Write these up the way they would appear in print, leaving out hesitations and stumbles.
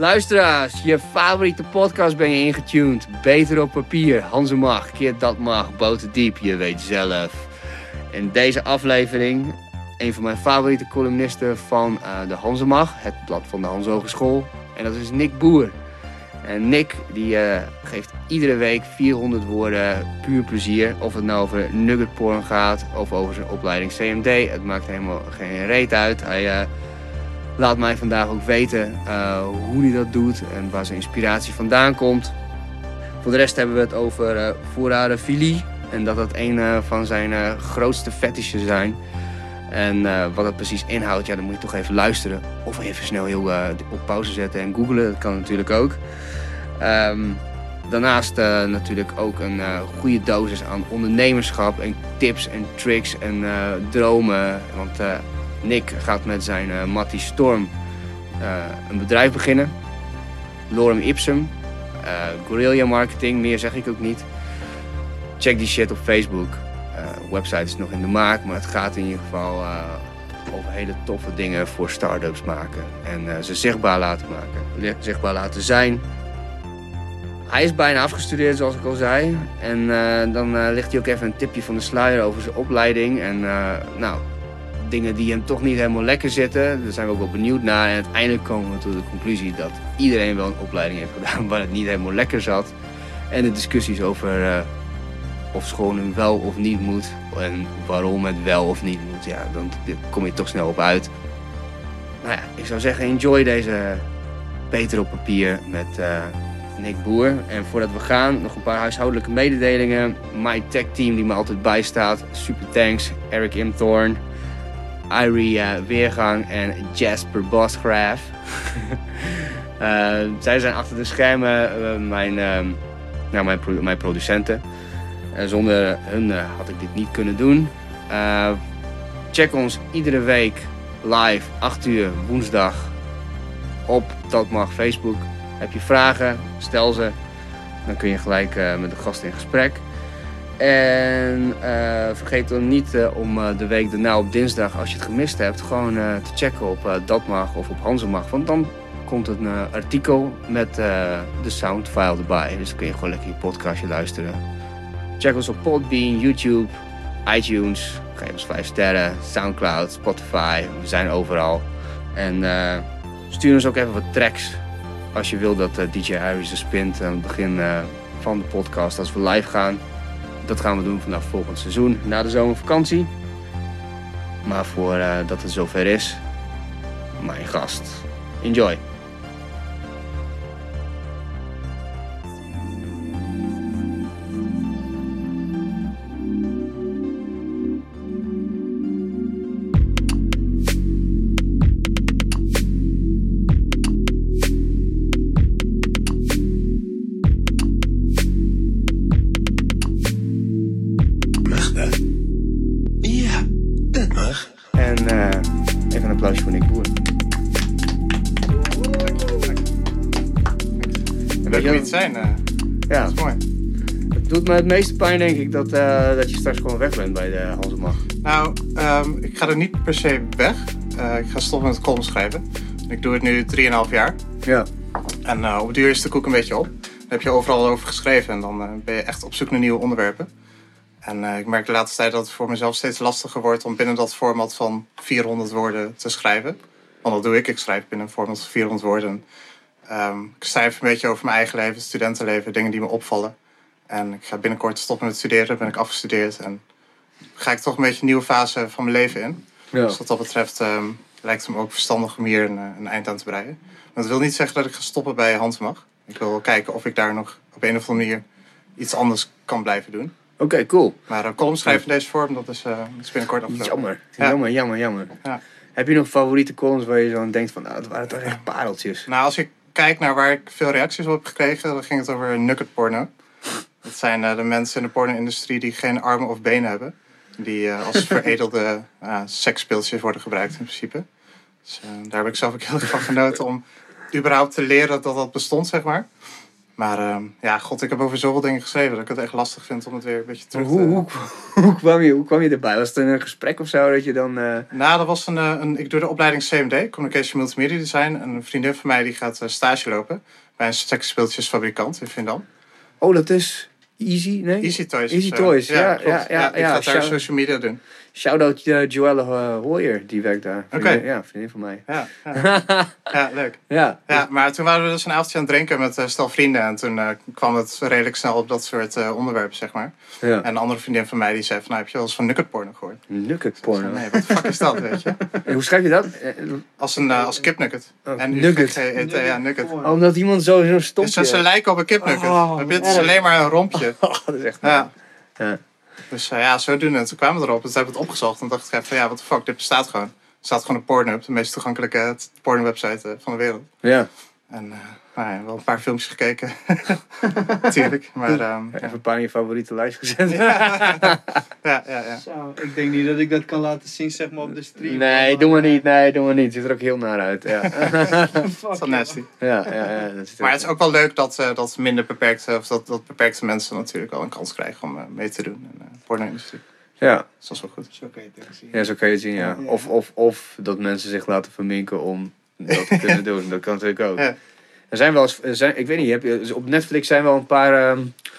Luisteraars, je favoriete podcast ben je ingetuned. Beter op papier, Hanze mag, keer dat mag, boterdiep, je weet zelf. In deze aflevering, een van mijn favoriete columnisten van de Hanze mag, het blad van de Hanze Hogeschool. En dat is Nick Boer. En Nick die geeft iedere week 400 woorden puur plezier. Of het nou over nuggetporn gaat of over zijn opleiding CMD. Het maakt helemaal geen reet uit. Hij laat mij vandaag ook weten hoe hij dat doet en waar zijn inspiratie vandaan komt. Voor de rest hebben we het over voorradenfilie. En dat een van zijn grootste fetishes zijn. En wat het precies inhoudt, ja, dan moet je toch even luisteren. Of even snel heel op pauze zetten en googlen. Dat kan natuurlijk ook. Daarnaast natuurlijk ook een goede dosis aan ondernemerschap en tips en tricks en dromen. Want Nick gaat met zijn Mattie Storm een bedrijf beginnen. Lorem Ipsum. Guerrilla marketing, meer zeg ik ook niet. Check die shit op Facebook. Website is nog in de maak, maar het gaat in ieder geval over hele toffe dingen voor start-ups maken. En ze zichtbaar laten maken. Zichtbaar laten zijn. Hij is bijna afgestudeerd, zoals ik al zei. En dan ligt hij ook even een tipje van de sluier over zijn opleiding. En dingen die hem toch niet helemaal lekker zitten. Daar zijn we ook wel benieuwd naar. En uiteindelijk komen we tot de conclusie dat iedereen wel een opleiding heeft gedaan waar het niet helemaal lekker zat. En de discussies over of school nu wel of niet moet. En waarom het wel of niet moet. Ja, dan kom je toch snel op uit. Nou ja, ik zou zeggen, enjoy deze Beter op papier met Nick Boer. En voordat we gaan, nog een paar huishoudelijke mededelingen. My tech team die me altijd bijstaat. Super thanks. Eric Imthorn, Irie Weergang en Jasper Bosgraaf. Zij zijn achter de schermen mijn producenten. Zonder hun had ik dit niet kunnen doen. Check ons iedere week live 8 uur woensdag op Dat Mag Facebook. Heb je vragen, stel ze. Dan kun je gelijk met de gast in gesprek. En vergeet dan niet om de week daarna op dinsdag, als je het gemist hebt, gewoon te checken op Dat Mag of op Hanze Mag. Want dan komt een artikel met de soundfile erbij. Dus dan kun je gewoon lekker je podcastje luisteren. Check ons op Podbean, YouTube, iTunes. Geef ons 5 sterren, Soundcloud, Spotify. We zijn overal. En stuur ons ook even wat tracks. Als je wil dat DJ Harris spint aan het begin van de podcast als we live gaan. Dat gaan we doen vanaf volgend seizoen, na de zomervakantie. Maar voordat het zover is, mijn gast. Enjoy! Even een applausje voor Nick Boer. Leuk om hier te zijn. Ja. Dat is mooi. Het doet me het meeste pijn, denk ik, dat je straks gewoon weg bent bij de Hanze Mag. Nou, ik ga er niet per se weg. Ik ga stoppen met column schrijven. Ik doe het nu 3,5 jaar. Ja. En op het duur is de koek een beetje op. Dan heb je overal over geschreven en dan ben je echt op zoek naar nieuwe onderwerpen. En ik merk de laatste tijd dat het voor mezelf steeds lastiger wordt om binnen dat format van 400 woorden te schrijven. Want dat doe ik. Ik schrijf binnen een format van 400 woorden. Ik schrijf een beetje over mijn eigen leven, studentenleven, dingen die me opvallen. En ik ga binnenkort stoppen met studeren, ben ik afgestudeerd. En ga ik toch een beetje een nieuwe fase van mijn leven in. Ja. Dus wat dat betreft lijkt het me ook verstandig om hier een eind aan te breien. Maar dat wil niet zeggen dat ik ga stoppen bij Hanze Mag. Ik wil kijken of ik daar nog op een of andere manier iets anders kan blijven doen. Oké, cool. Maar column schrijven in deze vorm, dat is binnenkort afgelopen. Jammer. Ja. Heb je nog favoriete columns waar je zo aan denkt van, nou, dat waren toch echt pareltjes? Nou, als ik kijk naar waar ik veel reacties op heb gekregen, dan ging het over nuggetporno. Dat zijn de mensen in de porno-industrie die geen armen of benen hebben. Die als veredelde seksspeeltjes worden gebruikt in principe. Dus daar heb ik zelf ook heel erg van genoten om überhaupt te leren dat dat bestond, zeg maar. Maar ja, god, ik heb over zoveel dingen geschreven dat ik het echt lastig vind om het weer een beetje terug te... Hoe kwam je erbij? Was het een gesprek of zo dat je dan... Nou, dat was ik doe de opleiding CMD, Communication Multimedia Design. En een vriendin van mij die gaat stage lopen bij een seksspeeltjesfabrikant in Vindam. Oh, dat is Easy, nee? Easy Toys. Easy Toys, ja. Die gaat daar social media doen. Shout-out Joelle Hoyer, die werkt daar. Oké. Ja, vriendin van mij. Ja, leuk. Ja. Ja, maar toen waren we dus een avondje aan het drinken met stel vrienden. En toen kwam het redelijk snel op dat soort onderwerpen, zeg maar. Ja. En een andere vriendin van mij die zei van, nou, heb je wel eens van nugget porno gehoord? Nugget porno? Nee, wat de fuck is dat, weet je? Hoe schrijf je dat? Als kipnugget. Oh, En nugget. Ja, nugget. Omdat iemand zo'n stompje... Dus ze lijken op een kipnugget. Het is alleen maar een rompje. Dat is echt... Ja. Ja. Dus zodoende. En toen kwamen we erop. Dus hebben we het opgezocht. En dacht ik van, ja, what the fuck, dit bestaat gewoon. Er staat gewoon op Pornhub, de meest toegankelijke porno-website van de wereld. Ja. En wel een paar filmpjes gekeken. Natuurlijk. Maar, Even een paar in je favoriete lijst gezet. Ja. Zo, ik denk niet dat ik dat kan laten zien, zeg maar, op de stream. Nee, doe maar niet. Het ziet er ook heel naar uit. Ja. Dat is wel nasty. Ja, dat ziet er Maar het is ook wel leuk dat minder beperkte, of dat beperkte mensen natuurlijk wel een kans krijgen om mee te doen in de porno-industrie. Ja. Dus dat is wel goed. Zo kan je het ook zien. Ja, zo kan je het zien, ja. Of dat mensen zich laten verminken om dat te kunnen doen. Dat kan natuurlijk ook. Ja. Er zijn wel eens, ik weet niet, op Netflix zijn wel een paar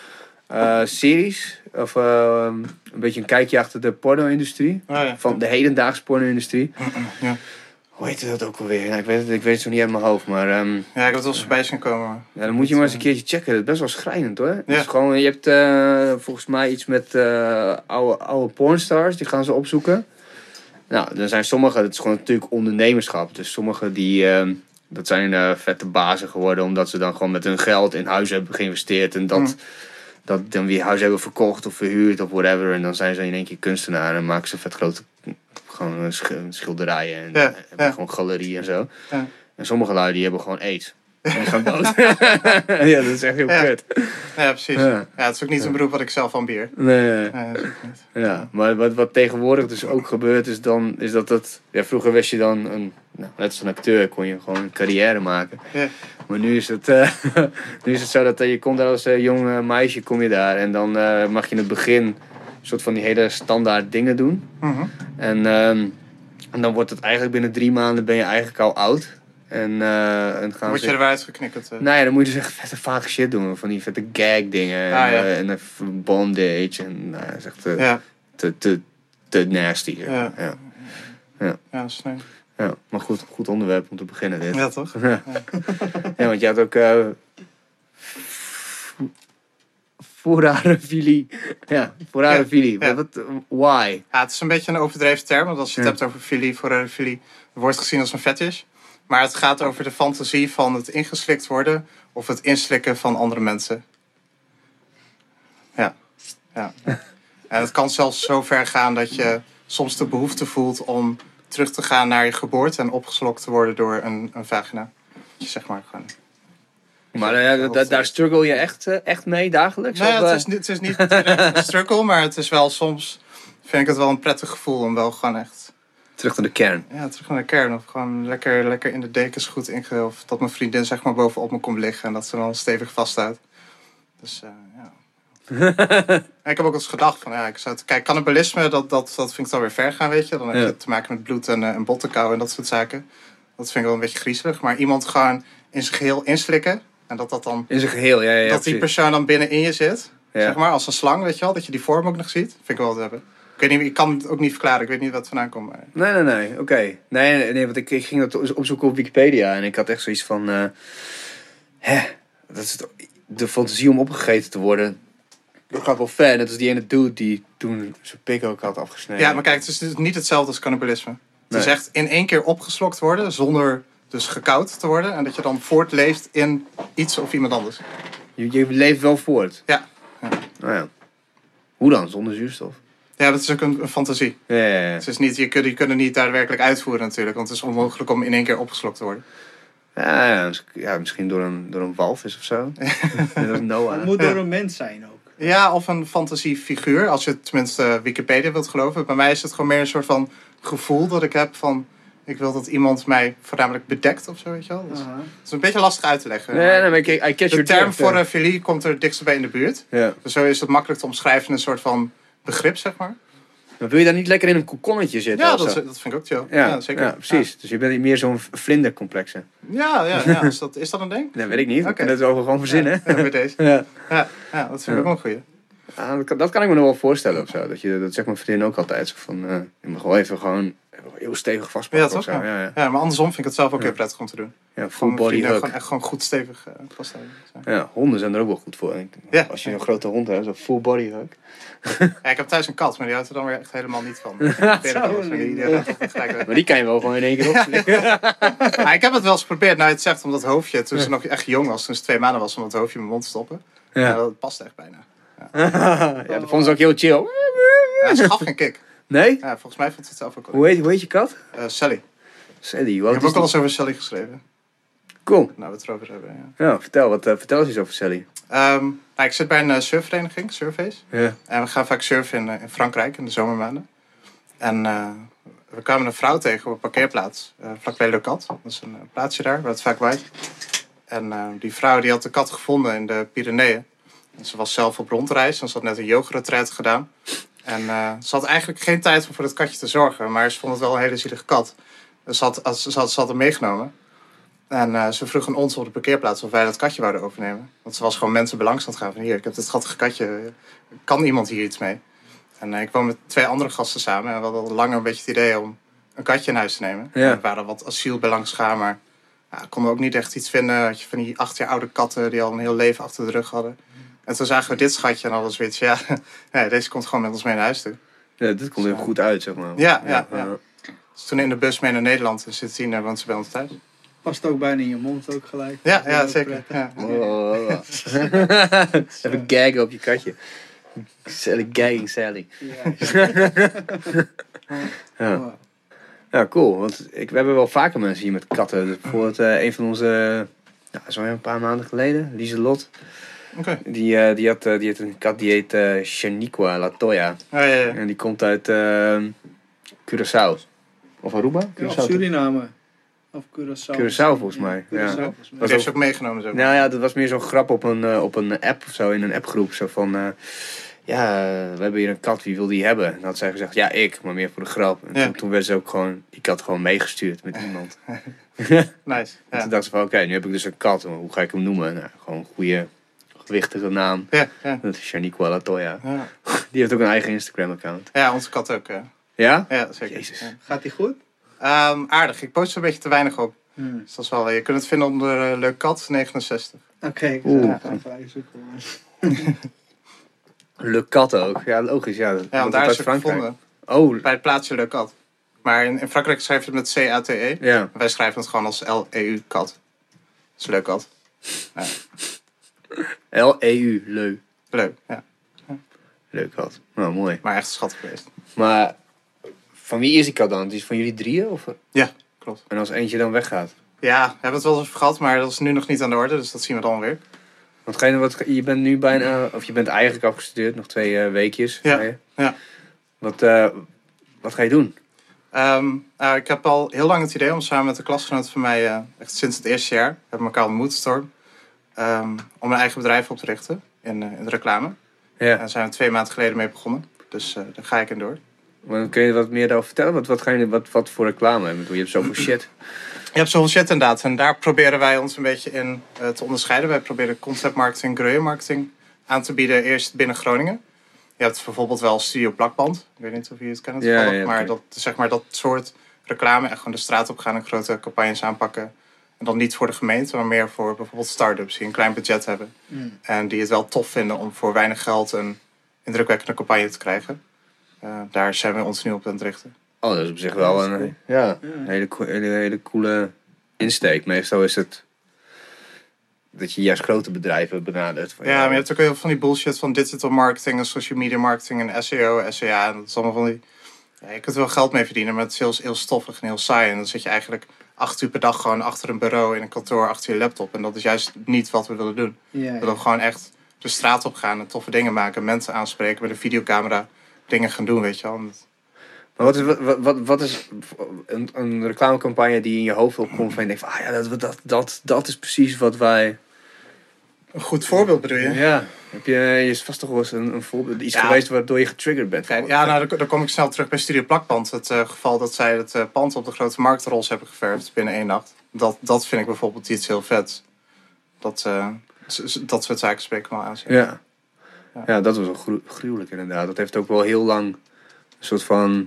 series. Of een beetje een kijkje achter de porno-industrie. Oh, ja. Van de hedendaagse porno-industrie. Ja. Hoe heet dat ook alweer? Nou, ik weet het zo niet uit mijn hoofd, maar... Ja, ik heb het wel eens voorbij zien komen. Ja, dan moet je maar eens een keertje checken. Dat is best wel schrijnend, hoor. Ja. Het is gewoon, je hebt volgens mij iets met oude pornstars. Die gaan ze opzoeken. Nou, er zijn sommige... Het is gewoon natuurlijk ondernemerschap. Dus sommige die... dat zijn vette bazen geworden. Omdat ze dan gewoon met hun geld in huis hebben geïnvesteerd. En dat dan weer huis hebben verkocht of verhuurd of whatever. En dan zijn ze in één keer kunstenaar. En maken ze vet grote gewoon schilderijen. En hebben gewoon galerieën en zo. Ja. En sommige lui die hebben gewoon aids. En die gaan dood. Ja, dat is echt heel kut. Ja, precies. Ja, het is ook niet een beroep wat ik zelf ambieer. Nee. Dat is ook niet. Ja, maar wat tegenwoordig dus ook gebeurt is dat... Ja, vroeger was je dan net als een acteur kon je gewoon een carrière maken. Ja. Maar nu is het, nu is het zo dat je komt daar als jong meisje, kom je daar. En dan mag je in het begin een soort van die hele standaard dingen doen. Mhm. En dan wordt het eigenlijk binnen 3 maanden ben je eigenlijk al oud. En gaan Word je er weer uitgeknikkerd? Nou ja, dan moet je dus echt vette vage shit doen. Van die vette gag dingen. En bondage. En dat is echt te nasty. Ja, Ja, sneu. ja, maar goed onderwerp om te beginnen dit. Ja, toch? Ja, want je had ook... Forarofilie. Ja, forarofilie. Ja. Why? Ja, het is een beetje een overdreven term. Want als je het hebt over filie, forarofilie, wordt gezien als een fetish. Maar het gaat over de fantasie van het ingeslikt worden of het inslikken van andere mensen. Ja. En het kan zelfs zo ver gaan dat je soms de behoefte voelt om terug te gaan naar je geboorte en opgeslokt te worden door een vagina. Je zeg maar gewoon... Maar daar struggle je echt mee dagelijks? Nee, of, het is niet een struggle, maar het is wel soms... vind ik het wel een prettig gevoel om wel gewoon echt... Terug naar de kern. Ja, terug naar de kern. Of gewoon lekker in de dekens goed ingehuld. Of dat mijn vriendin zeg maar bovenop me komt liggen en dat ze dan stevig vasthoudt. Dus ja. En ik heb ook eens gedacht van kijk, cannibalisme, dat vind ik dan weer ver gaan, weet je. Dan heb je te maken met bloed en bottenkou en dat soort zaken. Dat vind ik wel een beetje griezelig. Maar iemand gewoon in zijn geheel inslikken. En dat dan... In zijn geheel, ja. Dat die persoon dan binnenin je zit. Ja. Zeg maar, als een slang, weet je wel. Dat je die vorm ook nog ziet. Vind ik wel te hebben. Ik kan het ook niet verklaren. Ik weet niet wat het vandaan komt. Maar... Nee. Oké. Nee, want ik ging dat opzoeken op Wikipedia. En ik had echt zoiets van... dat is de fantasie om opgegeten te worden. Dat gaat wel ver. Net als die ene dude die toen zijn pik ook had afgesneden. Ja, maar kijk, het is dus niet hetzelfde als cannibalisme. Het is echt in één keer opgeslokt worden. Zonder dus gekoud te worden. En dat je dan voortleeft in iets of iemand anders. Je leeft wel voort? Ja. Nou ja. Hoe dan? Zonder zuurstof? Ja, dat is ook een fantasie. Ja. Het is niet, je kunt het niet daadwerkelijk uitvoeren natuurlijk. Want het is onmogelijk om in één keer opgeslokt te worden. Ja, misschien door een walvis of zo. Dat is Noah. Het moet door een mens zijn ook. Ja, of een fantasiefiguur. Als je tenminste Wikipedia wilt geloven. Bij mij is het gewoon meer een soort van gevoel dat ik heb van... Ik wil dat iemand mij voornamelijk bedekt of zo, weet je wel. Dus, Aha. het is een beetje lastig uit te leggen. Nee, maar I catch de your term drift, voor ja. refilie komt er het dichtst bij in de buurt. Ja. Dus zo is het makkelijk te omschrijven in een soort van begrip, zeg maar. Maar wil je daar niet lekker in een kokonnetje zitten? Ja, of zo? dat vind ik ook chill. Ja, zeker. ja, precies. Dus je bent meer zo'n vlindercomplexe. Ja. Is dat een ding? Dat weet ik niet. We Oké. kunnen het over gewoon verzinnen. Ja, bij deze. Ja. Ja, dat vind ik ook wel een goeie. Ja, dat kan ik me nog wel voorstellen of zo. Dat zegt mijn vriendin ook altijd. Zo van, je mag wel even gewoon heel stevig vastpakken Ja, of toch? zo. Ja. Ja. Ja, maar andersom vind ik het zelf ook heel prettig om te doen. Ja, full Gewoon body vrienden hug. gewoon echt gewoon goed stevig vasthouden. Zo. Ja, honden zijn er ook wel goed voor. Ja. Als je een grote hond hebt, zo'n full body hug. Ja, ik heb thuis een kat, maar die houdt er dan weer echt helemaal niet van. Die gaat gelijk weg. Maar die kan je wel gewoon in één keer opslikken. Ja, ik heb het wel eens geprobeerd, nou je het zegt, om dat hoofdje, toen ze nog echt jong was, toen ze 2 maanden was, om dat hoofdje in mijn mond te stoppen. Ja, dat past echt bijna. Ja, dat vond ze ook heel chill. Ja, ze gaf geen kick. Nee? Ja, volgens mij vond ze het zelf ook wel. Hoe heet je kat? Sally. Sally. Ik heb ook al eens over Sally geschreven. Cool. Nou, we het erover hebben, ja. Ja, vertel eens iets over Sally. Nou, ik zit bij een surfvereniging, Surface. Ja. En we gaan vaak surfen in Frankrijk in de zomermaanden. En we kwamen een vrouw tegen op een parkeerplaats, vlakbij Le Cat. Dat is een plaatsje daar, waar het vaak waait. En die vrouw die had de kat gevonden in de Pyreneeën. En ze was zelf op rondreis en ze had net een yogaretreat gedaan. En ze had eigenlijk geen tijd om voor het katje te zorgen, maar ze vond het wel een hele zielige kat. Dus ze had hem meegenomen. En ze vroeg aan ons op de parkeerplaats of wij dat katje wouden overnemen. Want ze was gewoon mensen belangstellend gaan van hier, ik heb dit schattige katje, kan iemand hier iets mee? En ik woon met 2 andere gasten samen en we hadden al langer een beetje het idee om een katje in huis te nemen. Ja. En we waren wat asiel bij langs gaan, maar konden ook niet echt iets vinden. Had je van die 8 jaar oude katten die al een heel leven achter de rug hadden. En toen zagen we dit schatje en alles zoiets, ja, deze komt gewoon met ons mee naar huis toe. Ja, dit komt heel goed uit, zeg maar. Ja. Dus toen in de bus mee naar Nederland en sindsdien woont ze bij ons thuis. Past ook bijna in je mond ook gelijk. Ja, Heel zeker. prettig. Ja. Oh. Even gaggen op je katje. Sally gagging Sally. Ja. Ja. Wow. Ja, cool. Want we hebben wel vaker mensen hier met katten. Dus bijvoorbeeld een van onze, zo een paar maanden geleden, Lieselot. Oké. Die had een kat die heet Shaniqua Latoya. Ja. En die komt uit Curaçao. Of Aruba? Ja, of Curaçao. Suriname. Of Curaçao. Curaçao volgens mij. Curaçao, Ja. volgens mij. Dat heeft ze ook meegenomen. Zo. Nou ja, dat was meer zo'n grap op een app of zo, in een appgroep. Zo van, we hebben hier een kat, wie wil die hebben? En dan had zij gezegd, ja, ik, maar meer voor de grap. En toen werd ze ook gewoon, die kat gewoon meegestuurd met iemand. Nice. En Ja. toen dacht ze van, oké, nu heb ik dus een kat, maar hoe ga ik hem noemen? Nou, gewoon een goede, gewichtige naam. Ja. Dat is Shaniqua Latoya. Ja. Die heeft ook een eigen Instagram-account. Ja, onze kat ook. Ja? Ja, zeker. Jezus. Ja. Gaat die goed? Aardig. Ik post er een beetje te weinig op. Dus dat is wel, je kunt het vinden onder Leuk Kat 69. Oké, ik Oeh. ga even zoeken. Le Cat ook. Ja, logisch. Ja, Ja, want daar is ze gevonden. Oh, Bij het plaatsje Leuk Kat. Maar in Frankrijk schrijf je het met C-A-T-E. ja. Wij schrijven het gewoon als L-E-U kat. Dat is Leuk Kat. Ja. L-E-U, Leu. Leuk, ja. Leuk kat. Nou, mooi. Maar echt schattig geweest. Maar van wie is die kat dan? Die is van jullie drieën? Of? Ja, klopt. En als eentje dan weggaat? Ja, we hebben het wel eens over gehad, maar dat is nu nog niet aan de orde. Dus dat zien we dan weer. Want je bent nu bijna, of je bent eigenlijk afgestudeerd, nog 2 weekjes. Ja, zei je. ja. Wat ga je doen? Ik heb al heel lang het idee om samen met een klasgenoot van mij, echt sinds het eerste jaar, hebben we elkaar ontmoet, Storm, om een eigen bedrijf op te richten in de reclame. Ja. Daar zijn we 2 maanden geleden mee begonnen. Dus daar ga ik in door. Maar kun je wat meer daarover vertellen? Wat voor reclame? Ik bedoel, je hebt zoveel shit. Je hebt zoveel shit inderdaad. En daar proberen wij ons een beetje in te onderscheiden. Wij proberen concept marketing, guerrilla marketing aan te bieden. Eerst binnen Groningen. Je hebt bijvoorbeeld wel Studio Plakband. Ik weet niet of je het kent toevallig. Ja, maar oké. zeg maar dat soort reclame. En gewoon de straat op gaan en grote campagnes aanpakken. En dan niet voor de gemeente, maar meer voor bijvoorbeeld start-ups die een klein budget hebben. En die het wel tof vinden om voor weinig geld een indrukwekkende campagne te krijgen. Daar zijn we ons nu op aan het richten. Oh, dat is op zich wel een hele coole insteek. Meestal is het dat je juist grote bedrijven benadert. Van, Ja, maar je hebt ook heel veel van die bullshit van digital marketing en social media marketing en SEO, SEA. En dat is allemaal van die... Ja, je kunt er wel geld mee verdienen, maar het is heel stoffig en heel saai. En dan zit je eigenlijk 8 uur per dag gewoon achter een bureau in een kantoor, achter je laptop. En dat is juist niet wat we willen doen. Ja, We willen gewoon echt de straat op gaan en toffe dingen maken. Mensen aanspreken met een videocamera. Dingen gaan doen, weet je wel. Maar wat is een reclamecampagne die in je hoofd opkomt van je denkt van, dat is precies wat wij... Een goed voorbeeld bedoel je? Ja, je is vast toch wel eens een voorbeeld, iets geweest waardoor je getriggerd bent. Ja, nou, dan kom ik snel terug bij Studio Plakband. Het geval dat zij het pand op de Grote Markt roze hebben geverfd binnen 1 nacht. Dat vind ik bijvoorbeeld iets heel vet. Dat soort zaken spreken me wel aan. Ja, dat was wel gruwelijk inderdaad. Dat heeft ook wel heel lang een soort van...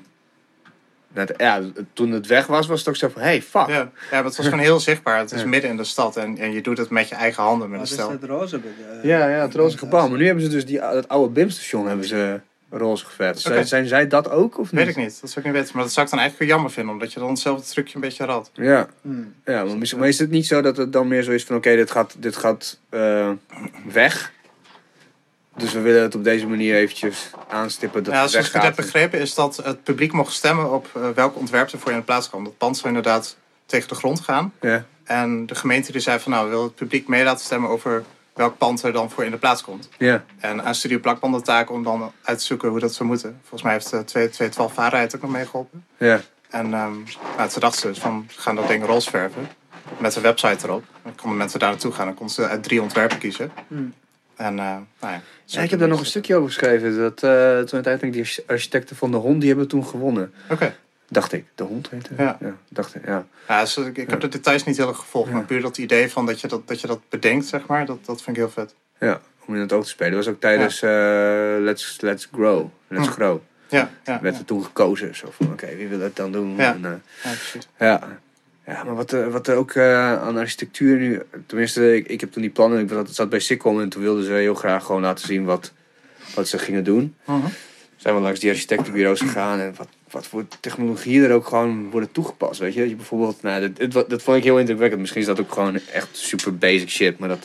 toen het weg was het ook zo van, hey, fuck. Ja, maar het was gewoon heel zichtbaar. Het is midden in de stad en je doet het met je eigen handen met een stel. Dat is het roze. Het roze gebouw. Maar nu hebben ze dus dat oude BIM-station hebben ze roze geverfd. Okay. Zijn zij dat ook of niet? Weet ik niet, dat zou ik niet weten. Maar dat zou ik dan eigenlijk wel jammer vinden, omdat je dan hetzelfde trucje een beetje rad. Ja, maar is het niet zo dat het dan meer zo is van, oké, dit gaat weg... Dus we willen het op deze manier eventjes aanstippen dat het weggaat. Zoals ik het heb begrepen is dat het publiek mocht stemmen op welk ontwerp er voor je in de plaats kwam. Dat pand zou inderdaad tegen de grond gaan. Ja. En de gemeente die zei van we willen het publiek mee laten stemmen over welk pand er dan voor in de plaats komt. Ja. En aan Studio Plakband de taak om dan uit te zoeken hoe dat zou moeten. Volgens mij heeft 212 Waarheid ook nog meegeholpen. Ja. En toen dachten ze dus van we gaan dat ding roze verven. Met een website erop. Dan konden mensen daar naartoe gaan. Dan konden ze uit 3 ontwerpen kiezen. En ik heb daar nog een stukje over geschreven. Dat toen uiteindelijk die architecten van de Hond, die hebben toen gewonnen. Oké. Dacht ik. De Hond heette het? Ja. Dacht ik, ja. Ik heb de details niet heel erg gevolgd. Maar puur dat idee van dat je dat bedenkt, zeg maar. Dat vind ik heel vet. Ja, om in het oog te spelen. Dat was ook tijdens Let's Grow. Let's Grow. Ja. Werd er toen gekozen. Zo van, oké, wie wil het dan doen? Ja, en, precies. Ja, maar wat er ook aan architectuur nu... Tenminste, ik heb toen die plannen... Ik zat bij Sikkom en toen wilden ze heel graag gewoon laten zien wat ze gingen doen. Zijn we langs die architectenbureaus gegaan en wat voor technologieën er ook gewoon worden toegepast. Weet je bijvoorbeeld... dat vond ik heel indrukwekkend. Misschien is dat ook gewoon echt super basic shit. Maar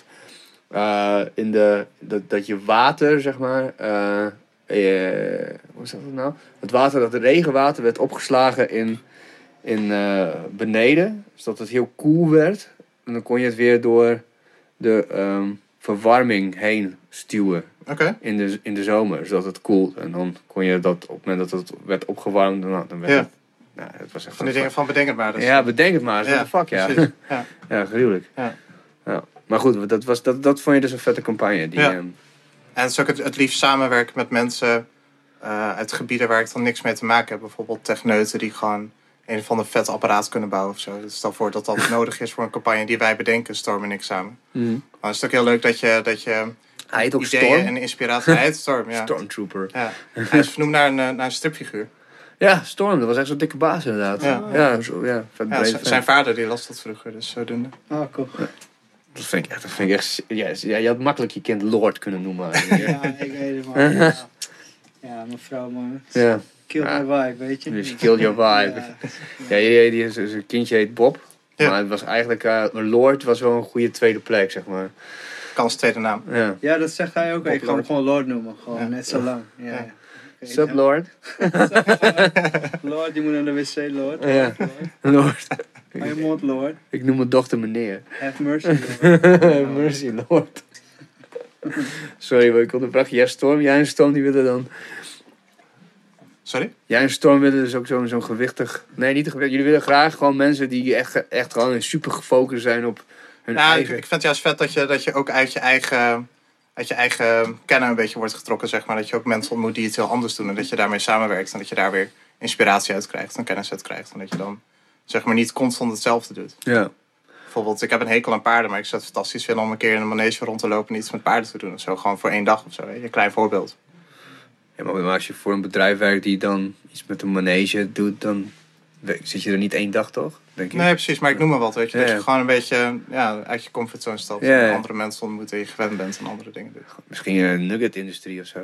dat je water, zeg maar... hoe is dat nou? Het water, dat de regenwater werd opgeslagen in beneden, zodat het heel koel werd. En dan kon je het weer door de verwarming heen stuwen. Okay. In de zomer, zodat het koelt. En dan kon je dat op het moment dat het werd opgewarmd, dan werd het... Nou, het was echt van die dingen van bedenk het maar. Dus. Ja, bedenk het maar. What the fuck, ja. Ja, gruwelijk. Ja. Maar goed, dat vond je dus een vette campagne. En het is ook het liefst samenwerken met mensen uit gebieden waar ik dan niks mee te maken heb. Bijvoorbeeld techneuten die gewoon een of ander vet apparaat kunnen bouwen of zo. Dus stel voor dat dat nodig is voor een campagne die wij bedenken, Storm en ik samen. Maar het is ook heel leuk dat je hij heet ook ideeën Storm en inspiratie... Hij heet Storm, ja. Stormtrooper. Ja. Hij is vernoemd naar een stripfiguur. Ja, Storm, dat was echt zo'n dikke baas inderdaad. Zijn vader die las dat vroeger, dus zodoende. Oh, cool. Dat vind ik echt... Ja, je had makkelijk je kind Lord kunnen noemen. Ja, ik weet het man. Ja, mevrouw man. Ja. Kill my vibe, weet je. Dus kill your vibe. Zijn kindje heet Bob. Ja. Maar het was eigenlijk... Lord was wel een goede tweede plek, zeg maar. Kan als tweede naam. Ja, dat zegt hij ook. Ik ga hem gewoon Lord noemen. Gewoon net zo lang. Ja. Sup, Lord? Lord, je moet naar de wc, Lord. Ja. Lord. Hou je mond, Lord. Ik noem mijn dochter meneer. Have mercy, Lord. Mercy, Lord. Sorry, maar ik onderbrak. Jij en Storm, die willen dan... Sorry? Jij en Storm willen dus ook zo'n gewichtig... Nee, niet gewichtig. Jullie willen graag gewoon mensen die echt gewoon super gefocust zijn op hun eigen... Ik vind het juist vet dat je ook uit je eigen kennen een beetje wordt getrokken, zeg maar. Dat je ook mensen ontmoet die het heel anders doen. En dat je daarmee samenwerkt. En dat je daar weer inspiratie uit krijgt. En kennis uit krijgt. En dat je dan, zeg maar, niet constant hetzelfde doet. Ja. Bijvoorbeeld, ik heb een hekel aan paarden. Maar ik zou het fantastisch vinden om een keer in een manege rond te lopen en iets met paarden te doen. Of zo, gewoon voor 1 dag of zo. Een klein voorbeeld. Ja, maar als je voor een bedrijf werkt die dan iets met een manege doet, dan zit je er niet 1 dag, toch? Denk ik. Nee, precies. Maar ik noem maar wat, weet je. Dat je gewoon een beetje uit je comfortzone stapt. En andere mensen ontmoeten die je gewend bent en andere dingen doet. Misschien een nugget-industrie of zo.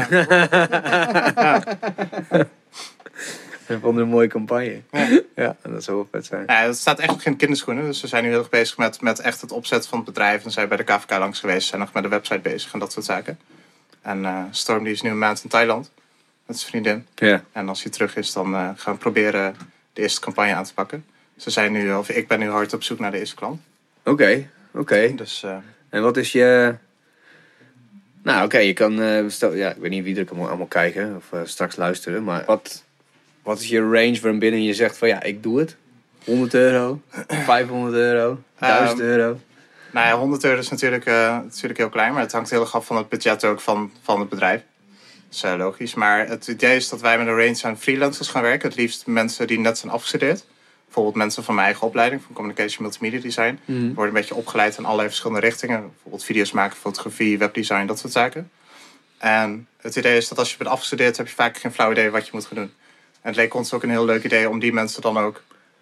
Ik vond het een mooie campagne. Ja, dat zou wel vet zijn. Ja, het staat echt geen kinderschoenen. Dus we zijn nu heel erg bezig met echt het opzetten van het bedrijf. En zijn bij de KVK langs geweest. Zijn nog met de website bezig en dat soort zaken. En Storm die is nu een maand in Thailand. Met zijn vriendin. Ja. En als hij terug is, dan gaan we proberen de eerste campagne aan te pakken. Ik ben nu hard op zoek naar de eerste klant. Oké. Dus, en wat is je... Nou, oké, je kan... ik weet niet wie er allemaal kijken of straks luisteren. Maar Wat is je range waarbinnen je zegt van ja, ik doe het? €100, €500, €1000? Nou ja, €100 is natuurlijk heel klein, maar het hangt heel erg af van het budget ook van het bedrijf. Dat is logisch. Maar het idee is dat wij met een range aan freelancers gaan werken. Het liefst mensen die net zijn afgestudeerd. Bijvoorbeeld mensen van mijn eigen opleiding, van Communication Multimedia Design. Die worden een beetje opgeleid in allerlei verschillende richtingen. Bijvoorbeeld video's maken, fotografie, webdesign, dat soort zaken. En het idee is dat als je bent afgestudeerd, heb je vaak geen flauw idee wat je moet gaan doen. En het leek ons ook een heel leuk idee om die mensen dan ook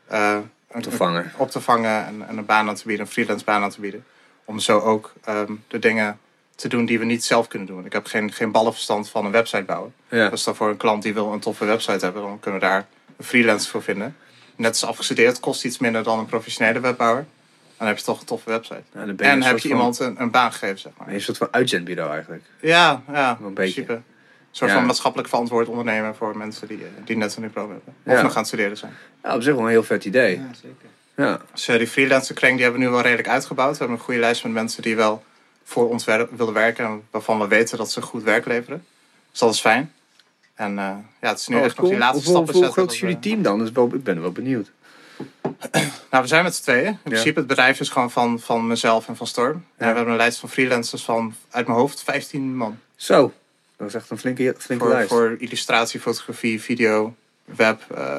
op te vangen en een baan aan te bieden, een freelance baan aan te bieden. Om zo ook de dingen te doen die we niet zelf kunnen doen. Ik heb geen ballenverstand van een website bouwen. Ja. Dus dan voor een klant die wil een toffe website hebben, dan kunnen we daar een freelancer voor vinden. Net als afgestudeerd kost iets minder dan een professionele webbouwer. Dan heb je toch een toffe website. Ja, dan en heb je iemand een baan gegeven, zeg maar. Een soort van uitzendbureau eigenlijk. Ja, een in beetje. principe. Een soort van maatschappelijk verantwoord ondernemen voor mensen die net een diploma hebben. Of nog aan het studeren zijn. Ja, op zich wel een heel vet idee. Ja, zeker. Ja. Dus die freelancer kring die hebben we nu wel redelijk uitgebouwd. We hebben een goede lijst met mensen die wel voor ons willen werken. En waarvan we weten dat ze goed werk leveren. Dus dat is fijn. En het is nu echt nog die laatste stappen zetten. Hoe groot is jullie team dan? Ik ben wel benieuwd. Nou, we zijn met z'n tweeën. In principe, het bedrijf is gewoon van mezelf en van Storm. En we hebben een lijst van freelancers van, uit mijn hoofd, 15 man. Zo, dat is echt een flinke lijst. Voor illustratie, fotografie, video, web,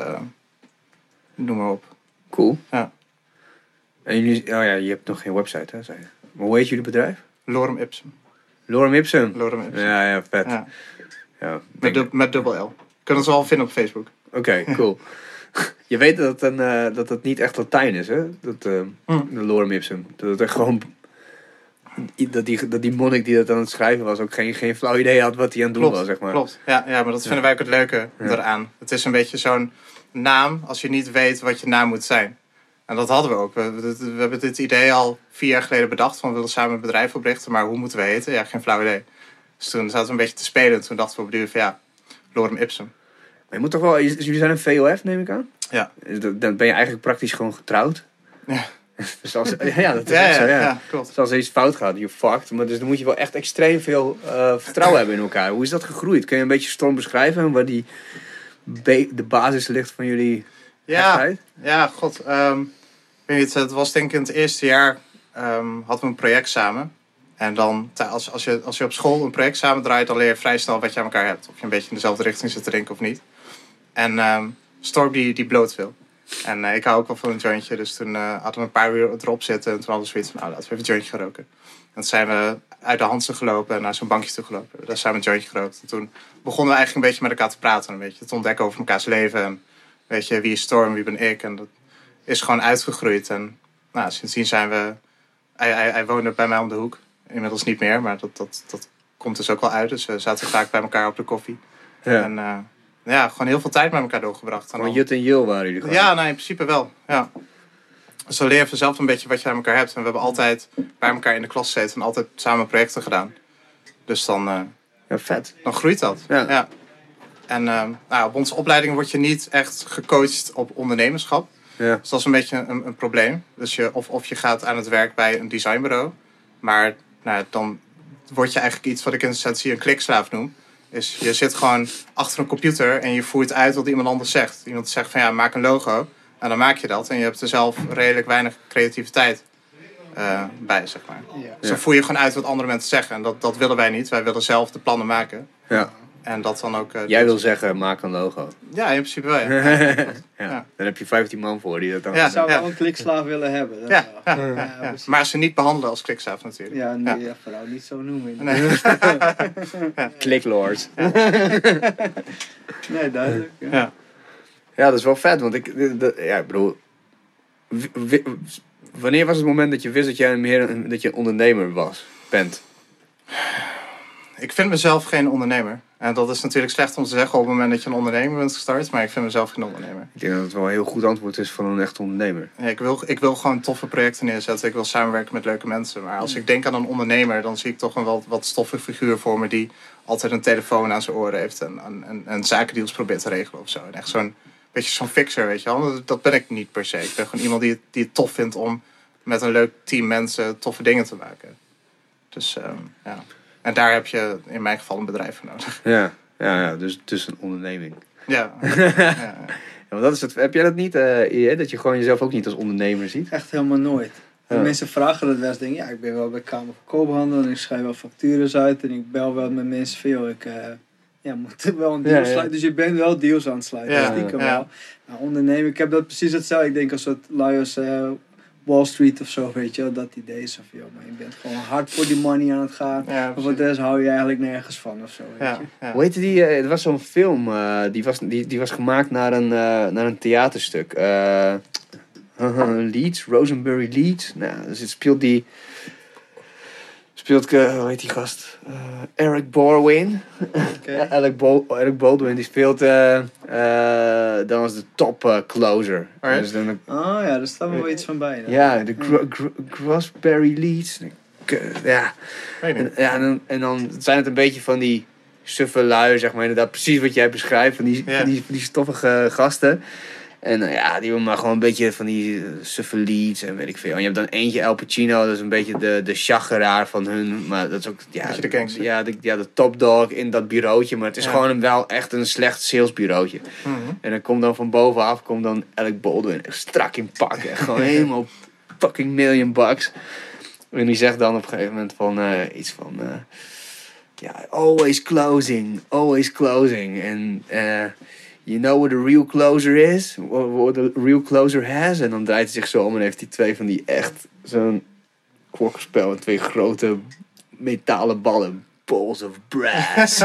noem maar op. Cool. Ja. En jullie, je hebt nog geen website, hè, zei je. Maar hoe heet jullie bedrijf? Lorem Ipsum. Lorem Ipsum? Lorem Ipsum. Ja, vet. Ja. Ja, met dubbel L. Kunnen ze wel vinden op Facebook. Oké, cool. Je weet dat het niet echt Latijn is, hè? De Lorem Ipsum. Dat het echt gewoon... Dat die monnik die dat aan het schrijven was ook geen flauw idee had wat hij aan het doen was, zeg maar. Klopt. Ja, maar dat vinden wij ook het leuke eraan. Het is een beetje zo'n naam als je niet weet wat je naam moet zijn. En dat hadden we ook. We hebben dit idee al 4 jaar geleden bedacht. Van we willen samen een bedrijf oprichten, maar hoe moeten we heten? Ja, geen flauw idee. Dus toen zaten we een beetje te spelen. En toen dachten we op de duur van Lorem Ipsum. Maar je moet toch wel... Jullie zijn een VOF, neem ik aan? Ja. Dan ben je eigenlijk praktisch gewoon getrouwd. Ja. Dus als, dat is echt zo, ja, klopt. Dus als er iets fout gaat, je fucked. Maar dus dan moet je wel echt extreem veel vertrouwen hebben in elkaar. Hoe is dat gegroeid? Kun je een beetje Storm beschrijven? Waar de basis ligt van jullie hechtheid? Ja, god. Ik weet niet, het was denk ik in het eerste jaar hadden we een project samen. En dan, als je op school een project samen draait, dan leer je vrij snel wat je aan elkaar hebt. Of je een beetje in dezelfde richting zit te denken of niet. En Storm die bloot veel. En ik hou ook wel van een jointje. Dus toen hadden we een paar uur erop zitten. En toen hadden we zoiets van, laten we even een jointje gaan roken. En toen zijn we uit de Hansen gelopen en naar zo'n bankje toe gelopen. Daar zijn we een jointje gerookt. En toen begonnen we eigenlijk een beetje met elkaar te praten. Een beetje te ontdekken over elkaars leven. En weet je, wie is Storm, wie ben ik? En dat is gewoon uitgegroeid. En sindsdien zijn we... Hij woonde bij mij om de hoek. Inmiddels niet meer, maar dat komt dus ook wel uit. Dus we zaten vaak bij elkaar op de koffie. Ja. En gewoon heel veel tijd met elkaar doorgebracht. Gewoon Jut en Jul waren jullie gewoon? Ja, in principe wel. Ja. Dus dan leer je vanzelf een beetje wat je aan elkaar hebt. En we hebben altijd bij elkaar in de klas gezeten en altijd samen projecten gedaan. Dus dan... vet. Dan groeit dat. Ja. En op onze opleiding word je niet echt gecoacht op ondernemerschap. Ja. Dus dat is een beetje een probleem. Dus of je gaat aan het werk bij een designbureau. Maar dan word je eigenlijk iets wat ik in essentie een klikslaaf noem. Is je zit gewoon achter een computer en je voert uit wat iemand anders zegt. Iemand zegt van maak een logo. En dan maak je dat. En je hebt er zelf redelijk weinig creativiteit bij, zeg maar. Ja. Dus dan voer je gewoon uit wat andere mensen zeggen. En dat willen wij niet. Wij willen zelf de plannen maken. Ja. En dat dan ook... Jij wil zeggen, maak een logo. Ja, in principe wel, ja. Dan heb je 15 man voor die dat dan... Ja, zou wel een klikslaaf willen hebben. Ja. Maar ze niet behandelen als klikslaaf natuurlijk. Ja, nee, vooral niet zo noemen. Nee. Klicklords. Nee, duidelijk. Ja, dat is wel vet, want ik bedoel... Wanneer was het moment dat je wist dat je een ondernemer bent? Ik vind mezelf geen ondernemer. En dat is natuurlijk slecht om te zeggen op het moment dat je een ondernemer bent gestart. Maar ik vind mezelf geen ondernemer. Ik denk dat het wel een heel goed antwoord is van een echt ondernemer. Ja, ik wil gewoon toffe projecten neerzetten. Ik wil samenwerken met leuke mensen. Maar als ik denk aan een ondernemer, dan zie ik toch een wat stoffig figuur voor me die altijd een telefoon aan zijn oren heeft. En zakendeals probeert te regelen of zo. En echt zo'n beetje zo'n fixer, weet je wel. Dat ben ik niet per se. Ik ben gewoon iemand die het tof vindt om met een leuk team mensen toffe dingen te maken. Dus En daar heb je in mijn geval een bedrijf voor nodig. Ja, dus een onderneming. Ja. Ja. Ja, want dat is het, heb jij dat niet? Dat je gewoon jezelf ook niet als ondernemer ziet? Echt helemaal nooit. Ja. Mensen vragen dat wel eens. Denk, ja, ik ben wel bij Kamer van Koophandel en ik schrijf wel factures uit. En ik bel wel met mensen van, joh, ik moet wel een deal sluiten. Dus je bent wel deals aan het sluiten. Ja, Stiekem ja. wel. Nou, ondernemen, ik heb dat precies hetzelfde. Ik denk als soort Lions Wall Street of zo, weet je wel. Dat idee is van, joh, maar je bent gewoon hard voor die money aan het gaan. Ja, Maar voor de rest hou je eigenlijk nergens van of zo, weet Ja, je. ja. Hoe heette die? Er was zo'n film, die was gemaakt naar een theaterstuk. Leeds, Rosenberry Leeds. Nou, dus het speelt, hoe heet die gast? Eric Baldwin. Oké. Alec Baldwin, die speelt dan als de top closer. Alright. Dus dan, Oh ja, daar staat wel iets van bij. Dan. ja, de Grossberry Leeds. Ja. Weet niet. En dan zijn het een beetje van die suffe lui, zeg maar. Inderdaad, precies wat jij beschrijft. Van die stoffige gasten. En die hebben maar gewoon een beetje van die suffe leads en weet ik veel. En je hebt dan eentje, El Pacino, dat is een beetje de chageraar van hun. Maar dat is ook, Beetje de gangster. de topdog in dat bureautje. Maar het is gewoon wel echt een slecht salesbureautje. Mhm. En dan komt dan van bovenaf, komt dan Alec Baldwin echt strak in pak. Echt gewoon helemaal fucking $1 million. En die zegt dan op een gegeven moment van iets van... always closing. En you know what a real closer is? What a real closer has? En dan draait hij zich zo om en heeft hij 2 van die echt... Zo'n klokkenspel met 2 grote metalen ballen. Balls of brass.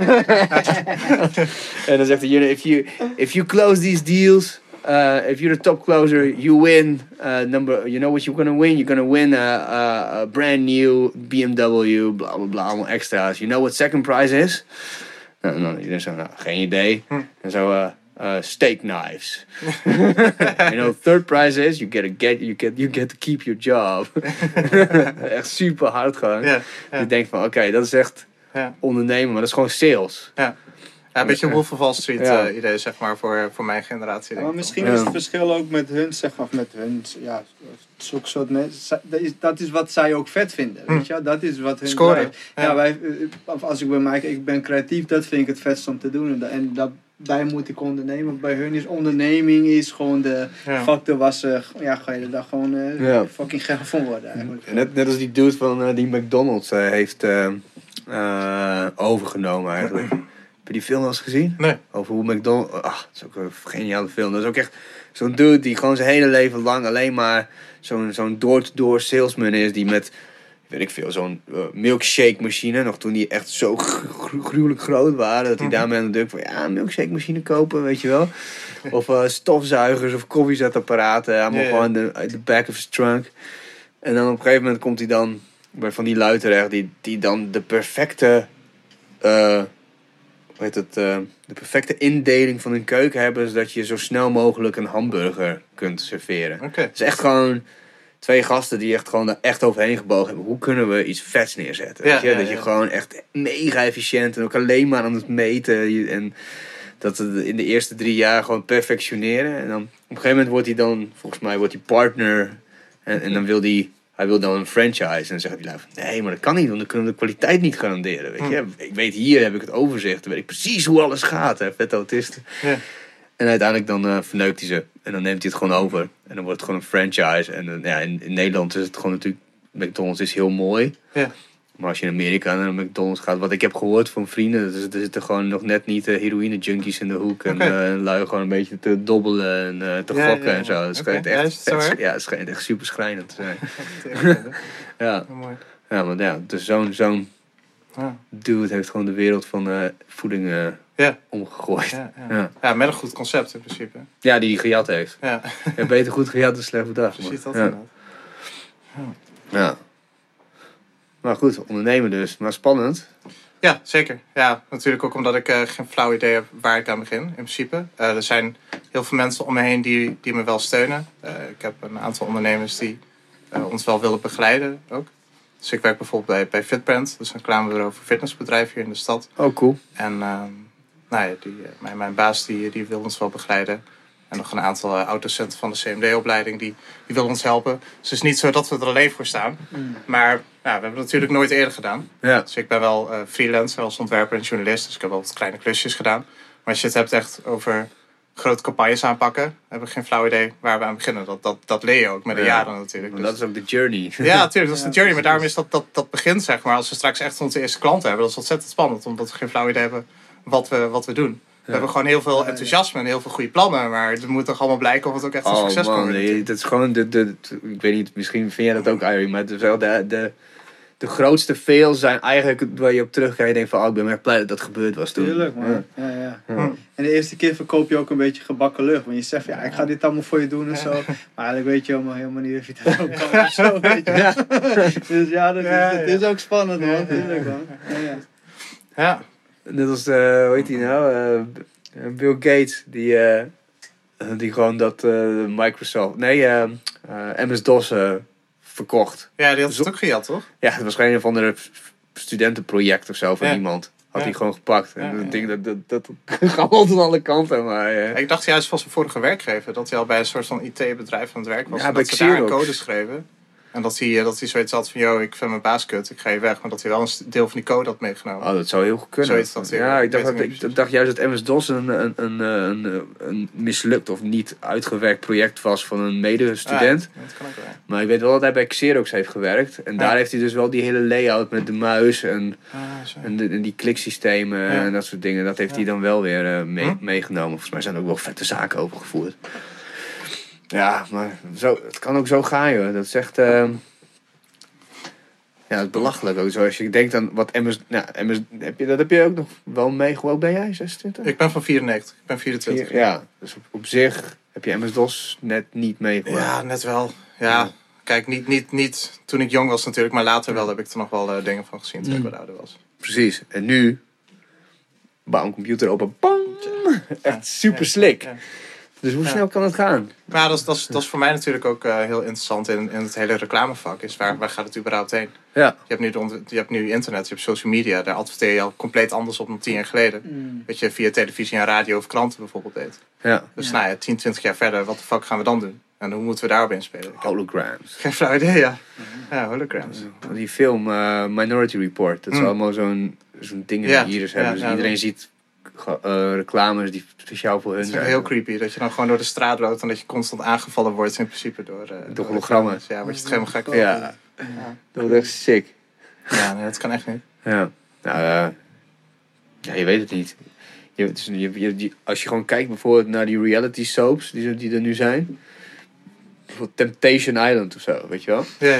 En dan zegt hij, if you close these deals... if you're the top closer, you win. You know what you're gonna win? You're gonna win a brand new BMW, bla bla bla, allemaal extra's. You know what second prize is? Nou, iedereen zo, geen idee. En zo, steak knives. You know, third prize is you get to keep your job. Echt super hard gewoon. Ja, Je denkt van, oké, dat is echt ondernemen, maar dat is gewoon sales. Ja, een beetje Wolf of Wall Street Ja. idee, zeg maar, voor mijn generatie. Ja, Denk maar ik misschien Ja. is het verschil ook met hun, zeg maar, met hun, ja, zulke soort mensen. Dat is wat zij ook vet vinden, weet je? Dat is wat hun Scoren. drijft. Ja, of als ik bij mij, ik ben creatief, dat vind ik het vetst om te doen. En daarbij moet ik ondernemen. Bij hun is onderneming is gewoon de factor waar ze, ga je er daar gewoon fucking gek van worden eigenlijk. Net als die dude van die McDonald's heeft overgenomen eigenlijk. Heb je die film wel eens gezien? Nee. Over hoe McDonald's... dat is ook een geniale film. Dat is ook echt zo'n dude die gewoon zijn hele leven lang alleen maar zo'n door-to-door salesman is. Die met, weet ik veel, zo'n milkshake machine. Nog toen die echt zo gruwelijk groot waren. Dat hij daarmee aan de deur van, een milkshake machine kopen, weet je wel. Of stofzuigers of koffiezetapparaten. Allemaal gewoon uit de back of his trunk. En dan op een gegeven moment komt hij dan bij van die lui terecht. Die dan de perfecte... de perfecte indeling van hun keuken hebben, zodat je zo snel mogelijk een hamburger kunt serveren. Oké. Het is echt gewoon 2 gasten die echt gewoon er echt overheen gebogen hebben. Hoe kunnen we iets vets neerzetten? Weet je? Dat je gewoon echt mega efficiënt en ook alleen maar aan het meten en dat het in de eerste 3 jaar gewoon perfectioneren. En dan op een gegeven moment wordt hij dan, volgens mij wordt hij partner en dan wil hij wil dan een franchise. En dan zegt hij van, nee, maar dat kan niet, want dan kunnen we de kwaliteit niet garanderen. Weet je? Ik weet, hier heb ik het overzicht. Dan weet ik precies hoe alles gaat. Hè? Vette autisten. Ja. En uiteindelijk dan verneukt hij ze. En dan neemt hij het gewoon over. En dan wordt het gewoon een franchise. En in Nederland is het gewoon natuurlijk... McDonald's is heel mooi. Ja. Maar als je in Amerika naar McDonald's gaat... Wat ik heb gehoord van vrienden... Er zitten gewoon nog net niet heroïne junkies in de hoek. En lui gewoon een beetje te dobbelen en te gokken en zo. Het schijnt echt, het schijnt echt super schrijnend te zijn. Ja. Mooi. Ja, maar dus zo'n dude heeft gewoon de wereld van voeding omgegooid. Ja, met een goed concept in principe. Ja, die gejat heeft. Ja, Ja, beter goed gejat dan slecht bedacht. precies dat Ja. inderdaad. Ja. Maar goed, ondernemen dus. Maar spannend. Ja, zeker. Ja, natuurlijk ook omdat ik geen flauw idee heb waar ik aan begin, in principe. Er zijn heel veel mensen om me heen die me wel steunen. Ik heb een aantal ondernemers die ons wel willen begeleiden ook. Dus ik werk bijvoorbeeld bij Fitbrand. Dat is een reclamebureau voor fitnessbedrijven hier in de stad. Oh, cool. En mijn baas die wil ons wel begeleiden. En nog een aantal autocenten van de CMD-opleiding die willen ons helpen. Dus het is niet zo dat we er alleen voor staan. Maar we hebben het natuurlijk nooit eerder gedaan. Ja. Dus ik ben wel freelancer als ontwerper en journalist. Dus ik heb wel wat kleine klusjes gedaan. Maar als je het hebt echt over grote campagnes aanpakken, heb ik geen flauw idee waar we aan beginnen. Dat leer je ook met de jaren natuurlijk. Dus. Dat is ook de journey. Ja, natuurlijk, dat is de journey. Maar daarom is dat begint, zeg maar. Als we straks echt onze eerste klanten hebben, dat is ontzettend spannend. Omdat we geen flauw idee hebben wat we doen. We hebben gewoon heel veel enthousiasme en heel veel goede plannen. Maar het moet toch allemaal blijken of het ook echt een succes kan worden. Nee, dat is gewoon ik weet niet, misschien vind jij dat ook, Irie. Maar het is wel de grootste fails zijn eigenlijk waar je op terugkijkt en je denkt van, ik ben erg blij dat dat gebeurd was toen. Tuurlijk, man. Ja. En de eerste keer verkoop je ook een beetje gebakken lucht. Want je zegt, ik ga dit allemaal voor je doen en zo. Maar eigenlijk weet je helemaal niet of je dat ook kan of zo, weet je. Dus dat is ook spannend, man. Tuurlijk, man. Ja. Net als, hoe heet die nou? Bill Gates, die gewoon dat Microsoft... MS-DOS verkocht. Ja, die had het ook gejat, toch? Ja, het was een of andere studentenproject of zo van iemand. Had hij gewoon gepakt. En dat ding, dat gaat altijd alle kanten. Maar, Ik dacht juist van zijn vorige werkgever, dat hij al bij een soort van IT-bedrijf aan het werk was. Ja, en dat ze daar een code schreven. En dat hij zoiets had van, ik vind mijn baas kut, ik ga je weg. Maar dat hij wel een deel van die code had meegenomen. Oh, dat zou heel goed kunnen. Zoiets dat ik dacht juist dat MS-DOS een mislukt of niet uitgewerkt project was van een medestudent. Ja, dat kan ook wel. Maar ik weet wel dat hij bij Xerox heeft gewerkt. En daar heeft hij dus wel die hele layout met de muis en die kliksystemen en dat soort dingen. Dat heeft hij dan wel weer meegenomen. Volgens mij zijn er ook wel vette zaken over gevoerd. Ja, maar het kan ook zo gaan, joh. Dat is echt... het is belachelijk ook. Zoals je denkt aan wat MS... dat heb je ook nog wel mee. Hoe oud ben jij? 26? Ik ben van 94. Ik ben 24. Ja, dus op zich heb je MS-DOS net niet meegemaakt. Ja, net wel. Ja. Kijk, niet toen ik jong was natuurlijk. Maar later wel heb ik er nog wel dingen van gezien toen ik wat ouder was. Precies. En nu... Bouw een computer open. Bam! Echt super slick. Ja. Dus hoe snel kan het gaan? Maar dat is voor mij natuurlijk ook heel interessant in het hele reclamevak. Is waar gaat het überhaupt heen? Ja. Je hebt nu internet, je hebt social media. Daar adverteer je al compleet anders op dan 10 jaar geleden. Wat je via televisie en radio of kranten bijvoorbeeld deed. Ja. Dus 10, 20 jaar verder, wat de fuck gaan we dan doen? En hoe moeten we daarop inspelen? Holograms. Geen flauw idee, ja. Ja, holograms. Die film Minority Report. Dat is allemaal zo'n ding die hier dus hebben. Dus iedereen ziet... reclames die speciaal voor hun zijn. Het is heel creepy dat je dan gewoon door de straat loopt en dat je constant aangevallen wordt in principe door hologrammen. Ja, word je het helemaal gek van. Ja. Dat wordt echt sick. Ja, nee, dat kan echt niet. Ja. Nou, je weet het niet. Als je gewoon kijkt bijvoorbeeld naar die reality soaps die er nu zijn. Bijvoorbeeld Temptation Island of zo, weet je wel? Ja.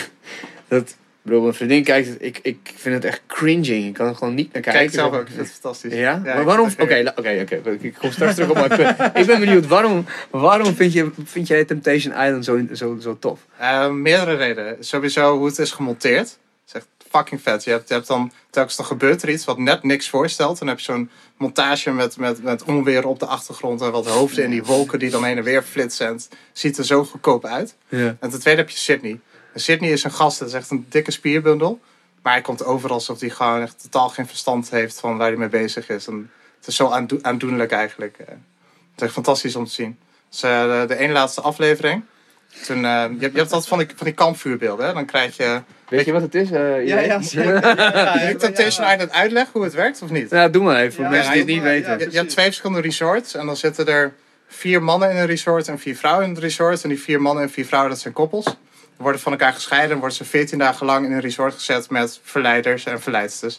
Bro, mijn vriendin kijkt het, ik vind het echt cringing. Ik kan er gewoon niet naar kijken. Kijk zelf ook, ik vind het fantastisch. Ja? Maar waarom? Oké. Ik kom straks terug op mijn punt. Ik ben benieuwd, waarom vind jij Temptation Island zo tof? Meerdere redenen. Sowieso hoe het is gemonteerd. Het is echt fucking vet. Je hebt dan, telkens dan gebeurt er iets wat net niks voorstelt. Dan heb je zo'n montage met onweer op de achtergrond en wat hoofden in die wolken die dan heen en weer flitsen. En het ziet er zo goedkoop uit. Ja. En ten tweede heb je Sydney. Sydney is een gast, dat is echt een dikke spierbundel. Maar hij komt over alsof hij gewoon echt totaal geen verstand heeft van waar hij mee bezig is. En het is zo aandoenlijk eigenlijk. Het is echt fantastisch om te zien. Dus de ene laatste aflevering. Toen, je hebt altijd van die kampvuurbeelden. Hè? Dan krijg je... Weet je wat het is? Ja, zeker. Ik Temptation Island uitleggen hoe het werkt of niet? Ja, doe maar even voor mensen die het niet weten. Je hebt 2 verschillende resorts. En dan zitten er 4 mannen in een resort en 4 vrouwen in het resort. En die 4 mannen en 4 vrouwen, dat zijn koppels. Worden van elkaar gescheiden en worden ze 14 dagen lang in een resort gezet met verleiders en verleidsters.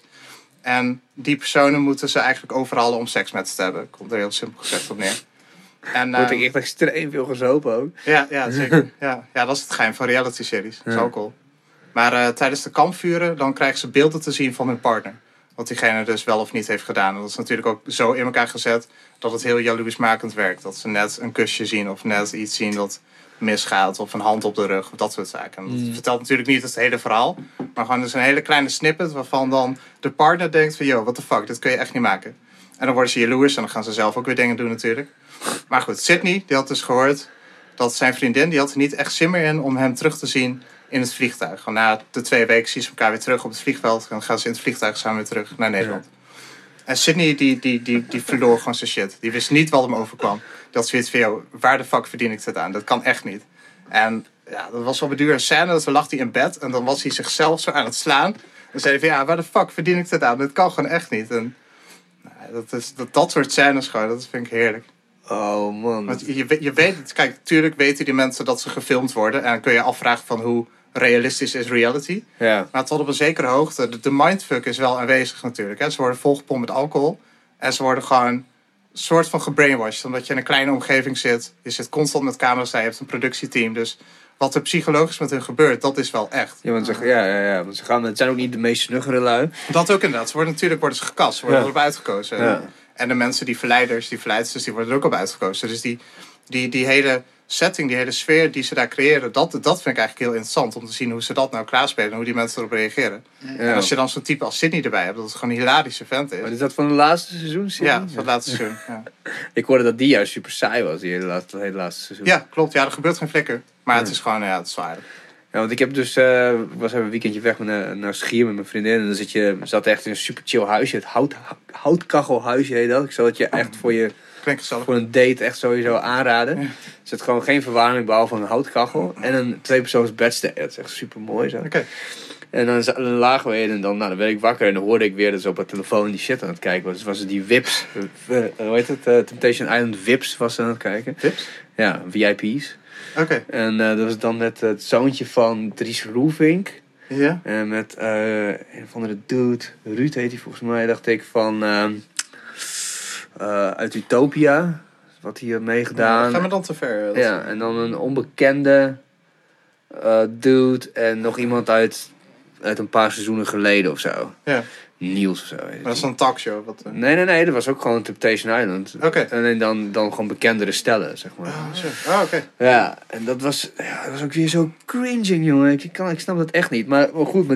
En die personen moeten ze eigenlijk overhalen om seks met ze te hebben. Komt er heel simpel gezegd op neer. En wordt er echt extreem veel gezopen ook. Ja, zeker. Ja, dat is het geheim van reality series. Dat is ook cool. Maar tijdens de kampvuren dan krijgen ze beelden te zien van hun partner. Wat diegene dus wel of niet heeft gedaan. En dat is natuurlijk ook zo in elkaar gezet dat het heel jaloersmakend werkt. Dat ze net een kusje zien of net iets zien dat misgaat of een hand op de rug of dat soort zaken. En dat vertelt natuurlijk niet het hele verhaal, maar gewoon dus een hele kleine snippet waarvan dan de partner denkt van what the fuck, dit kun je echt niet maken. En dan worden ze jaloers en dan gaan ze zelf ook weer dingen doen natuurlijk. Maar goed, Sydney, die had dus gehoord dat zijn vriendin, die had er niet echt zin meer in om hem terug te zien in het vliegtuig. Gewoon na de 2 weken zien ze elkaar weer terug op het vliegveld en dan gaan ze in het vliegtuig samen weer terug naar Nederland. Ja. En Sydney die verloor gewoon zijn shit. Die wist niet wat hem overkwam. Die had zoiets van, waar de fuck verdien ik dit aan? Dat kan echt niet. En ja, dat was op een duur een scène. Dat lag hij in bed en dan was hij zichzelf zo aan het slaan. En zei hij van, waar de fuck verdien ik dit aan? Dit kan gewoon echt niet. En Dat soort scènes gewoon, dat vind ik heerlijk. Oh man. Want je weet het, kijk, natuurlijk weten die mensen dat ze gefilmd worden. En dan kun je afvragen van hoe realistisch is reality. Ja. Maar tot op een zekere hoogte, de mindfuck is wel aanwezig natuurlijk. Hè. Ze worden volgepompt met alcohol. En ze worden gewoon een soort van gebrainwashed. Omdat je in een kleine omgeving zit. Je zit constant met camera's, je hebt een productieteam. Dus wat er psychologisch met hun gebeurt, dat is wel echt. Ja, want ze gaan, het zijn ook niet de meest snuggere lui. Dat ook inderdaad. Natuurlijk worden ze gekast. Ze worden erop uitgekozen. Ja. En de mensen, die verleiders, die worden er ook op uitgekozen. Dus die hele setting, die hele sfeer die ze daar creëren, dat vind ik eigenlijk heel interessant. Om te zien hoe ze dat nou klaarspelen en hoe die mensen erop reageren. Ja. En als je dan zo'n type als Sydney erbij hebt, dat het gewoon een hilarische vent is. Maar is dat van het laatste seizoen? Sydney? Ja, van het laatste seizoen. Ja. Ik hoorde dat die juist super saai was, die hele laatste seizoen. Ja, klopt. Ja, er gebeurt geen flikker. Maar het is gewoon, het is zwaar. Ja, want ik heb dus, ik was even een weekendje weg naar Schier met mijn vriendin. En dan zat echt in een super chill huisje. Het houtkachelhuisje heet dat. Ik zou het je echt voor een date echt sowieso aanraden. Er zit gewoon geen verwarming behalve een houtkachel. En een 2-persoons bedstee. Dat is echt super mooi zo. Okay. En dan lagen we in en dan werd ik wakker. En dan hoorde ik weer dat ze op het telefoon die shit aan het kijken was. Dus was het die Vips. Hoe heet het? Temptation Island Vips was ze aan het kijken. Vips? Ja, VIP's. Okay. En dat was dan met het zoontje van Dries Roelvink. Ja. En met een of andere dude, Ruud heet hij volgens mij, dacht ik, van uit Utopia. Wat hij had meegedaan. Gaan we dan te ver? Ja, en dan een onbekende dude en nog iemand uit een paar seizoenen geleden of zo. Ja. Niels of zo. Maar dat is een talkshow? Wat, Nee, dat was ook gewoon Temptation Island. Oké. En dan gewoon bekendere stellen, zeg maar. Oké. Ja, en dat was ook weer zo cringing, jongen. Ik snap dat echt niet. Maar goed,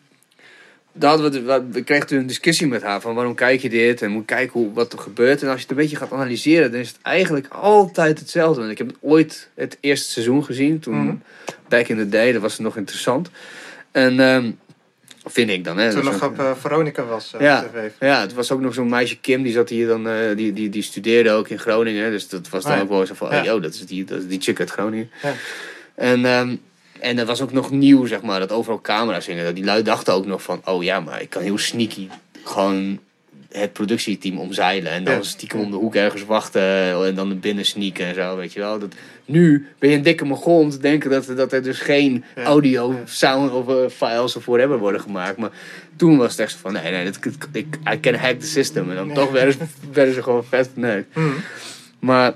we kregen toen een discussie met haar van waarom kijk je dit en moet kijken wat er gebeurt. En als je het een beetje gaat analyseren, dan is het eigenlijk altijd hetzelfde. Want ik heb ooit het eerste seizoen gezien, toen back in the day, dat was nog interessant. En vind ik dan, hè. Toen nog op Veronica was op tv. Ja, het was ook nog zo'n meisje Kim, die zat hier dan, die studeerde ook in Groningen. Dus dat was dan ook wel zo van, dat is die chick uit Groningen. Ja. En dat was ook nog nieuw, zeg maar, dat overal camera's hingen. Die lui dachten ook nog van, oh ja, maar ik kan heel sneaky gewoon het productieteam omzeilen. En dan stiekem om de hoek ergens wachten en dan er binnen sneaken en zo, weet je wel. Nu ben je een dikke Mongool om te denken dat er dus geen audio, sound of files ervoor hebben worden gemaakt. Maar toen was het echt zo van, nee, I can hack the system. En dan toch werden ze gewoon vet verneukt. Maar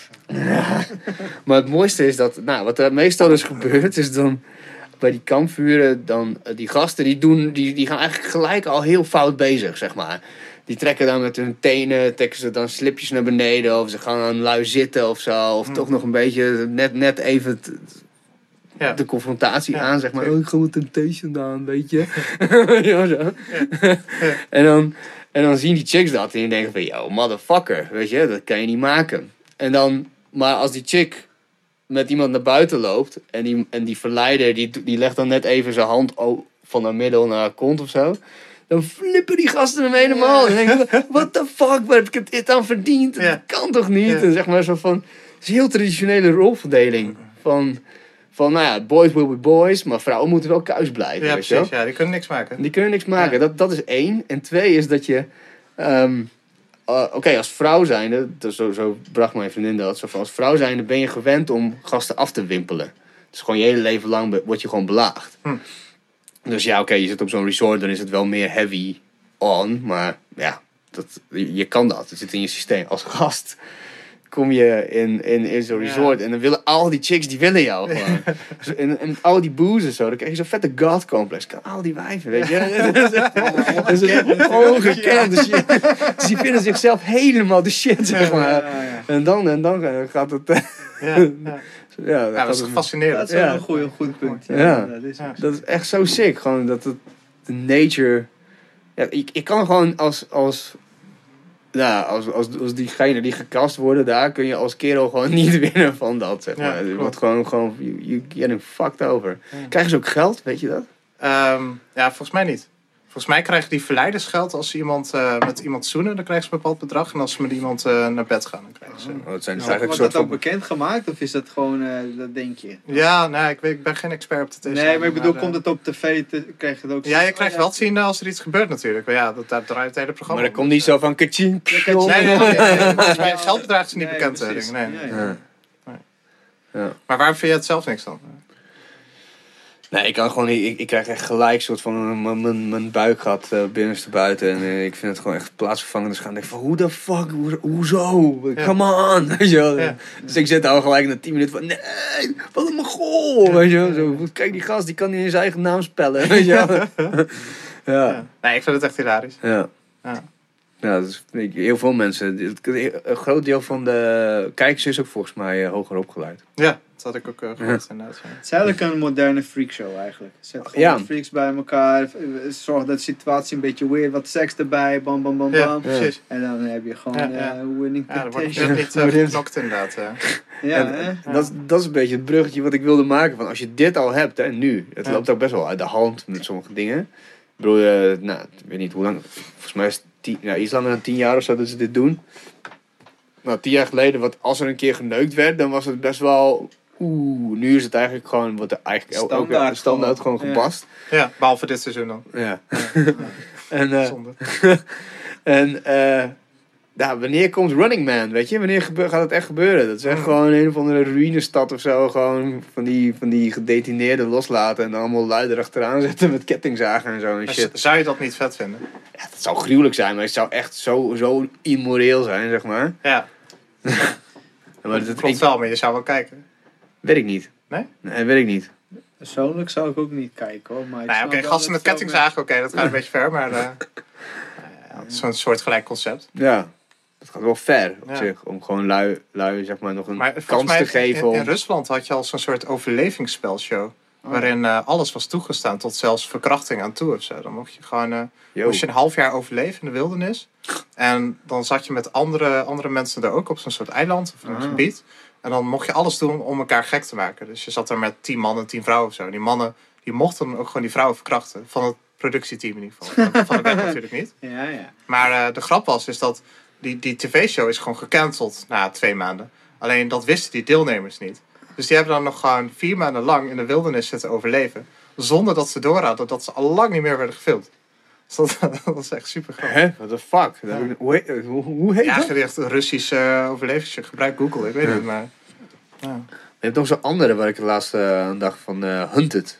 het mooiste is dat, wat er meestal dus gebeurt, is dan bij die kampvuren, dan die gasten die gaan eigenlijk gelijk al heel fout bezig, zeg maar. Die trekken dan met hun tenen, trekken ze dan slipjes naar beneden, of ze gaan aan lui zitten of zo, of toch nog een beetje net even de confrontatie aan, zeg maar. Oh, ik ga met Temptation aan, weet je. Ja, zo. En dan zien die chicks dat en die denken van, yo, motherfucker, weet je, dat kan je niet maken. Maar als die chick met iemand naar buiten loopt en die verleider die legt dan net even zijn hand van haar middel naar haar kont of zo, dan flippen die gasten hem helemaal. En dan denken, what the fuck, waar heb ik dit aan verdiend? Dat kan toch niet? En zeg maar zo van, het is een heel traditionele rolverdeling van boys will be boys, maar vrouwen moeten wel kuis blijven. Ja, weet precies. je? Ja, die kunnen niks maken. Die kunnen niks maken. Ja. Dat is 1. En 2 is dat je als vrouw zijnde, zo bracht mijn vriendin dat, zo van, als vrouw zijnde ben je gewend om gasten af te wimpelen. Dus gewoon je hele leven lang word je gewoon belaagd. Dus je zit op zo'n resort, dan is het wel meer heavy on, maar je kan dat. Het zit in je systeem. Als gast kom je in zo'n resort en dan willen al die chicks, die willen jou gewoon. en al die booze en zo, dan krijg je zo'n vette god complex. Al die wijven, weet je. Dat is ongekend. Dus die vinden zichzelf helemaal de shit, zeg maar. En dan gaat het... dat is fascinerend. Dat is wel een goed punt. Dat is echt zo sick. Gewoon dat het de nature... Ja, ik kan gewoon als diegene die gecast worden, daar kun je als kerel gewoon niet winnen van dat, zeg maar. Het wordt gewoon you getting fucked over. Krijgen ze ook geld, weet je dat? Volgens mij niet. Volgens mij krijgen die verleidersgeld als ze met iemand zoenen, dan krijgen ze een bepaald bedrag. En als ze met iemand naar bed gaan, dan krijgen ze... Het zijn dus Wordt eigenlijk dat soort ook bekend gemaakt of is dat gewoon, dat denk je? Ja, ik ben geen expert op de tv. Nee, maar ik bedoel, komt het op tv, krijg je het ook... Ja, je krijgt wel te zien als er iets gebeurt natuurlijk. Maar ja, daar draait het hele programma. Maar dat komt niet zo van kaching. Nee. Volgens mij geldbedrag is niet bekend. Nee. Maar waarom vind je het zelf niks dan? Nee, ik kan gewoon niet. Ik krijg echt gelijk soort van mijn buik gaat binnenste buiten. En ik vind het gewoon echt plaatsvervangend. Dus gaan denk van, hoe de fuck, hoezo? Come on, weet je wel. Ja. Dus ik zit al gelijk na 10 minuten van, nee, wat een mogol, weet je wel. Zo, kijk, die gast, die kan niet in zijn eigen naam spellen, weet je wel. Ja. Nee, ik vind het echt hilarisch. Ja, dus heel veel mensen. Een groot deel van de kijkers is ook volgens mij hoger opgeleid. Ja, dat had ik ook gehoord inderdaad. Ja. Het is eigenlijk een moderne freakshow eigenlijk. Zet gewoon freaks bij elkaar. Zorg dat de situatie een beetje weird. Wat seks erbij. Bam, bam, bam, bam. Ja, precies. En dan heb je gewoon winning temptation. Ja, dan wordt het niet geknokt inderdaad. Dat is een beetje het bruggetje wat ik wilde maken. Van als je dit al hebt, hè, nu. Het loopt ook best wel uit de hand met sommige dingen. Ik bedoel, ik weet niet hoe lang. Volgens mij is het iets langer dan 10 jaar of zo dat ze dit doen. Nou, 10 jaar geleden, als er een keer geneukt werd, dan was het best wel... nu is het eigenlijk gewoon... Wordt er eigenlijk standaard gewoon gepast. Ja, behalve dit seizoen dan. Ja. Wanneer komt Running Man, weet je? Wanneer gaat het echt gebeuren? Dat is echt gewoon een of andere ruïnestad of zo. Gewoon van die gedetineerden loslaten en dan allemaal luider achteraan zetten met kettingzagen en zo en shit. Zou je dat niet vet vinden? Ja, dat zou gruwelijk zijn, maar het zou echt zo immoreel zijn, zeg maar. Ja. Maar dat klopt wel, maar je zou wel kijken. Weet ik niet. Nee? Nee, weet ik niet. Persoonlijk zou ik ook niet kijken hoor. Oké, gasten met kettingzagen, dat gaat een beetje ver, maar het is zo'n soortgelijk concept. Ja, dat gaat wel ver op zich, om gewoon lui zeg maar nog een kans te geven. In Rusland had je al zo'n soort overlevingsspelshow. Waarin alles was toegestaan, tot zelfs verkrachting aan toe of zo. Dan mocht je gewoon moest je een half jaar overleven in de wildernis. En dan zat je met andere mensen er ook op zo'n soort eiland of een gebied. En dan mocht je alles doen om elkaar gek te maken. Dus je zat er met 10 mannen, 10 vrouwen of zo. En die mannen die mochten dan ook gewoon die vrouwen verkrachten. Van het productieteam in ieder geval. Van de band natuurlijk niet. Ja. Maar de grap was is dat die tv-show is gewoon gecanceld na 2 maanden. Alleen dat wisten die deelnemers niet. Dus die hebben dan nog gewoon 4 maanden lang in de wildernis zitten overleven. Zonder dat ze doorhadden dat ze al lang niet meer werden gefilmd. Dus dat is echt super grappig. Hè? What the fuck? Ja. Hoe heet dat? Ja, echt een Russisch overlevingsje. Gebruik Google, ik weet het maar. Ja. Je hebt nog zo'n andere waar ik de laatste aan dacht van Hunted.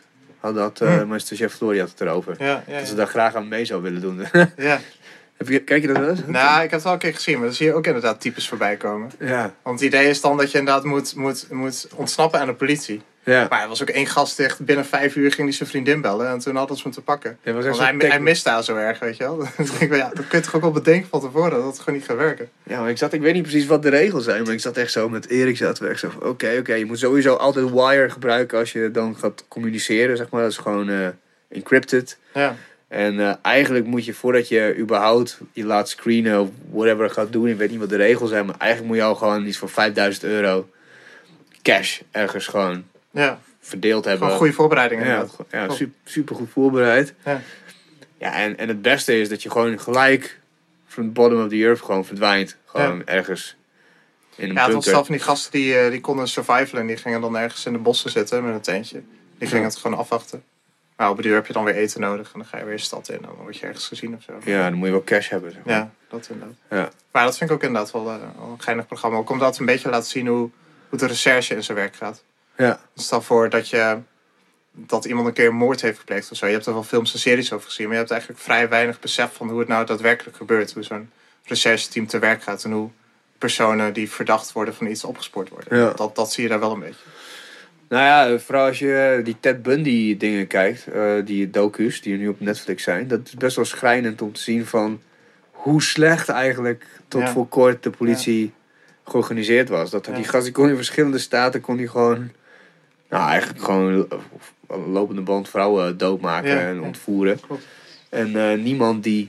Mijn stagiair Flory had het erover. Dat ze daar graag aan mee zou willen doen. Ja. Kijk je dat wel eens? Nou, ik heb het wel een keer gezien, maar dan zie je ook inderdaad types voorbij komen. Ja. Want het idee is dan dat je inderdaad moet ontsnappen aan de politie. Ja. Maar er was ook 1 gast dicht. Binnen 5 uur ging hij zijn vriendin bellen. En toen hadden ze hem te pakken. Ja, want hij mist daar zo erg, weet je wel. Dan denk ik, dat kun je toch ook wel bedenken van tevoren. Dat het gewoon niet gaat werken. Ja, maar ik weet niet precies wat de regels zijn. Maar ik zat echt zo met Erik. Oké, je moet sowieso altijd wire gebruiken als je dan gaat communiceren. Zeg maar. Dat is gewoon encrypted. Ja. En eigenlijk moet je, voordat je überhaupt je laat screenen of whatever gaat doen, ik weet niet wat de regels zijn, maar eigenlijk moet je al gewoon iets voor €5.000 cash ergens gewoon verdeeld hebben. Gewoon goede voorbereidingen. Ja, super goed voorbereid. Ja, en het beste is dat je gewoon gelijk from the bottom of the earth gewoon verdwijnt. Gewoon ergens in een bunker. Het was zelf van die gasten die konden survivalen en die gingen dan ergens in de bossen zitten met een tentje. Die gingen het gewoon afwachten. Maar op de deur heb je dan weer eten nodig en dan ga je weer de stad in en dan word je ergens gezien of zo. Ja, dan moet je wel cash hebben. Zeg maar. Ja, dat inderdaad. Ja. Maar dat vind ik ook inderdaad wel een geinig programma. Ook omdat het een beetje laat zien hoe de recherche in zijn werk gaat. Ja. Stel voor dat iemand een keer een moord heeft gepleegd of zo. Je hebt er wel films en series over gezien, maar je hebt eigenlijk vrij weinig besef van hoe het nou daadwerkelijk gebeurt. Hoe zo'n rechercheteam te werk gaat en hoe personen die verdacht worden van iets opgespoord worden. Ja. Dat zie je daar wel een beetje. Nou ja, vooral als je die Ted Bundy dingen kijkt, die docu's die er nu op Netflix zijn, dat is best wel schrijnend om te zien van hoe slecht eigenlijk tot voor kort de politie georganiseerd was. Dat die gast die kon in verschillende staten eigenlijk gewoon lopende band vrouwen doodmaken en ontvoeren. Klopt. En niemand die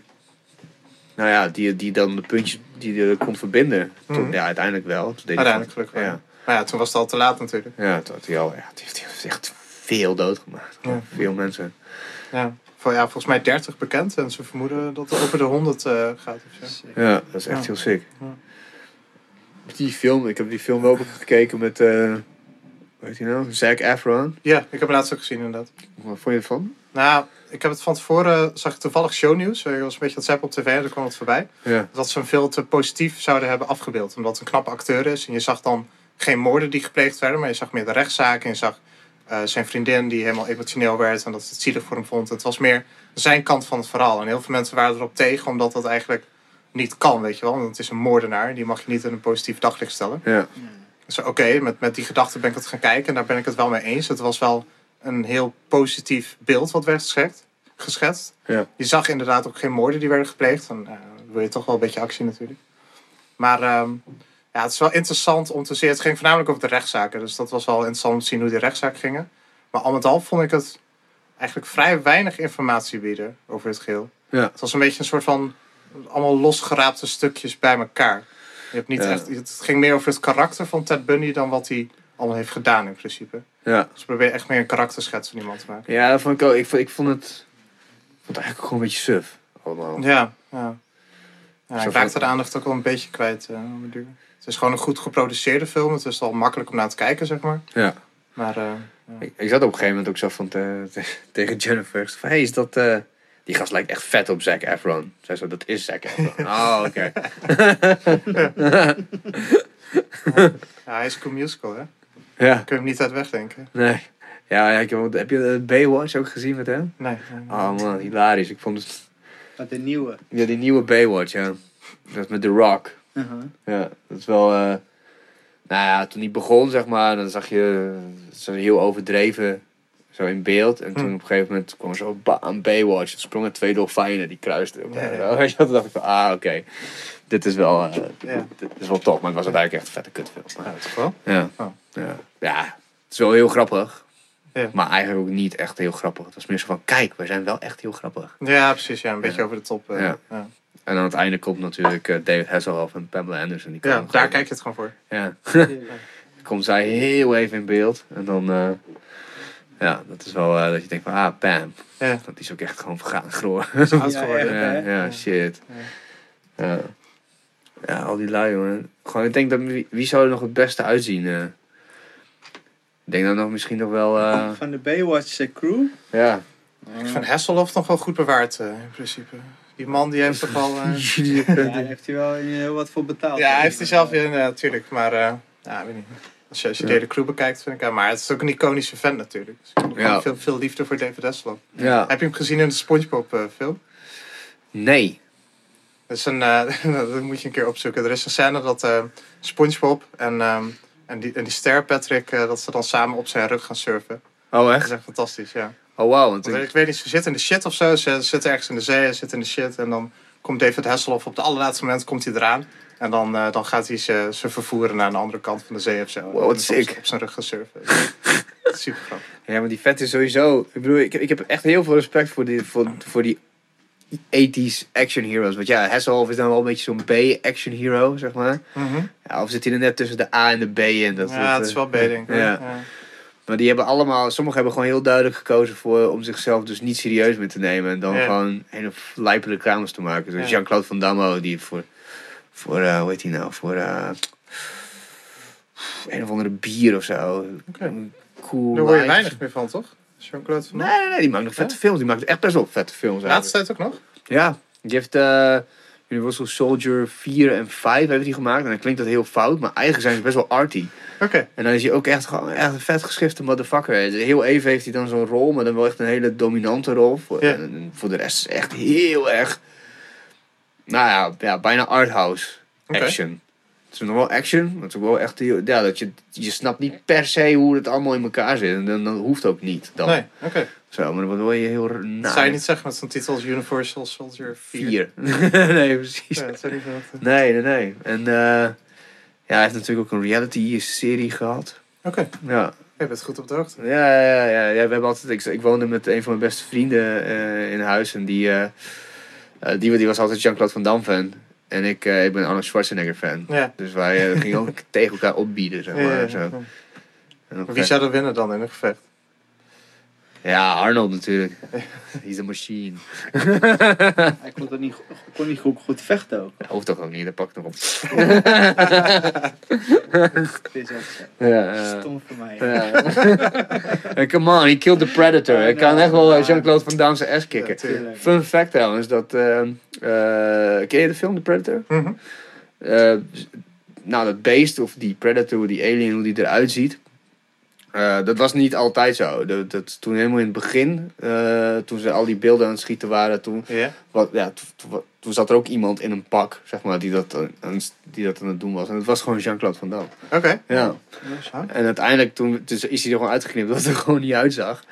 dan de puntjes die kon verbinden. Uiteindelijk wel. Uiteindelijk gelukkig wel. Ja. Maar ja, toen was het al te laat natuurlijk. Ja, toen had hij al. Ja, het heeft echt veel doodgemaakt. Ja. Veel mensen. Ja. Volgens mij 30 bekend. En ze vermoeden dat het over de 100 gaat. Of zo. Ja, dat is echt heel sick. Ja. Die film, ik heb die film ook gekeken met... hoe heet die nou? Zac Efron. Ja, ik heb hem laatst ook gezien inderdaad. Wat vond je ervan? Nou, ik heb het van tevoren... Zag ik toevallig shownieuws. Ik was een beetje aan het zappen op tv en daar kwam het voorbij. Ja. Dat ze hem veel te positief zouden hebben afgebeeld. Omdat het een knappe acteur is. En je zag dan geen moorden die gepleegd werden. Maar je zag meer de rechtszaken. En je zag zijn vriendin die helemaal emotioneel werd. En dat ze het zielig voor hem vond. Het was meer zijn kant van het verhaal. En heel veel mensen waren erop tegen. Omdat dat eigenlijk niet kan, weet je wel. Want het is een moordenaar. Die mag je niet in een positief daglicht stellen. Ja. Dus oké, met die gedachten ben ik het gaan kijken. En daar ben ik het wel mee eens. Het was wel een heel positief beeld wat werd geschetst. Ja. Je zag inderdaad ook geen moorden die werden gepleegd. Dan wil je toch wel een beetje actie natuurlijk. Maar het is wel interessant om te zien. Het ging voornamelijk over de rechtszaken. Dus dat was wel interessant om te zien hoe die rechtszaken gingen. Maar al met al vond ik het eigenlijk vrij weinig informatie bieden over het geheel. Ja. Het was een beetje een soort van allemaal losgeraapte stukjes bij elkaar. Je hebt niet echt, het ging meer over het karakter van Ted Bundy dan wat hij allemaal heeft gedaan in principe. Ja. Dus probeer echt meer een karakterschets van iemand te maken. Ja, dat vond ik ook. Ik vond het eigenlijk gewoon een beetje suf. Allemaal. Ja, ik raakte de aandacht ook wel een beetje kwijt. Het is gewoon een goed geproduceerde film. Het is al makkelijk om naar te kijken, zeg maar. Ja. Maar ik zat op een gegeven moment ook zo van tegen Jennifer. Van, hey, is dat... Die gast lijkt echt vet op Zac Efron. Zij zo, dat is Zac Efron. Oh, oké. Hij is een musical, hè? Ja. Kun je hem niet uit wegdenken. Nee. Ja, heb je Baywatch ook gezien met hem? Nee. Oh man, hilarisch. Ik vond het... Wat, de nieuwe? Ja, die nieuwe Baywatch, ja. Dat met The Rock. Ja, dat is wel... toen die begon, zeg maar, dan zag je... zo heel overdreven... Zo in beeld. En toen op een gegeven moment kwam er zo een Baywatch. Er sprongen 2 dolfijnen die kruisten. Ja. Toen dacht ik van, oké. Dit is wel dit is wel top. Maar het was uiteindelijk echt een vette kutfilm. Ja, toch wel? Ja. Oh. Ja, het is wel heel grappig. Ja. Maar eigenlijk ook niet echt heel grappig. Het was meer zo van, kijk, wij zijn wel echt heel grappig. Ja, precies. Ja, een beetje over de top. Ja. En aan het einde komt natuurlijk David Hasselhoff en Pamela Anderson. Die daar kijk je het gewoon voor. Ja. Komt zij heel even in beeld. En dan... Ja, dat is wel dat je denkt van, Pam. Ja. Dat is ook echt gewoon vergaan geworden. Ja, shit. Ja, al die lui, jongen. Gewoon, ik denk dat, wie zou er nog het beste uitzien? Ik denk dat nog misschien nog wel... Van de Baywatch crew? Ja. Ik vind Hasselhoff nog wel goed bewaard, in principe. Die man, die heeft toch wel... daar heeft hij wel heel wat voor betaald. Ja, hij heeft hij zelf natuurlijk. Maar, weet niet. Als je de hele crew bekijkt, vind ik... maar het is ook een iconische vent natuurlijk. Dus ik heb veel liefde voor David Hasselhoff. Ja. Heb je hem gezien in de SpongeBob film? Nee. Dat is dat moet je een keer opzoeken. Er is een scène dat SpongeBob en die ster Patrick... dat ze dan samen op zijn rug gaan surfen. Oh, echt? Dat is echt fantastisch, ja. Oh, wow. Ik weet niet, ze zitten in de shit of zo. Ze zitten ergens in de zee, ze zitten in de shit. En dan komt David Hasselhoff op het allerlaatste moment komt hij eraan. En dan gaat hij ze vervoeren naar een andere kant van de zee of zo. Wow, wat sick. Op zijn rug gaan surfen. Super grappig. Ja, maar die vet is sowieso... Ik bedoel, ik heb echt heel veel respect voor die 80s action heroes. Want ja, Hasselhoff is dan wel een beetje zo'n B-action hero, zeg maar. Mm-hmm. Ja, of zit hij er net tussen de A en de B in? Het is wel B, denk ik. Ja. Maar die hebben allemaal... Sommigen hebben gewoon heel duidelijk gekozen om zichzelf dus niet serieus meer te nemen. En dan gewoon hele lijpe reclames te maken. Dus Jean-Claude Van Damme, die voor hoe heet hij nou? Voor een of andere bier of zo. Okay. Cool. Daar hoor je weinig meer van, toch? Jean-Claude Van Damme? Nee, die maakt nog vette films. Die maakt echt best wel vette films. Laatste tijd ook nog? Ja, die heeft Universal Soldier 4 en 5 heeft hij gemaakt. En dan klinkt dat heel fout, maar eigenlijk zijn ze best wel arty. Okay. En dan is hij ook echt een vet geschifte motherfucker. Heel even heeft hij dan zo'n rol, maar dan wel echt een hele dominante rol. En voor de rest is echt heel erg... Nou ja, bijna arthouse action. Het is nog wel action, maar het is ook wel echt... Ja, dat je snapt niet per se hoe het allemaal in elkaar zit. En dan hoeft ook niet. Dan. Nee, oké. Zo, maar dan wil je heel... Zou je niet zeggen met zo'n titel als Universal Soldier 4? Nee, precies. Ja, dat zou niet Nee. En hij heeft natuurlijk ook een reality-serie gehad. Oké. Ja. Je bent goed op de hoogte. Ja, we hebben altijd... Ik woonde met een van mijn beste vrienden in huis. En die was altijd Jean-Claude Van Damme fan. En ik ben Arnold Schwarzenegger fan. Ja. Dus wij gingen ook tegen elkaar opbieden, zeg maar. Zo. En wie zou er winnen dan in een gevecht? Ja, Arnold natuurlijk. He's a machine. Hij kon niet goed vechten ook. Dat hoeft toch ook niet, dat pak ik nog op. Dit is ook stom voor mij. Ja. Come on, he killed the Predator. Hij kan echt wel Jean-Claude Van Damme zijn ass kicken. Ja, Fun fact trouwens, dat... ken je de film The Predator? Mm-hmm. Nou, dat beest of die Predator, die alien, hoe die eruit ziet... dat was niet altijd zo. Toen helemaal in het begin, toen ze al die beelden aan het schieten waren, toen zat er ook iemand in een pak, zeg maar, die dat aan het doen was. En het was gewoon Jean-Claude Van Damme. Oké. Ja. En uiteindelijk is hij er gewoon uitgeknipt dat het er gewoon niet uitzag.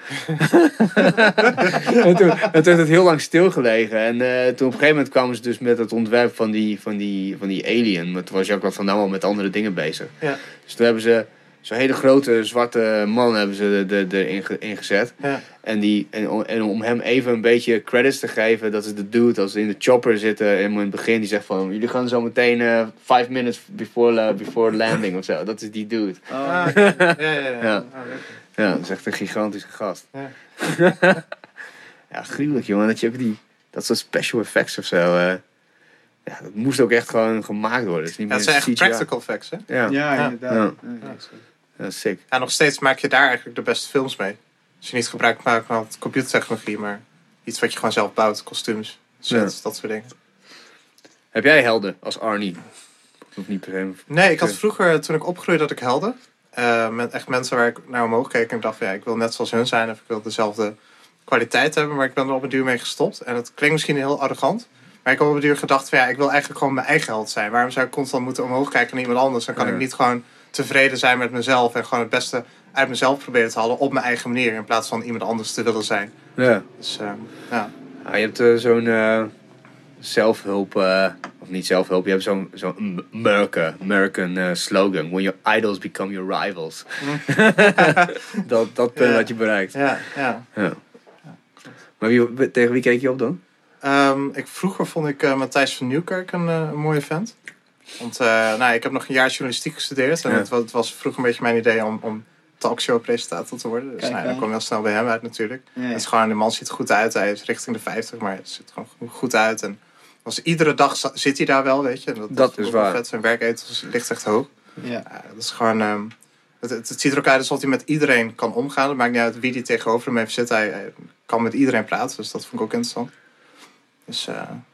en toen heeft het heel lang stilgelegen. En toen op een gegeven moment kwamen ze dus met het ontwerp van die alien. Maar toen was Jean-Claude Van Damme al met andere dingen bezig. Ja. Dus toen hebben ze zo'n hele grote zwarte man hebben ze erin gezet. Ja. En om hem even een beetje credits te geven, dat is de dude als ze in de chopper zitten helemaal in het begin, die zegt van, jullie gaan zo meteen 5 minutes before landing of zo. Dat is die dude. Ja. Ja, dat is echt een gigantische gast. Ja. Ja, gruwelijk jongen, dat je ook dat soort special effects of zo. Ja, dat moest ook echt gewoon gemaakt worden. Het is niet Ja, het zijn echt practical effects, hè? Ja, inderdaad. Ja, sick. Ja, nog steeds maak je daar eigenlijk de beste films mee. Als je niet gebruik maakt van computertechnologie, maar iets wat je gewoon zelf bouwt, kostuums, sets, dat soort dingen. Heb jij helden als Arnie? Of niet per se? Nee, ik had vroeger, toen ik opgroeide, had ik helden. Met echt mensen waar ik naar omhoog keek en ik dacht van, ja, ik wil net zoals hun zijn of ik wil dezelfde kwaliteit hebben, maar ik ben er op een duur mee gestopt. En dat klinkt misschien heel arrogant, maar ik heb op een duur gedacht van, ja, ik wil eigenlijk gewoon mijn eigen held zijn. Waarom zou ik constant moeten omhoog kijken naar iemand anders? Dan kan ik niet gewoon tevreden zijn met mezelf en gewoon het beste uit mezelf proberen te halen op mijn eigen manier in plaats van iemand anders te willen zijn. Ja. Dus ja. Je hebt zo'n zelfhulp, of niet zelfhulp, je hebt zo'n American slogan. When your idols become your rivals. dat wat je bereikt. Ja. Maar tegen wie keek je op dan? Vroeger vond ik Matthijs van Nieuwkerk een mooie vent. Want ik heb nog een jaar journalistiek gestudeerd. En het was vroeger een beetje mijn idee om talkshow-presentator te worden. Dus dan kwam heel snel bij hem uit natuurlijk. Ja. Het is gewoon, de man ziet er goed uit. Hij is richting de 50, maar het ziet er gewoon goed uit. En iedere dag zit hij daar wel, weet je. Dat is waar. Vet. Zijn werkethos ligt echt hoog. Ja. Dat is gewoon... Het ziet er ook uit alsof hij met iedereen kan omgaan. Het maakt niet uit wie die tegenover hem heeft zitten. Hij kan met iedereen praten, dus dat vond ik ook interessant. Dus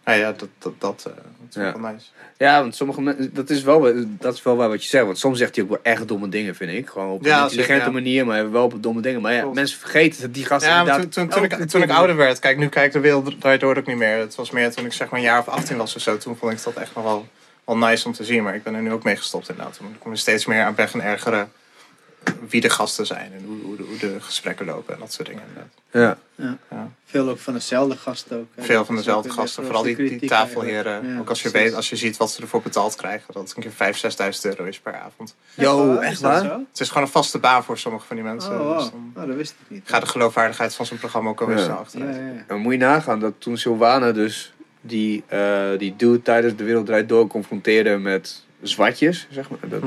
dat is wel nice. Ja, want sommige mensen, dat is wel waar wat je zegt. Want soms zegt hij ook wel echt domme dingen, vind ik. Gewoon op een intelligente manier, maar wel op domme dingen. Maar ja, mensen vergeten dat die gasten inderdaad... Toen ik ouder werd, kijk, nu kijk de wereld draait door ook niet meer. Het was meer toen ik zeg maar een jaar of 18 was of zo. Toen vond ik dat echt nog wel nice om te zien. Maar ik ben er nu ook mee gestopt inderdaad. Toen kom je steeds meer aan weg en ergeren wie de gasten zijn en hoe de gesprekken lopen en dat soort dingen inderdaad. Ja. Veel ook van dezelfde gasten ook. Veel van dezelfde gasten, vooral die tafelheren. Ja, ook als je ziet wat ze ervoor betaald krijgen, dat het een keer 5.000, 6.000 euro is per avond. Echt waar? Het is gewoon een vaste baan voor sommige van die mensen. Dus dat wist ik niet. Gaat de geloofwaardigheid van zo'n programma ook alweer snel achteruit. Dan moet je nagaan dat toen Sylvana dus die dude tijdens De Wereld Draait Door confronteerde met zwartjes, zeg maar.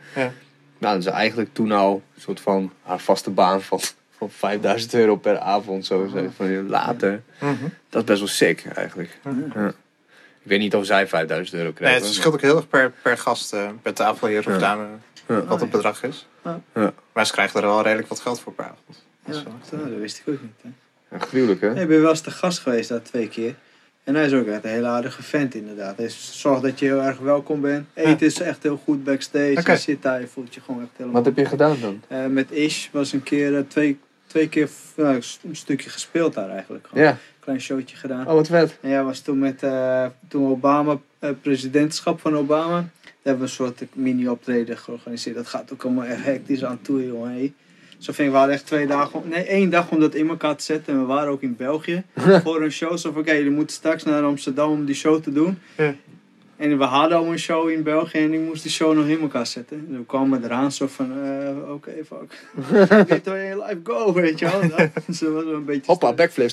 Nou, dat is eigenlijk toen al een soort van haar vaste baan van 5.000 euro per avond. Zo van later. Dat is best wel sick eigenlijk. Ja. Ik weet niet of zij 5.000 euro krijgen. Nee, het verschilt ook heel erg per gast, per tafelheer of dame, wat het bedrag is. Maar ze krijgen er wel redelijk wat geld voor per avond. Dat wist ik ook niet. Hè. Ja, gruwelijk, hè? Ik ben wel eens te gast geweest daar 2 keer. En hij is ook echt een hele aardige vent inderdaad. Hij zorgt dat je heel erg welkom bent. Eten is echt heel goed backstage. Je zit daar, je voelt je gewoon echt helemaal... Wat heb je gedaan dan? Met Ish was een keer twee keer een stukje gespeeld daar eigenlijk. Gewoon. Een klein showtje gedaan. Oh, wat vet. En was toen met Obama, presidentschap van Obama. Daar hebben we een soort mini-optreden georganiseerd. Dat gaat ook allemaal echt hectisch aan toe, jongen. Hey. Zo vind ik, we hadden echt 1 dag om dat in elkaar te zetten. En we waren ook in België voor een show. Zo van, oké, jullie moeten straks naar Amsterdam om die show te doen. Ja. En we hadden al een show in België en ik moest die show nog in elkaar zetten. En we kwamen eraan zo van, oké, fuck. Dit wil je live go, weet je wel. Zo was een beetje... Hoppa, backflips.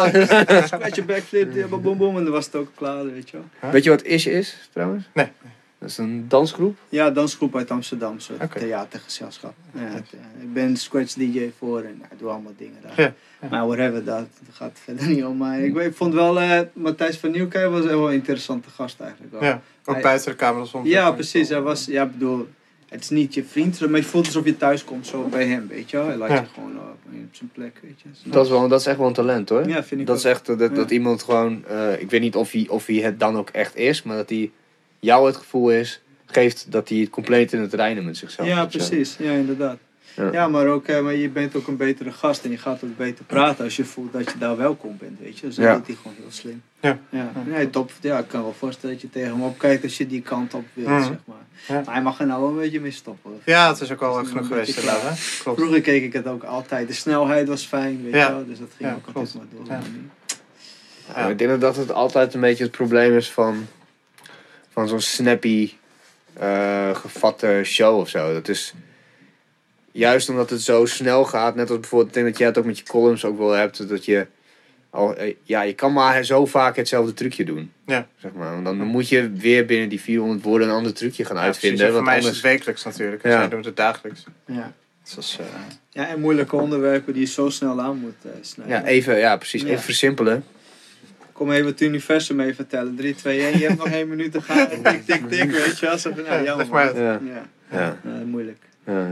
Scratch je backflip, boom, boom. En dan was het ook klaar, weet je wel. Weet je wat Ish is, trouwens? Nee. Dat is een dansgroep? Ja, dansgroep uit Amsterdam. Een soort theatergezelschap. Ja, ik ben scratch DJ voor en ik doe allemaal dingen daar. Ja. Maar whatever, dat gaat verder niet om. Maar ik vond wel, Matthijs van Nieuwkerk was wel een interessante gast eigenlijk. Wel. Ja, ook buiten de camera's om. Ja, precies. Hij was, het is niet je vriend, maar je voelt alsof je thuis komt zo bij hem, weet je wel. Hij laat je gewoon op zijn plek, weet je. Dat is echt wel een talent, hoor. Ja, vind ik dat ook. Is echt dat iemand gewoon, ik weet niet of hij het dan ook echt is, maar dat hij jou het gevoel geeft dat hij het compleet in het reinen met zichzelf. Ja, precies. Ja, inderdaad. Ja, maar ook, maar je bent ook een betere gast en je gaat ook beter praten als je voelt dat je daar welkom bent, weet je. Dus dat doet hij gewoon heel slim. Ja. Nee, top. Ja, ik kan wel voorstellen dat je tegen hem opkijkt als je die kant op wilt, zeg maar. Ja. Maar hij mag er nou wel een beetje mee stoppen. Ja, het is ook al genoeg geweest inderdaad, hè? Klopt. Vroeger keek ik het ook altijd. De snelheid was fijn, weet je wel. Dus dat ging ook altijd maar door. Ja, ik denk dat het altijd een beetje het probleem is van zo'n snappy, gevatte show of zo. Dat is juist omdat het zo snel gaat, net als bijvoorbeeld, ik denk dat jij het ook met je columns ook wel hebt, dat je je kan maar zo vaak hetzelfde trucje doen. Ja. Zeg maar. Want dan moet je weer binnen die 400 woorden een ander trucje gaan uitvinden. Precies, voor mij is het wekelijks natuurlijk. Dus jij doet het dagelijks. Ja. Dus, en moeilijke onderwerpen die je zo snel aan moet snijden. Ja, precies. Even versimpelen. Kom even het universum even vertellen. 3, 2, 1. Je hebt nog 1 minuut te gaan. Tik, tik, tik. Weet je wel. Zo van, jammer. Moeilijk.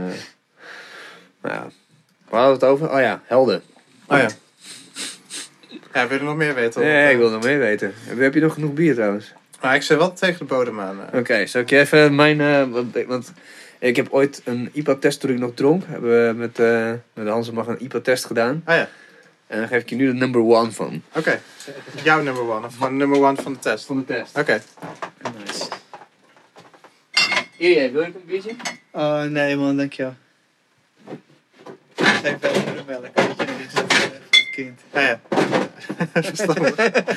Waar hadden we het over? Oh ja, helden. Oh ja. Ja, wil je nog meer weten? Nee, ik wil nog meer weten. Heb je nog genoeg bier trouwens? Maar ik zit wel tegen de bodem aan. Oké, zal ik je even mijn... want ik heb ooit een IPA-test toen ik nog dronk. Hebben we met Hans en Mag een IPA-test gedaan. Oh ja. En dan geef ik je nu de number 1 van. Oké. Jouw number 1 of gewoon number 1 van de test? Van de test. Oké. Nice. Hier, wil je een biertje? Nee man, dankjewel. Geef even de melk, weet je. Dit is voor het kind. Ja. Verstandig.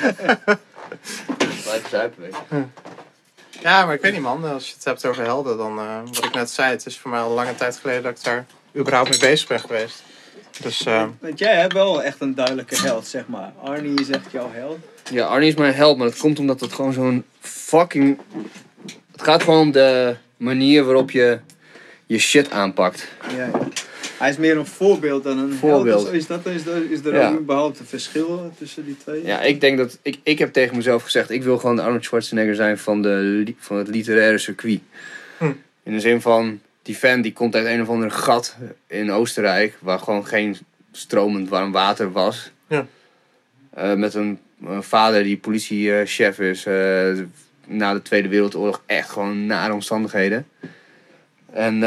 Blijf zuipen, weet je. Ja, maar ik weet niet man, als je het hebt over helden, dan wat ik net zei, het is voor mij al een lange tijd geleden dat ik daar überhaupt mee bezig ben geweest. Dus, want jij hebt wel echt een duidelijke held, zeg maar. Arnie is echt jouw held. Ja, Arnie is mijn held, maar dat komt omdat het gewoon zo'n fucking... Het gaat gewoon om de manier waarop je shit aanpakt. Ja. Hij is meer een voorbeeld dan een held. Is er ook überhaupt een verschil tussen die twee? Ja, ik denk dat... Ik heb tegen mezelf gezegd, ik wil gewoon de Arnold Schwarzenegger zijn van het literaire circuit. In de zin van, die fan die komt uit een of andere gat in Oostenrijk, waar gewoon geen stromend warm water was. Ja. Met een vader die politiechef is na de Tweede Wereldoorlog, echt gewoon nare omstandigheden. En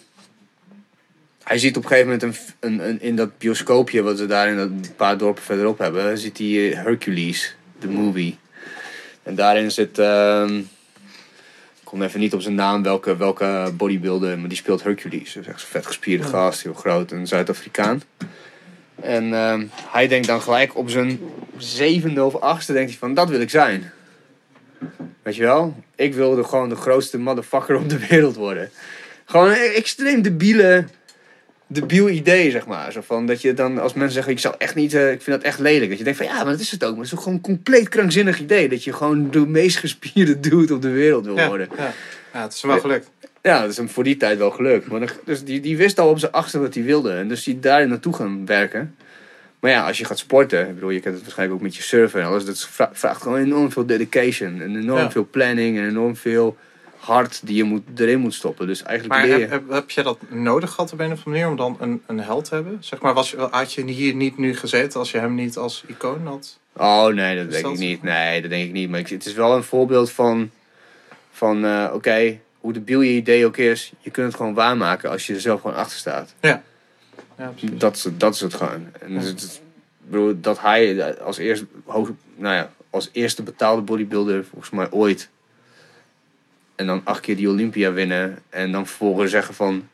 hij ziet op een gegeven moment in dat bioscoopje wat ze daar in dat paar dorpen verderop hebben, ziet hij Hercules, de movie. En daarin zit, ik kom even niet op zijn naam welke bodybuilder, maar die speelt Hercules. Dat is echt zo'n vet gespierde gast, heel groot, een Zuid-Afrikaan. En hij denkt dan gelijk op zijn 7e of 8e, denkt hij van, dat wil ik zijn. Weet je wel? Ik wilde gewoon de grootste motherfucker op de wereld worden. Gewoon een extreem debiel idee, zeg maar. Zo van, dat je dan, als mensen zeggen, ik zou echt niet, ik vind dat echt lelijk. Dat je denkt van, ja, maar dat is het ook. Maar het is ook gewoon een compleet krankzinnig idee. Dat je gewoon de meest gespierde dude op de wereld wil worden. Ja, het is hem wel gelukt. Ja, dat is hem voor die tijd wel gelukt. Maar dus die wist al op zijn 8e wat hij wilde. En dus die daar naartoe gaan werken. Maar ja, als je gaat sporten, ik bedoel, je kent het waarschijnlijk ook met je surfen en alles. Dat vraagt gewoon enorm veel dedication. En enorm veel planning en enorm veel hart die je erin moet stoppen. Dus eigenlijk maar heb je dat nodig gehad op een of andere manier om dan een held te hebben? Zeg maar, had je hier niet nu gezeten als je hem niet als icoon had? Oh nee, dat denk ik niet. Nee, dat denk ik niet. Maar het is wel een voorbeeld van oké, hoe debiel je idee ook is, je kunt het gewoon waarmaken als je er zelf gewoon achter staat. Ja. Ja, dat is het gewoon. En dus dat hij als eerste betaalde bodybuilder volgens mij ooit, en dan 8 keer die Olympia winnen en dan vervolgens zeggen van,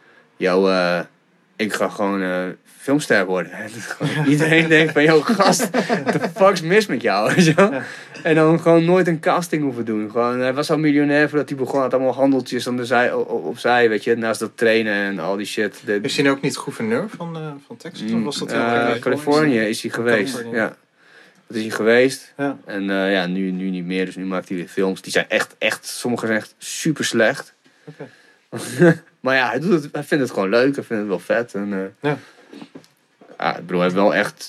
ik ga gewoon filmster worden. Iedereen denkt van, gast, what the fuck's mis met jou? En dan gewoon nooit een casting hoeven doen. Gewoon, hij was al miljonair voordat hij begon. Had allemaal handeltjes opzij, weet je, naast dat trainen en al die shit. Is hij ook niet gouverneur van Texas? Of was dat Californië is hij geweest. Ja. Dat is hij geweest. Ja. En nu niet meer. Dus nu maakt hij weer films. Die zijn echt sommige zijn echt super slecht. Okay. Maar ja, hij vindt het gewoon leuk. Hij vindt het wel vet. En, ik bedoel, hij heeft wel echt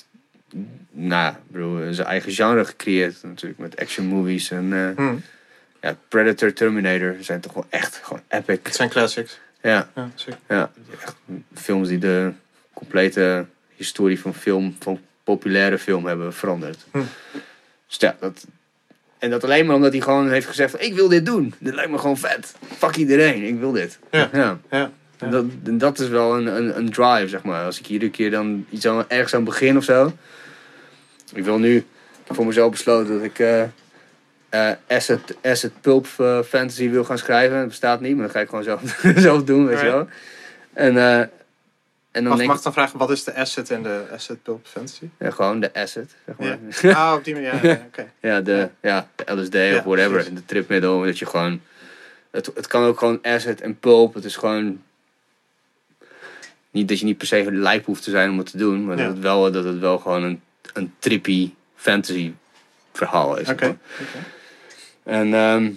zijn eigen genre gecreëerd. Natuurlijk met action movies. En Predator, Terminator zijn toch wel echt gewoon epic. Het zijn classics. Ja. Zeker. Ja, echt films die de complete historie van populaire film hebben veranderd. Dus ja, dat alleen maar omdat hij gewoon heeft gezegd van, ik wil dit doen. Dit lijkt me gewoon vet. Fuck iedereen, ik wil dit. Ja. En dat is wel een drive, zeg maar. Als ik iedere keer dan ergens aan begin of zo. Ik heb voor mezelf besloten dat ik asset pulp fantasy wil gaan schrijven. Dat bestaat niet, maar dat ga ik gewoon zelf doen, weet je wel. En dan mag ik dan vragen, wat is de asset in de asset pulp fantasy? Ja, gewoon de asset, zeg maar. Ja. Op die manier, oké. Ja, de LSD of whatever, precies. De tripmiddel, dat je gewoon... Het kan ook gewoon asset en pulp, het is gewoon... Niet dat je niet per se lijp hoeft te zijn om het te doen, maar dat het wel gewoon een trippy fantasy verhaal is. Oké. En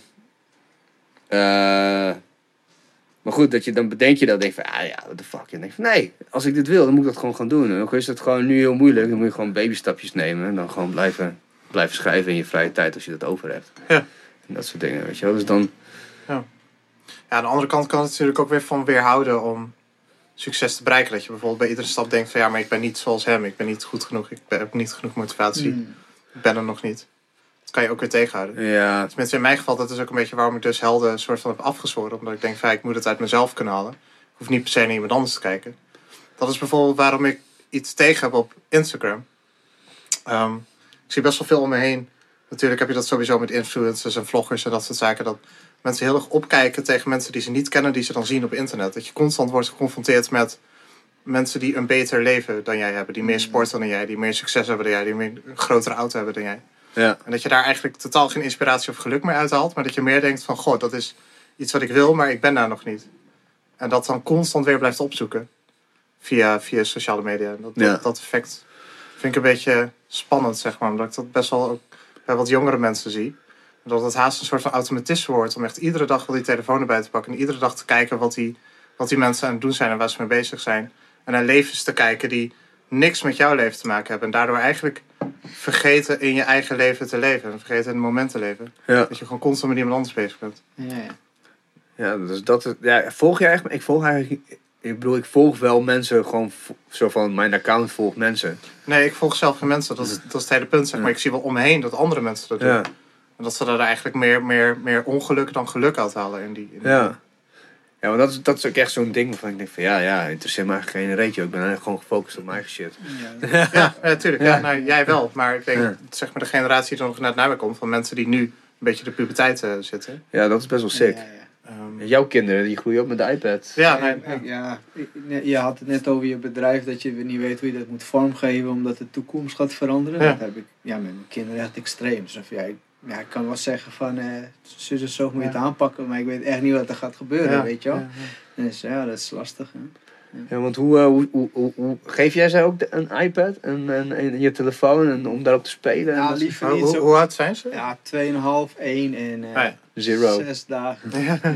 maar goed, dan bedenk je dat, denk je van, what the fuck. En dan denk je van, nee, als ik dit wil, dan moet ik dat gewoon gaan doen. En ook is het gewoon nu heel moeilijk, dan moet je gewoon babystapjes nemen en dan gewoon blijven schrijven in je vrije tijd als je dat over hebt. Ja. En dat soort dingen, weet je wel. Dus dan... Ja, aan de andere kant kan het natuurlijk ook weer van weerhouden om succes te bereiken. Dat je bijvoorbeeld bij iedere stap denkt van, maar ik ben niet zoals hem, ik ben niet goed genoeg, ik heb niet genoeg motivatie, ik ben er nog niet. Dat kan je ook weer tegenhouden. Ja. Tenminste, in mijn geval, dat is ook een beetje waarom ik dus helden een soort van heb afgezworen. Omdat ik denk van, ik moet het uit mezelf kunnen halen. Ik hoef niet per se naar iemand anders te kijken. Dat is bijvoorbeeld waarom ik iets tegen heb op Instagram. Ik zie best wel veel om me heen. Natuurlijk heb je dat sowieso met influencers en vloggers en dat soort zaken. Dat mensen heel erg opkijken tegen mensen die ze niet kennen, die ze dan zien op internet. Dat je constant wordt geconfronteerd met mensen die een beter leven dan jij hebben. Die meer sporten dan jij, die meer succes hebben dan jij, die meer een grotere auto hebben dan jij. Ja. En dat je daar eigenlijk totaal geen inspiratie of geluk meer uithaalt. Maar dat je meer denkt van, goh, dat is iets wat ik wil, maar ik ben daar nog niet. En dat dan constant weer blijft opzoeken. Via sociale media. Dat effect vind ik een beetje spannend, zeg maar. Omdat ik dat best wel ook bij wat jongere mensen zie. Dat het haast een soort van automatisme wordt. Om echt iedere dag wel die telefoon erbij te pakken. En iedere dag te kijken wat die mensen aan het doen zijn en waar ze mee bezig zijn. En naar levens te kijken die niks met jouw leven te maken hebben. En daardoor eigenlijk vergeten in je eigen leven te leven. En vergeten in het moment te leven. Ja. Dat je gewoon constant met iemand anders bezig bent. Ja, dus dat is... Ja, volg je eigenlijk... Ik volg wel mensen gewoon zo van... Mijn account volgt mensen. Nee, ik volg zelf geen mensen. Dat is het hele punt, zeg maar. Ik zie wel om me heen dat andere mensen dat doen. Ja. En dat ze daar eigenlijk meer ongeluk dan geluk uithalen in die Ja, maar dat is ook echt zo'n ding waarvan ik denk van... Ja, interesseert me eigenlijk geen reetje. Ik ben eigenlijk gewoon gefocust op mijn eigen shit. Ja, natuurlijk. Ja, nou, jij wel. Maar ik denk, zeg maar, de generatie die er nog net naar me komt... van mensen die nu een beetje de puberteit zitten. Ja, dat is best wel sick. Jouw kinderen, die groeien op met de iPad. Je had het net over je bedrijf, dat je niet weet hoe je dat moet vormgeven, omdat de toekomst gaat veranderen. Ja. Dat heb ik met mijn kinderen echt extreem. Dus ik kan wel zeggen van, zo moet je het aanpakken, maar ik weet echt niet wat er gaat gebeuren, weet je wel. Dus dat is lastig. Hè? Ja, want hoe geef jij ze ook een iPad en je telefoon en om daarop te spelen? Ja, liever niet zo. Hoe oud zijn ze? Ja, 2,5, 1 en 0. 6 dagen.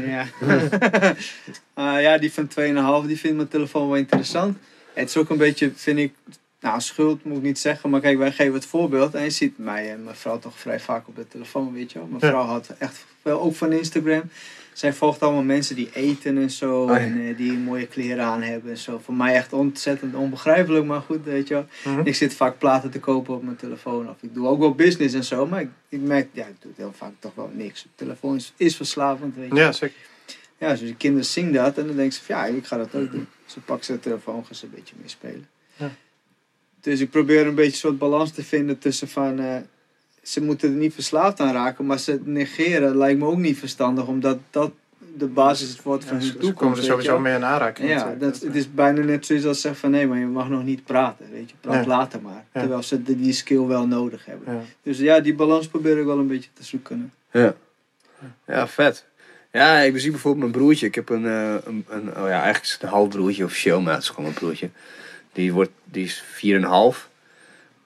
Ja. Die van 2,5, die vindt mijn telefoon wel interessant. Het is ook een beetje, vind ik, schuld moet ik niet zeggen, maar kijk, wij geven het voorbeeld. En je ziet mij en mijn vrouw toch vrij vaak op de telefoon, weet je wel. Mijn vrouw had echt veel, ook van Instagram. Zij volgt allemaal mensen die eten en zo. En die mooie kleren aan hebben en zo. Voor mij echt ontzettend onbegrijpelijk, maar goed, weet je wel. Mm-hmm. Ik zit vaak platen te kopen op mijn telefoon. Of ik doe ook wel business en zo. Maar ik merk, ik doe heel vaak toch wel niks. De telefoon is verslavend, weet je. Ja, zeker. Ja, dus de kinderen zien dat en dan denken ze van, ik ga dat ook doen. Ze pakken ze de telefoon, gaan ze een beetje mee spelen. Ja. Dus ik probeer een beetje een soort balans te vinden tussen van... ze moeten er niet verslaafd aan raken, maar ze negeren lijkt me ook niet verstandig, omdat dat de basis wordt van hun toekomst. Ze komen er sowieso mee in aanraking. Ja, het is bijna net zoiets als zeggen van nee, maar je mag nog niet praten, weet je. Praat later maar. Ja. Terwijl ze die skill wel nodig hebben. Ja. Dus die balans probeer ik wel een beetje te zoeken. Ja, vet. Ja, ik zie bijvoorbeeld mijn broertje. Ik heb eigenlijk is het een halfbroertje officieel, maar het is gewoon mijn broertje. Die is 4,5.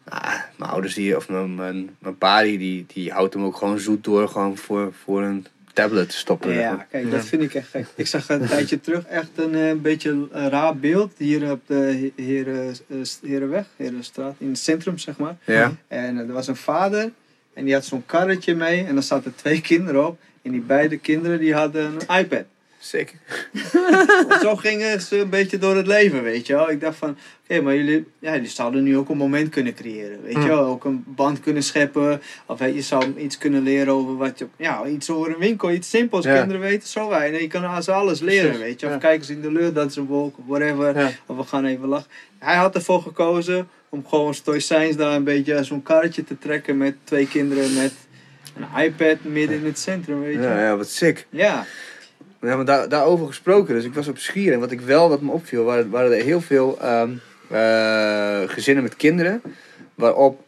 Mijn ouders of mijn pa die houdt hem ook gewoon zoet door gewoon voor een tablet te stoppen. Ja, kijk, dat vind ik echt gek. Ik zag een tijdje terug echt een beetje een raar beeld hier op de Herenstraat, in het centrum, zeg maar. Ja. En er was een vader en die had zo'n karretje mee en er zaten 2 kinderen op. En die beide kinderen die hadden een iPad. Zeker. Zo gingen ze een beetje door het leven, weet je wel. Ik dacht van, oké, maar jullie zouden nu ook een moment kunnen creëren, weet je wel. Ook een band kunnen scheppen. Of je zou iets kunnen leren over iets over een winkel, iets simpels. Ja. Kinderen weten zo weinig. Je kan ze alles leren, weet je. Of kijken ze in de lucht, dat is een wolk, of whatever. Ja. Of we gaan even lachen. Hij had ervoor gekozen om gewoon stoïcijns daar een beetje zo'n karretje te trekken met 2 kinderen met een iPad midden in het centrum, weet je. Ja, wat sick. Ja. Ja, maar daarover gesproken, dus ik was op Schier en wat me opviel, waren er heel veel gezinnen met kinderen, waarop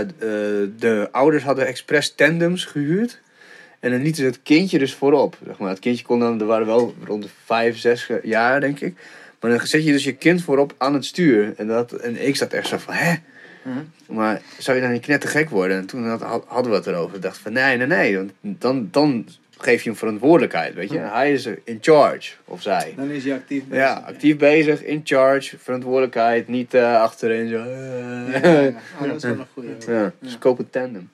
de ouders hadden expres tandems gehuurd en dan lieten ze het kindje dus voorop. Zeg maar. Het kindje kon dan, er waren wel rond de 5, 6 jaar denk ik, maar dan zet je dus je kind voorop aan het stuur en ik zat echt zo van, hè? Maar zou je dan niet knettergek worden? En toen hadden we het erover. Ik dacht van nee, dan geef je hem verantwoordelijkheid, weet je. Hij is in charge, of zij. Dan is hij actief bezig. Ja, actief bezig, in charge, verantwoordelijkheid, niet achterin zo. Dat is wel een goeie. Ja, dus koop een tandem.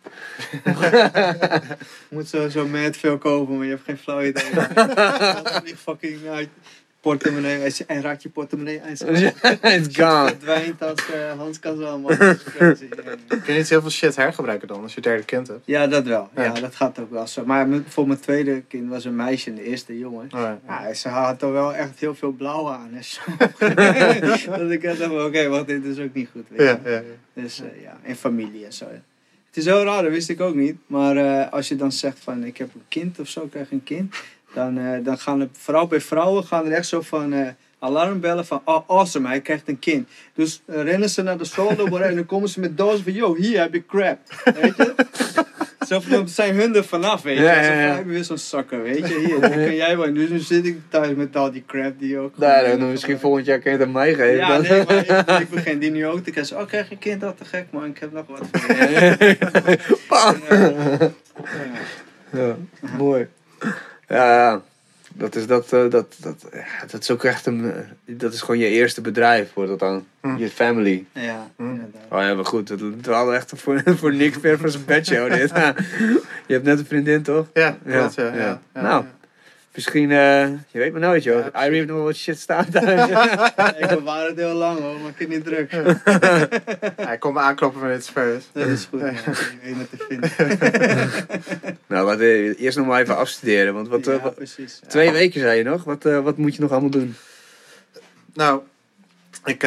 Je moet zo met veel kopen, maar je hebt geen flauw idee. Die fucking portemonnee, en raakt je portemonnee aan. It's gone. Het verdwijnt als Hans Kazan, man. Kun je niet heel veel shit hergebruiken dan, als je 3e kind hebt? Ja, dat wel. Ja, dat gaat ook wel zo. Maar voor mijn 2e kind was een meisje en de eerste jongen. Ze had toch wel echt heel veel blauw aan. En zo. Dat ik dacht, oké, wacht, dit is ook niet goed. Weet je. Ja. Dus en familie en zo. Het is heel raar, dat wist ik ook niet. Maar als je dan zegt van, ik heb een kind of zo, ik krijg een kind. Dan gaan er, vooral bij vrouwen, gaan er echt zo van alarmbellen van, oh awesome, hij krijgt een kind. Dus rennen ze naar de zolder en dan komen ze met dozen van, yo, hier heb je crap. Weet je? Zo dan zijn hun er vanaf, weet je. Ja. Zo van, heb je weer zo'n zakker, weet je. Hier, dat kan jij wel. Dus nu zit ik thuis met al die crap die ook... dan misschien volgend jaar kan je het aan mij geven. Ja, nee, maar ik begin die nu ook te krijgen. Krijg je een kind, dat te gek, man. Ik heb nog wat voor je. Ja, mooi. Ja, dat is ook echt dat is gewoon je eerste bedrijf, wordt dat dan. Je family. Ja, inderdaad. Oh ja, maar goed, we hadden echt voor niks meer van zijn bedshow dit. Je hebt net een vriendin, toch? Ja, klopt, ja. Nou, misschien, je weet maar nooit, joh. Ja, Irene heeft nog wat shit staan thuis. Ik bewaar het heel lang, hoor, maar ik heb niet druk. Hij komt me aankloppen van dit spurs. Dat is goed, man. Ik weet het te vinden. Nou, wat, eerst nog maar even afstuderen. Want precies. 2 weken zei je nog. Wat moet je nog allemaal doen? Nou, ik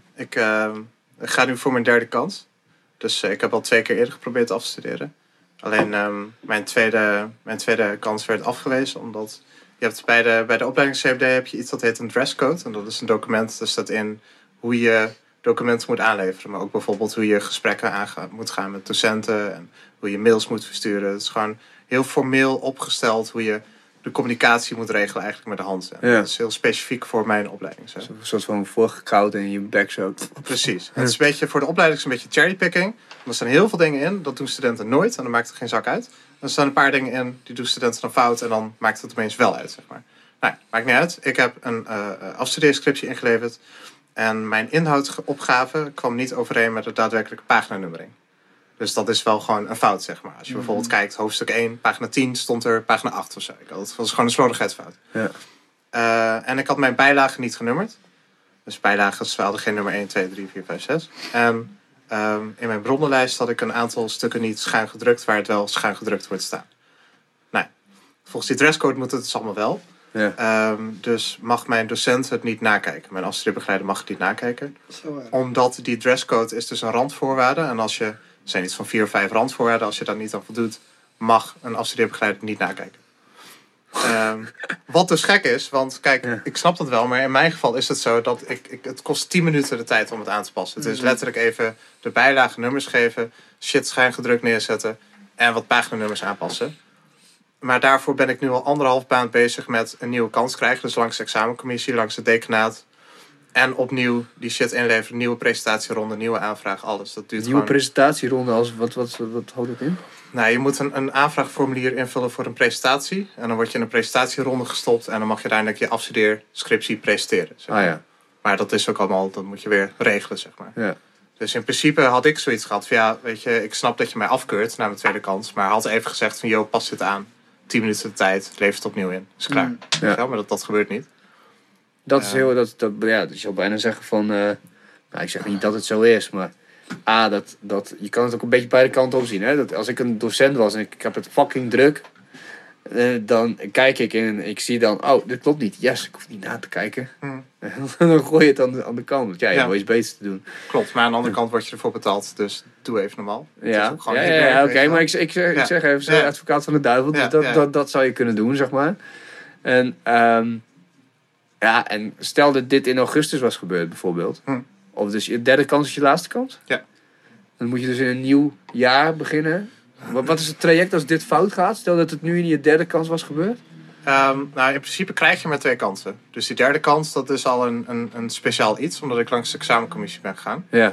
ga nu voor mijn 3e kans. Dus ik heb al 2 keer eerder geprobeerd af te studeren. Alleen mijn tweede kans werd afgewezen, omdat je hebt bij de opleidings-CFD heb je iets dat heet een dresscode. En dat is een document, daar staat in hoe je documenten moet aanleveren. Maar ook bijvoorbeeld hoe je gesprekken moet gaan met docenten en hoe je mails moet versturen. Het is gewoon heel formeel opgesteld hoe je de communicatie moet regelen eigenlijk met de hand. Ja. Dat is heel specifiek voor mijn opleiding. Zo. Een soort van voorgekoud in je bek zo. Precies. Het is een beetje, voor de opleiding is een beetje cherrypicking. Er staan heel veel dingen in, dat doen studenten nooit en dan maakt het geen zak uit. Er staan een paar dingen in, die doen studenten dan fout en dan maakt het opeens wel uit, zeg maar. Nou, maakt niet uit. Ik heb een afstudeerscriptie ingeleverd en mijn inhoudsopgave kwam niet overeen met de daadwerkelijke paginanummering. Dus dat is wel gewoon een fout, zeg maar. Als je bijvoorbeeld kijkt, hoofdstuk 1, pagina 10, stond er pagina 8 of zo. Dat was gewoon een slordigheidsfout. Ja. En ik had mijn bijlagen niet genummerd. Dus bijlagen hadden geen nummer 1, 2, 3, 4, 5, 6. En in mijn bronnenlijst had ik een aantal stukken niet schuin gedrukt, waar het wel schuin gedrukt wordt staan. Nou, volgens die dresscode moet het dus allemaal wel. Ja. Dus mag mijn docent het niet nakijken. Mijn afstudeerbegeleider mag het niet nakijken. Omdat die dresscode is dus een randvoorwaarde. En als je, er zijn iets van 4 of 5 randvoorwaarden. Als je daar niet aan voldoet, mag een afstudeerbegeleider niet nakijken. Wat dus gek is, want kijk, ik snap dat wel, maar in mijn geval is het zo dat het kost 10 minuten de tijd om het aan te passen. Het is letterlijk even de bijlage nummers geven, shit schuingedrukt neerzetten en wat paginanummers aanpassen. Maar daarvoor ben ik nu al 1,5 maand bezig met een nieuwe kans krijgen. Dus langs de examencommissie, langs de decanaat. En opnieuw die shit inleveren, nieuwe presentatieronde, nieuwe aanvraag, alles. Dat duurt nieuwe presentatieronde, wat houdt dat in? Nou, je moet een aanvraagformulier invullen voor een presentatie. En dan word je in een presentatieronde gestopt. En dan mag je uiteindelijk je afstudeerscriptie presenteren. Zeg maar. Ja. Maar dat is ook allemaal, dat moet je weer regelen, zeg maar. Ja. Dus in principe had ik zoiets gehad van ja, weet je, ik snap dat je mij afkeurt na mijn tweede kans. Maar had even gezegd van, pas dit aan. 10 minuten de tijd, lever het opnieuw in. Is klaar. Ja. Maar dat gebeurt niet. Dat is heel, dus je zou bijna zeggen van, nou, ik zeg niet dat het zo is, maar je kan het ook een beetje beide kanten op zien. Hè? Dat als ik een docent was en ik heb het fucking druk, dan kijk ik en ik zie dan, oh, dit klopt niet. Yes, ik hoef niet na te kijken. Dan gooi je het aan de kant, want je wil iets beters te doen. Klopt, maar aan de andere kant word je ervoor betaald, dus doe even normaal. Ja, oké, maar ik zeg even zo, advocaat van de duivel, dus dat zou je kunnen doen, zeg maar. En en stel dat dit in augustus was gebeurd, bijvoorbeeld. Of dus je derde kans is je laatste kans. Ja. Dan moet je dus in een nieuw jaar beginnen. Wat is het traject als dit fout gaat? Stel dat het nu in je derde kans was gebeurd. Nou, in principe krijg je maar 2 kansen. Dus die derde kans, dat is al een speciaal iets. Omdat ik langs de examencommissie ben gegaan. Ja.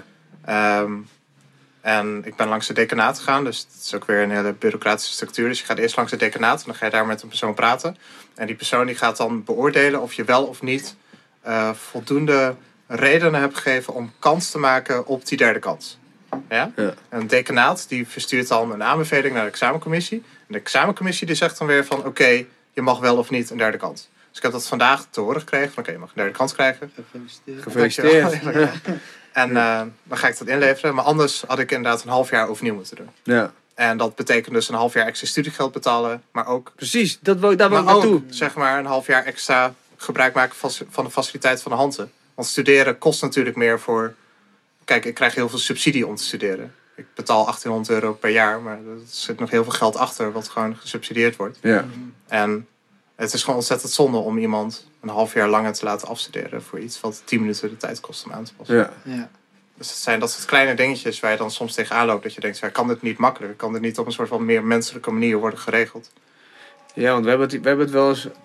En ik ben langs de decanaat gegaan. Dus dat is ook weer een hele bureaucratische structuur. Dus je gaat eerst langs de decanaat. En dan ga je daar met een persoon praten. En die persoon die gaat dan beoordelen of je wel of niet voldoende redenen hebt gegeven om kans te maken op die derde kans. Ja? En een decanaat die verstuurt dan een aanbeveling naar de examencommissie. En de examencommissie die zegt dan weer van oké, je mag wel of niet een derde kans. Dus ik heb dat vandaag te horen gekregen van oké, je mag een derde kans krijgen. Gefeliciteerd. En dan ga ik dat inleveren. Maar anders had ik inderdaad een half jaar overnieuw moeten doen. Ja. En dat betekent dus een half jaar extra studiegeld betalen. Maar ook... Precies, daar wil ik naartoe. Ook, zeg maar, een half jaar extra gebruik maken van de faciliteit van de handen. Want studeren kost natuurlijk meer voor... Kijk, ik krijg heel veel subsidie om te studeren. Ik betaal €1800 per jaar. Maar er zit nog heel veel geld achter wat gewoon gesubsidieerd wordt. Ja. En het is gewoon ontzettend zonde om iemand een half jaar langer te laten afstuderen. Voor iets wat 10 minuten de tijd kost om aan te passen. Ja. Dus het zijn dat soort kleine dingetjes waar je dan soms tegenaan loopt. Dat je denkt, kan dit niet makkelijker? Kan dit niet op een soort van meer menselijke manier worden geregeld? Ja, want we hebben het wel eens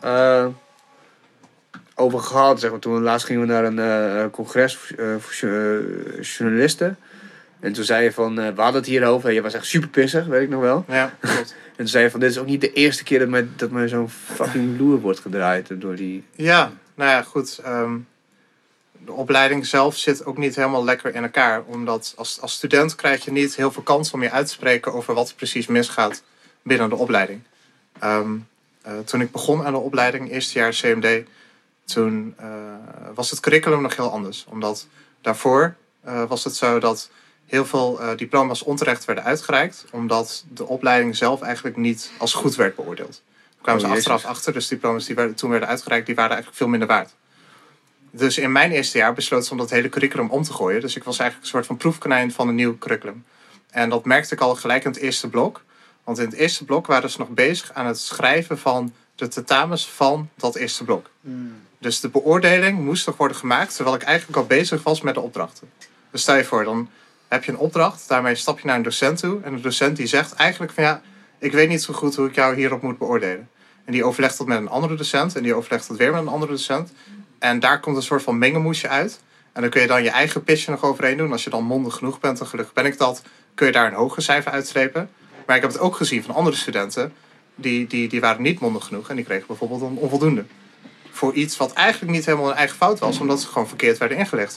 over gehad. Zeg maar, toen laatst gingen we naar een congres voor journalisten. En toen zei je van, we hadden het hierover. En je was echt super pissig, weet ik nog wel. Ja, klopt. En toen zei je van, dit is ook niet de eerste keer dat me zo'n fucking loer wordt gedraaid door die... Ja, nou ja, goed. De opleiding zelf zit ook niet helemaal lekker in elkaar. Omdat als student krijg je niet heel veel kans om je uit te spreken over wat er precies misgaat binnen de opleiding. Toen ik begon aan de opleiding, eerste jaar CMD, toen was het curriculum nog heel anders. Omdat daarvoor was het zo dat heel veel diploma's onterecht werden uitgereikt. Omdat de opleiding zelf eigenlijk niet als goed werd beoordeeld. Daar kwamen ze achteraf achter. Dus diploma's die toen werden uitgereikt, die waren eigenlijk veel minder waard. Dus in mijn eerste jaar besloot ze om dat hele curriculum om te gooien. Dus ik was eigenlijk een soort van proefkonijn van een nieuw curriculum. En dat merkte ik al gelijk in het eerste blok. Want in het eerste blok waren ze nog bezig aan het schrijven van de tentamens van dat eerste blok. Dus de beoordeling moest nog worden gemaakt, terwijl ik eigenlijk al bezig was met de opdrachten. Dus stel je voor, dan heb je een opdracht, daarmee stap je naar een docent toe. En de docent die zegt eigenlijk van ja, ik weet niet zo goed hoe ik jou hierop moet beoordelen. En die overlegt dat met een andere docent en die overlegt dat weer met een andere docent. En daar komt een soort van mengelmoesje uit. En dan kun je dan je eigen pitje nog overheen doen. Als je dan mondig genoeg bent, en gelukkig ben ik dat, kun je daar een hoger cijfer uitstrepen. Maar ik heb het ook gezien van andere studenten. Die waren niet mondig genoeg. En die kregen bijvoorbeeld een onvoldoende. Voor iets wat eigenlijk niet helemaal een eigen fout was. Omdat ze gewoon verkeerd werden ingelegd.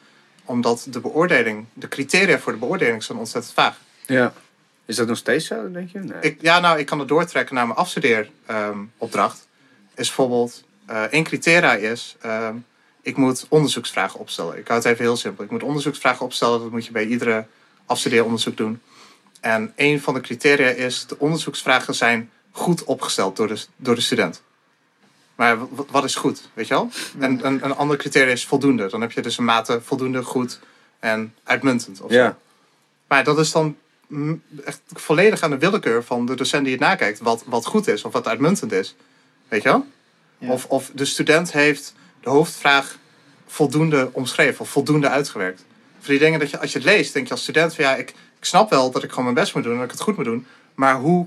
Omdat de beoordeling, de criteria voor de beoordeling zijn ontzettend vaag. Ja. Is dat nog steeds zo, denk je? Nee. Ik kan het doortrekken naar mijn afstudeeropdracht. Is bijvoorbeeld... één criteria is, ik moet onderzoeksvragen opstellen. Ik hou het even heel simpel. Ik moet onderzoeksvragen opstellen, dat moet je bij iedere afstudeeronderzoek doen. En één van de criteria is, de onderzoeksvragen zijn goed opgesteld door de student. Maar wat is goed, weet je wel? En een ander criteria is voldoende. Dan heb je dus een mate voldoende, goed en uitmuntend. Of zo. Maar dat is dan echt volledig aan de willekeur van de docent die het nakijkt. Wat goed is of wat uitmuntend is. Weet je wel? Ja. Of de student heeft de hoofdvraag voldoende omschreven of voldoende uitgewerkt. Voor die dingen dat je, als je het leest, denk je als student van ja, ik snap wel dat ik gewoon mijn best moet doen en dat ik het goed moet doen. Maar hoe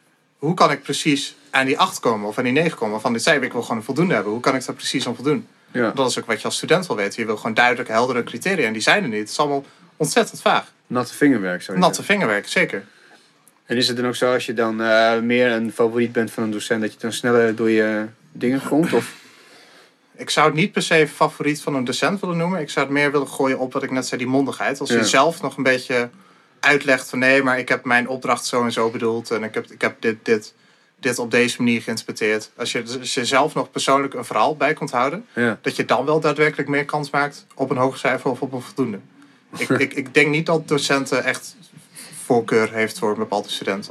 kan ik precies aan die 8 komen of aan die 9 komen? Van dit zei ik wil gewoon een voldoende hebben. Hoe kan ik daar precies aan voldoen? Ja. Dat is ook wat je als student wil weten. Je wil gewoon duidelijk, heldere criteria. En die zijn er niet. Het is allemaal ontzettend vaag. Natte vingerwerk, zou je Natte vingerwerk, zeker. En is het dan ook zo als je dan meer een favoriet bent van een docent... dat je dan sneller door je dingen komt? Of? Ik zou het niet per se favoriet van een docent willen noemen. Ik zou het meer willen gooien op wat ik net zei, die mondigheid. Als je zelf nog een beetje uitlegt van... nee, maar ik heb mijn opdracht zo en zo bedoeld... en ik heb dit op deze manier geïnterpreteerd. Als je zelf nog persoonlijk een verhaal bij kunt houden... dat je dan wel daadwerkelijk meer kans maakt... op een hoger cijfer of op een voldoende. Ik denk niet dat docenten echt voorkeur heeft voor een bepaalde student.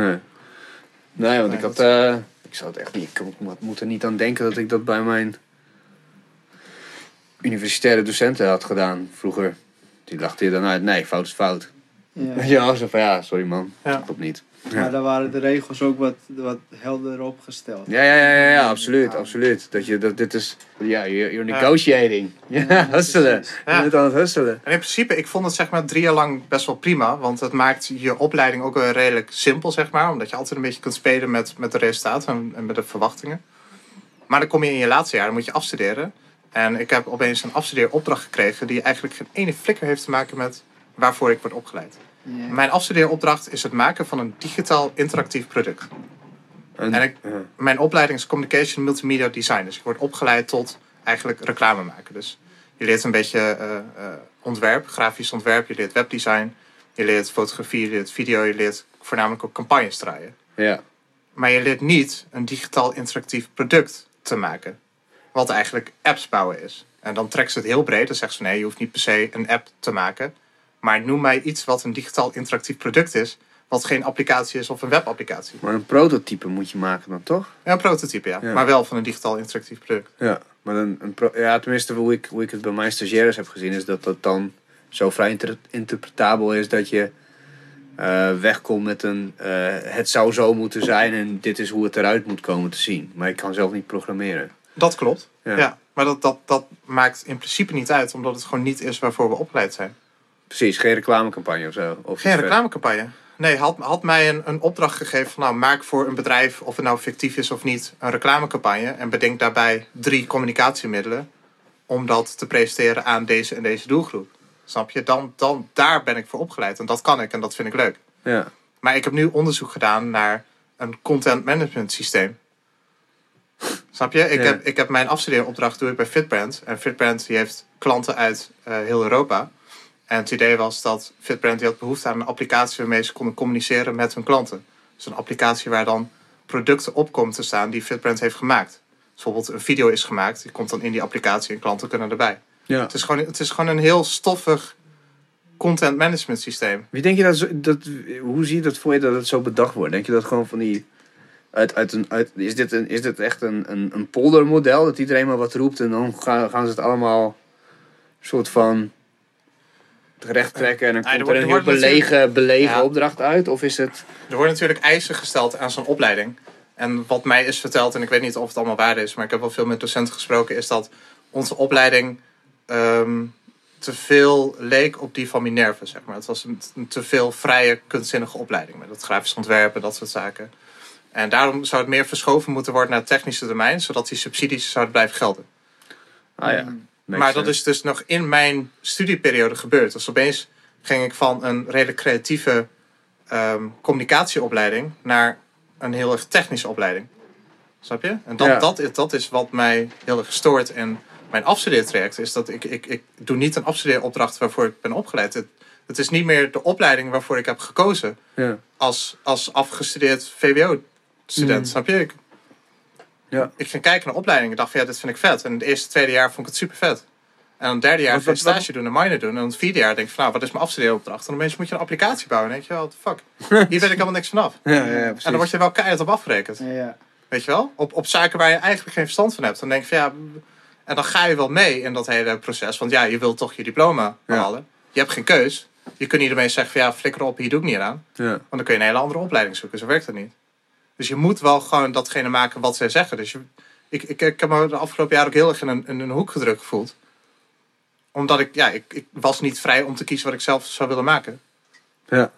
Nee, want ik zou het echt niet... Ik moet er niet aan denken dat ik dat bij mijn universitaire docenten had gedaan vroeger. Die lachten je dan uit. Nee, fout is fout. Ja, zo van sorry man. Dat klopt niet. Maar daar waren de regels ook wat helder opgesteld. Ja, absoluut. Dit is... Ja, you're negotiating. Ja, hustelen. Je bent aan het hustelen. En in principe, ik vond het zeg maar 3 jaar lang best wel prima. Want het maakt je opleiding ook wel redelijk simpel, zeg maar. Omdat je altijd een beetje kunt spelen met de resultaten en met de verwachtingen. Maar dan kom je in je laatste jaar, dan moet je afstuderen. En ik heb opeens een afstudeeropdracht gekregen... die eigenlijk geen ene flikker heeft te maken met waarvoor ik word opgeleid. Yeah. Mijn afstudeeropdracht is het maken van een digitaal interactief product. Mijn opleiding is Communication Multimedia Design. Dus ik word opgeleid tot eigenlijk reclame maken. Dus je leert een beetje ontwerp, grafisch ontwerp. Je leert webdesign. Je leert fotografie, je leert video. Je leert voornamelijk ook campagnes draaien. Ja. Maar je leert niet een digitaal interactief product te maken. Wat eigenlijk apps bouwen is. En dan trekt ze het heel breed. Dan zegt ze nee, je hoeft niet per se een app te maken... Maar noem mij iets wat een digitaal interactief product is... wat geen applicatie is of een webapplicatie. Maar een prototype moet je maken dan toch? Ja, een prototype, ja. Maar wel van een digitaal interactief product. Ja, maar tenminste hoe ik het bij mijn stagiaires heb gezien... is dat dat dan zo vrij interpretabel is... dat je wegkomt met een... het zou zo moeten zijn en dit is hoe het eruit moet komen te zien. Maar ik kan zelf niet programmeren. Dat klopt, ja. Maar dat maakt in principe niet uit... omdat het gewoon niet is waarvoor we opgeleid zijn. Precies, geen reclamecampagne of zo. Geen reclamecampagne. Nee, had mij een opdracht gegeven van... maak voor een bedrijf, of het nou fictief is of niet... een reclamecampagne en bedenk daarbij 3 communicatiemiddelen... om dat te presenteren aan deze en deze doelgroep. Snap je? Dan daar ben ik voor opgeleid. En dat kan ik en dat vind ik leuk. Ja. Maar ik heb nu onderzoek gedaan naar een content management systeem. Snap je? Ik heb mijn afstudeeropdracht doe ik bij Fitbrand. En Fitbrand die heeft klanten uit heel Europa... En het idee was dat Fitbrand die had behoefte aan een applicatie... waarmee ze konden communiceren met hun klanten. Dus een applicatie waar dan producten op komen te staan die Fitbrand heeft gemaakt. Dus bijvoorbeeld een video is gemaakt, die komt dan in die applicatie... en klanten kunnen erbij. Ja. Het is gewoon een heel stoffig content management systeem. Wie denk je hoe zie je dat voor je dat het zo bedacht wordt? Denk je dat gewoon van die... Is dit echt een poldermodel? Dat iedereen maar wat roept en dan gaan ze het allemaal... een soort van... recht trekken en dan komt er een heel belegen opdracht uit? Of is het... Er worden natuurlijk eisen gesteld aan zo'n opleiding. En wat mij is verteld, en ik weet niet of het allemaal waar is... maar ik heb wel veel met docenten gesproken... is dat onze opleiding te veel leek op die van Minerva, zeg maar. Het was een te veel vrije, kunstzinnige opleiding... met het grafisch ontwerpen, dat soort zaken. En daarom zou het meer verschoven moeten worden naar het technische domein... zodat die subsidies zouden blijven gelden. Ah ja. Maar dat is dus nog in mijn studieperiode gebeurd. Dus opeens ging ik van een redelijk creatieve communicatieopleiding... naar een heel erg technische opleiding. Snap je? En dat is wat mij heel erg stoort in mijn afstudeertraject. Is dat ik doe niet een afstudeeropdracht waarvoor ik ben opgeleid. Het is niet meer de opleiding waarvoor ik heb gekozen... als afgestudeerd VWO-student. Snap je? Ik ging kijken naar opleidingen en dacht van dit vind ik vet. En het tweede jaar vond ik het super vet. En dan het derde jaar stage doen en minor doen. En dan het vierde jaar denk ik van wat is mijn afstudeeropdracht? En dan moet je een applicatie bouwen. En dan denk je what the fuck. Hier weet ik helemaal niks vanaf. En dan word je wel keihard op afgerekend. Ja. Weet je wel? Op zaken waar je eigenlijk geen verstand van hebt. Dan denk je van en dan ga je wel mee in dat hele proces. Want je wilt toch je diploma halen. Je hebt geen keus. Je kunt niet ermee zeggen van flikker op, hier doe ik niet aan. Want dan kun je een hele andere opleiding zoeken. Zo werkt dat niet. Dus je moet wel gewoon datgene maken wat zij zeggen. Dus ik heb me de afgelopen jaar ook heel erg in een hoek gedrukt gevoeld. Omdat ik was niet vrij om te kiezen wat ik zelf zou willen maken. Ja.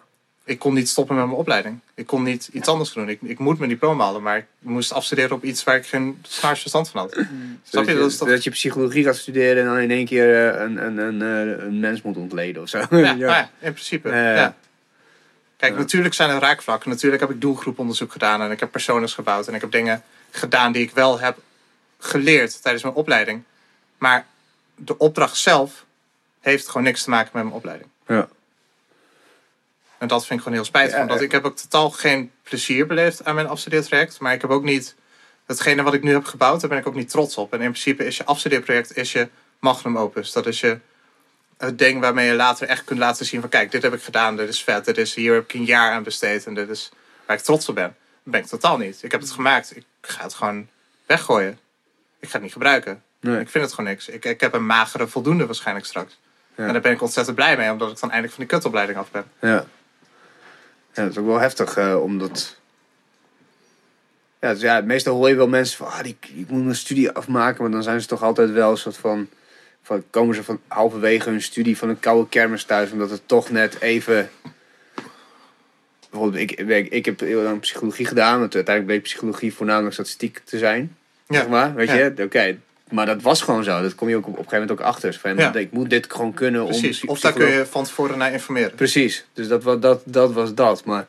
ik kon niet stoppen met mijn opleiding. Ik kon niet iets anders doen. Ik moet mijn diploma halen, maar ik moest afstuderen op iets waar ik geen snaars verstand van had. Snap je? Dat je psychologie gaat studeren en dan in één keer een mens moet ontleden of zo. Ja, in principe. Ja. Kijk, natuurlijk zijn er raakvlakken. Natuurlijk heb ik doelgroeponderzoek gedaan en ik heb personas gebouwd en ik heb dingen gedaan die ik wel heb geleerd tijdens mijn opleiding. Maar de opdracht zelf heeft gewoon niks te maken met mijn opleiding. Ja. En dat vind ik gewoon heel spijtig. Omdat ik heb ook totaal geen plezier beleefd aan mijn afstudeertraject. Maar ik heb ook niet... Hetgene wat ik nu heb gebouwd, daar ben ik ook niet trots op. En in principe is je afstudeerproject is je magnum opus. Dat is je het ding waarmee je later echt kunt laten zien van... Kijk, dit heb ik gedaan, dit is vet. Hier heb ik een jaar aan besteed. En dit is waar ik trots op ben. Dat ben ik totaal niet. Ik heb het gemaakt. Ik ga het gewoon weggooien. Ik ga het niet gebruiken. Nee. Ik vind het gewoon niks. Ik heb een magere voldoende waarschijnlijk straks. Ja. En daar ben ik ontzettend blij mee. Omdat ik dan eindelijk van die kutopleiding af ben. Ja. Ja, dat is ook wel heftig, omdat... Ja, dus meestal hoor je wel mensen van... ik moet mijn studie afmaken, maar dan zijn ze toch altijd wel een soort van komen ze van halverwege hun studie van een koude kermis thuis, omdat het toch net even... Bijvoorbeeld, ik heb heel lang psychologie gedaan, want uiteindelijk bleek psychologie voornamelijk statistiek te zijn. Ja. Zeg maar, weet je? Oké. Maar dat was gewoon zo. Dat kom je ook op een gegeven moment ook achter. Van, ik moet dit gewoon kunnen. Precies. Of daar kun je van tevoren naar informeren. Precies. Dus dat was dat. Maar,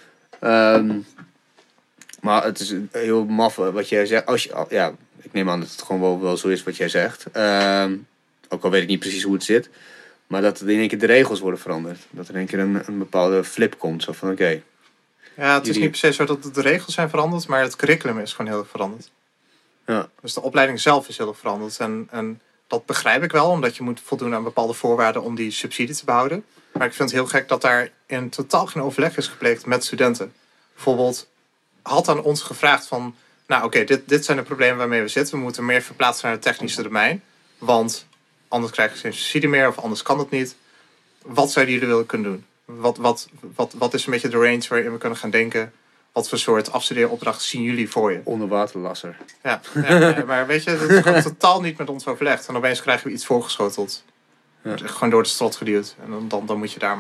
maar het is heel maf wat jij zegt. Ik neem aan dat het gewoon wel zo is wat jij zegt. Ook al weet ik niet precies hoe het zit. Maar dat in één keer de regels worden veranderd. Dat er in één keer een bepaalde flip komt. Zo van oké. Ja, het is niet per se zo dat de regels zijn veranderd. Maar het curriculum is gewoon heel erg veranderd. Ja. Dus de opleiding zelf is heel erg veranderd. En dat begrijp ik wel, omdat je moet voldoen aan bepaalde voorwaarden om die subsidie te behouden. Maar ik vind het heel gek dat daar in totaal geen overleg is gepleegd met studenten. Bijvoorbeeld, had aan ons gevraagd van... Nou oké, dit zijn de problemen waarmee we zitten. We moeten meer verplaatsen naar het technische domein. Want anders krijgen ze geen subsidie meer of anders kan het niet. Wat zouden jullie willen kunnen doen? Wat is een beetje de range waarin we kunnen gaan denken... Wat voor soort afstudeeropdracht zien jullie voor je? Onderwaterlasser. Ja, maar weet je, dat is gewoon totaal niet met ons overlegd. En opeens krijgen we iets voorgeschoteld. Ja. Gewoon door de strot geduwd. En dan moet je daar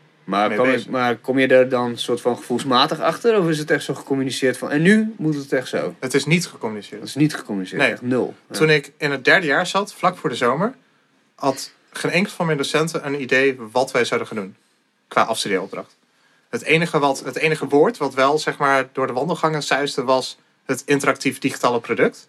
maar kom je er dan soort van gevoelsmatig achter? Of is het echt zo gecommuniceerd van... En nu moet het echt zo? Het is niet gecommuniceerd. Het is niet gecommuniceerd, nee. Echt nul. Ja. Toen ik in het 3e jaar zat, vlak voor de zomer... had geen enkel van mijn docenten een idee wat wij zouden gaan doen. Qua afstudeeropdracht. Het enige woord wat wel zeg maar door de wandelgangen suisde was het interactief digitale product.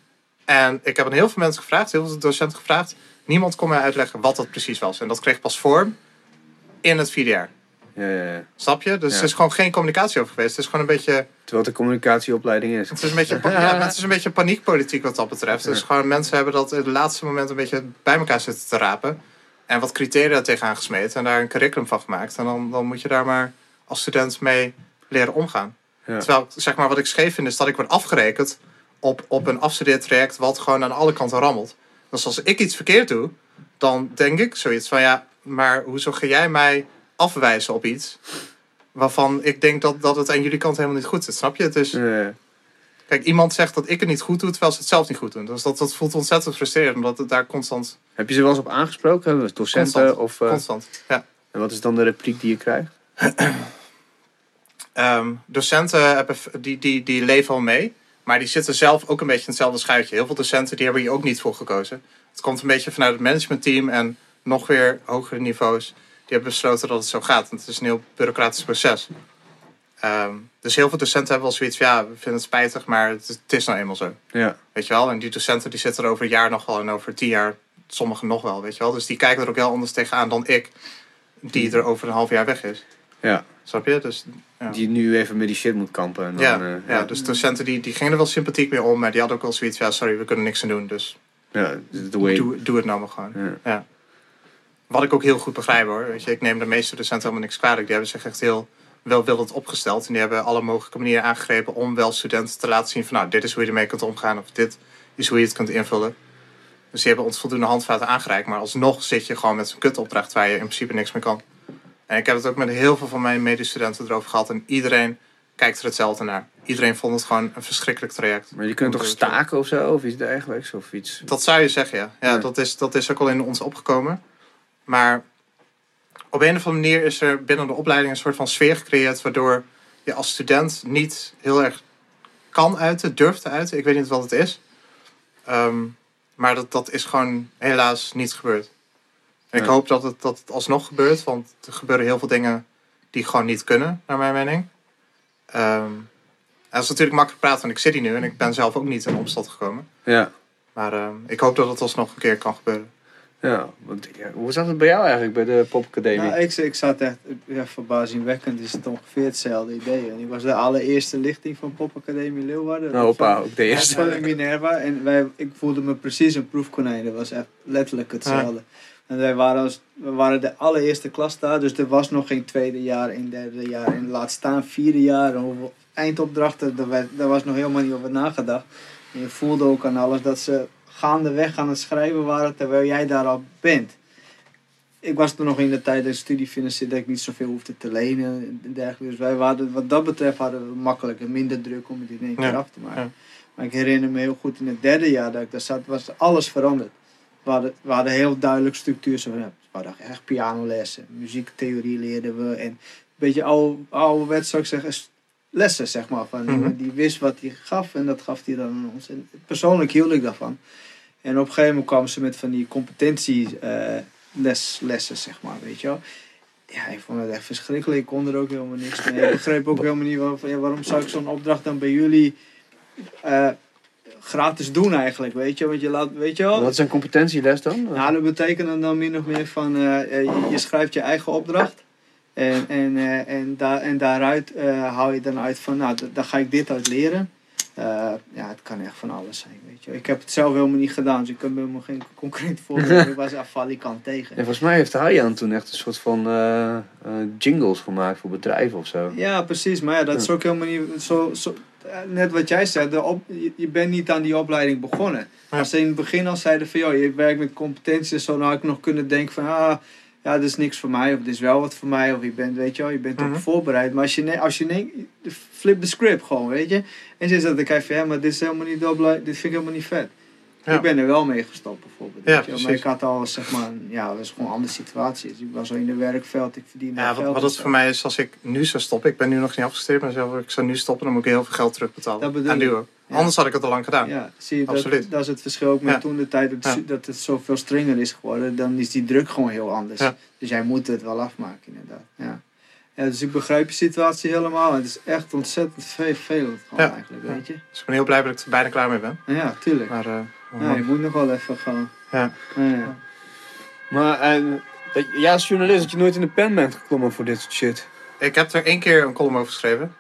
En ik heb aan heel veel mensen gevraagd, heel veel docenten gevraagd. Niemand kon mij uitleggen wat dat precies was. En dat kreeg pas vorm in het 4e jaar. Ja. Snap je? Dus er is gewoon geen communicatie over geweest. Het is gewoon een beetje... Terwijl het een communicatieopleiding is. Het is een beetje, het is een beetje paniekpolitiek wat dat betreft. Dus gewoon mensen hebben dat in het laatste moment een beetje bij elkaar zitten te rapen. En wat criteria tegenaan gesmeten. En daar een curriculum van gemaakt. En dan moet je daar maar... als student mee leren omgaan. Ja. Terwijl, zeg maar, wat ik scheef vind is dat ik word afgerekend op een afstudeertraject wat gewoon aan alle kanten rammelt. Dus als ik iets verkeerd doe, dan denk ik zoiets van maar hoezo ga jij mij afwijzen op iets waarvan ik denk dat het aan jullie kant helemaal niet goed zit, snap je? Het is, kijk, iemand zegt dat ik het niet goed doe, terwijl ze het zelf niet goed doen. Dus dat voelt ontzettend frustrerend, omdat het daar constant... Heb je ze wel eens op aangesproken? Docenten? Constant, ja. En wat is dan de repliek die je krijgt? Docenten die leven al mee, maar die zitten zelf ook een beetje in hetzelfde schuitje. Heel veel docenten die hebben hier ook niet voor gekozen. Het komt een beetje vanuit het managementteam en nog weer hogere niveaus. Die hebben besloten dat het zo gaat. En het is een heel bureaucratisch proces. Dus heel veel docenten hebben wel zoiets van we vinden het spijtig, maar het is nou eenmaal zo. Ja. Weet je wel? En die docenten die zitten er over een jaar nog wel en over 10 jaar sommigen nog wel, weet je wel? Dus die kijken er ook heel anders tegenaan dan ik, die er over een half jaar weg is. Ja. Snap je? Dus, die nu even met die shit moet kampen. En dan, dus docenten die gingen er wel sympathiek mee om, maar die hadden ook wel zoiets van, sorry, we kunnen niks aan doen, dus doe het nou maar gewoon. Ja. Wat ik ook heel goed begrijp hoor. Weet je, ik neem de meeste docenten helemaal niks kwalijk. Die hebben zich echt heel welwillend opgesteld. En die hebben alle mogelijke manieren aangegrepen om wel studenten te laten zien van, dit is hoe je ermee kunt omgaan, of dit is hoe je het kunt invullen. Dus die hebben ons voldoende handvaten aangereikt, maar alsnog zit je gewoon met zo'n kutopdracht waar je in principe niks mee kan. En ik heb het ook met heel veel van mijn medestudenten erover gehad. En iedereen kijkt er hetzelfde naar. Iedereen vond het gewoon een verschrikkelijk traject. Maar je kunt toch staken of zo? Of iets dergelijks? Of iets... Dat zou je zeggen, ja. Dat is ook al in ons opgekomen. Maar op een of andere manier is er binnen de opleiding een soort van sfeer gecreëerd waardoor je als student niet heel erg kan uiten, durft te uiten. Ik weet niet wat het is. Maar dat is gewoon helaas niet gebeurd. En ik hoop dat het alsnog gebeurt, want er gebeuren heel veel dingen die gewoon niet kunnen, naar mijn mening. En dat is natuurlijk makkelijk praten, want ik zit hier nu en ik ben zelf ook niet in opstand gekomen. Ja. Maar ik hoop dat het alsnog een keer kan gebeuren. Ja, want hoe zat het bij jou eigenlijk bij de popacademie? Nou, ik zat echt, verbazingwekkend is het ongeveer hetzelfde idee. En ik was de allereerste lichting van Popacademie Leeuwarden. Nou, opa, ook de eerste. Van Minerva. En ik voelde me precies een proefkonijn. Dat was echt letterlijk hetzelfde. Ja. En we waren de allereerste klas daar, dus er was nog geen tweede jaar, en derde jaar. En laat staan vierde jaar, eindopdrachten, daar was nog helemaal niet over nagedacht. En je voelde ook aan alles dat ze gaandeweg aan het schrijven waren terwijl jij daar al bent. Ik was toen nog in de tijd dat studie financierde, dat ik niet zoveel hoefde te lenen en dergelijke. Dus wij waren, wat dat betreft hadden we makkelijker, minder druk om het in één keer af te maken. Ja. Maar ik herinner me heel goed in het derde jaar dat ik daar zat, was alles veranderd. We hadden heel duidelijk structuur. We hadden echt pianolessen, muziektheorie leerden we en een beetje ouderwets zou ik zeggen, lessen zeg maar. Van iemand die wist wat hij gaf en dat gaf hij dan aan ons. En persoonlijk hield ik daarvan. En op een gegeven moment kwamen ze met van die competentielessen zeg maar, weet je wel. Ja, ik vond het echt verschrikkelijk. Ik kon er ook helemaal niks mee. Ik begreep ook helemaal niet waarom zou ik zo'n opdracht dan bij jullie gratis doen eigenlijk, weet je. Want je laat, weet je wel. Wat is een competentieles dan? Nou, dat betekent dan min of meer van je schrijft je eigen opdracht. En daaruit haal je dan uit van, nou, daar ga ik dit uit leren. Het kan echt van alles zijn, weet je. Ik heb het zelf helemaal niet gedaan, dus ik heb helemaal geen concreet voorbeeld. Ik was falikant tegen. En volgens mij heeft Hayan toen echt een soort van jingles gemaakt voor bedrijven of zo. Ja, precies. Maar ja, dat is ook helemaal niet zo net wat jij zei, je bent niet aan die opleiding begonnen. Ja. Als ze in het begin al zeiden van, joh, je werkt met competenties, zo, dan had ik nog kunnen denken van, ja, dit is niks voor mij, of dit is wel wat voor mij, of je bent, weet je wel, je bent ook voorbereid. Maar als je flip the script gewoon, weet je. En ze zegt, dan krijg je, maar dit is helemaal niet dit vind ik helemaal niet vet. Ja. Ik ben er wel mee gestopt bijvoorbeeld. Ja, weet je, maar ik had al, zeg maar, het was gewoon een andere situatie. Ik was al in de werkveld, ik verdiende geld. Wat het voor mij is, als ik nu zou stoppen, ik ben nu nog niet afgestudeerd, maar als ik zou nu stoppen, dan moet ik heel veel geld terugbetalen. Aan duo. Ja. Anders had ik het al lang gedaan. Ja, zie je, dat is het verschil ook met toen de tijd dat het zoveel strenger is geworden. Dan is die druk gewoon heel anders. Ja. Dus jij moet het wel afmaken inderdaad. Ja. Ja, dus ik begrijp je situatie helemaal. Het is echt ontzettend vervelend eigenlijk, weet je. Dus ik ben heel blij dat ik er bijna klaar mee ben. Ja, tuurlijk. Maar je moet nog wel even gaan. Ja. Maar als journalist had je nooit in de pen bent geklommen voor dit soort shit? Ik heb er 1 keer een column over geschreven.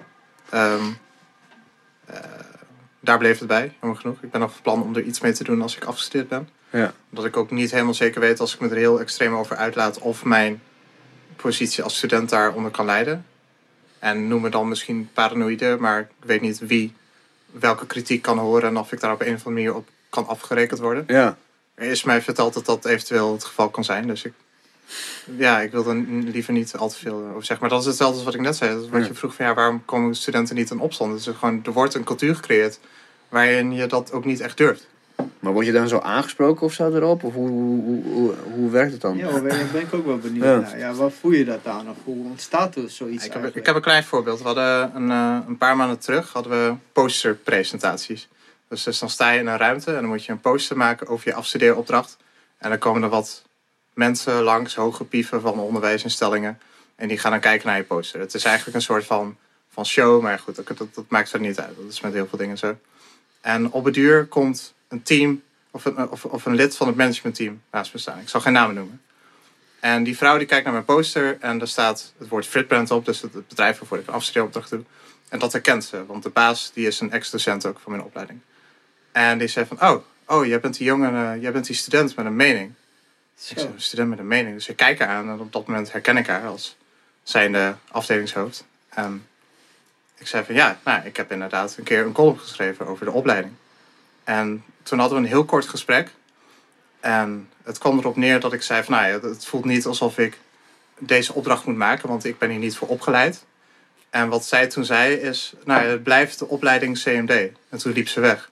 Daar bleef het bij, jammer genoeg. Ik ben nog van plan om er iets mee te doen als ik afgestudeerd ben. Ja. Omdat ik ook niet helemaal zeker weet, als ik me er heel extreem over uitlaat, of mijn positie als student daaronder kan leiden. En noem me dan misschien paranoïde, maar ik weet niet wie welke kritiek kan horen en of ik daar op een of andere manier op kan afgerekend worden. Ja. Er is mij verteld dat dat eventueel het geval kan zijn, dus ik wil er liever niet al te veel over zeggen. Maar dat is hetzelfde als wat ik net zei. Dat is wat je vroeg van, waarom komen studenten niet in opstand? Dus er wordt een cultuur gecreëerd waarin je dat ook niet echt durft. Maar word je dan zo aangesproken of zo erop? Of hoe werkt het dan? Ja, daar ben ik ook wel benieuwd naar. Ja, waar voel je dat aan? Of hoe ontstaat er zoiets ik heb een klein voorbeeld. We hadden een paar maanden terug posterpresentaties. Dus dan sta je in een ruimte en dan moet je een poster maken over je afstudeeropdracht. En dan komen er wat mensen langs, hoge pieven van onderwijsinstellingen. En die gaan dan kijken naar je poster. Het is eigenlijk een soort van show, maar goed, dat maakt er niet uit. Dat is met heel veel dingen zo. En op het duur komt een team of een lid van het managementteam naast me staan. Ik zal geen namen noemen. En die vrouw die kijkt naar mijn poster en daar staat het woord Fritbrand op. Dus het bedrijf waarvoor ik een afstudeeropdracht doe. En dat herkent ze, want de baas die is een ex-docent ook van mijn opleiding. En die zei van, jij bent die student met een mening. Ik zei, een student met een mening. Dus ik kijk haar aan en op dat moment herken ik haar als zijnde afdelingshoofd. En ik zei van, ik heb inderdaad een keer een column geschreven over de opleiding. En toen hadden we een heel kort gesprek. En het kwam erop neer dat ik zei van, het voelt niet alsof ik deze opdracht moet maken, want ik ben hier niet voor opgeleid. En wat zij toen zei is, het blijft de opleiding CMD. En toen liep ze weg.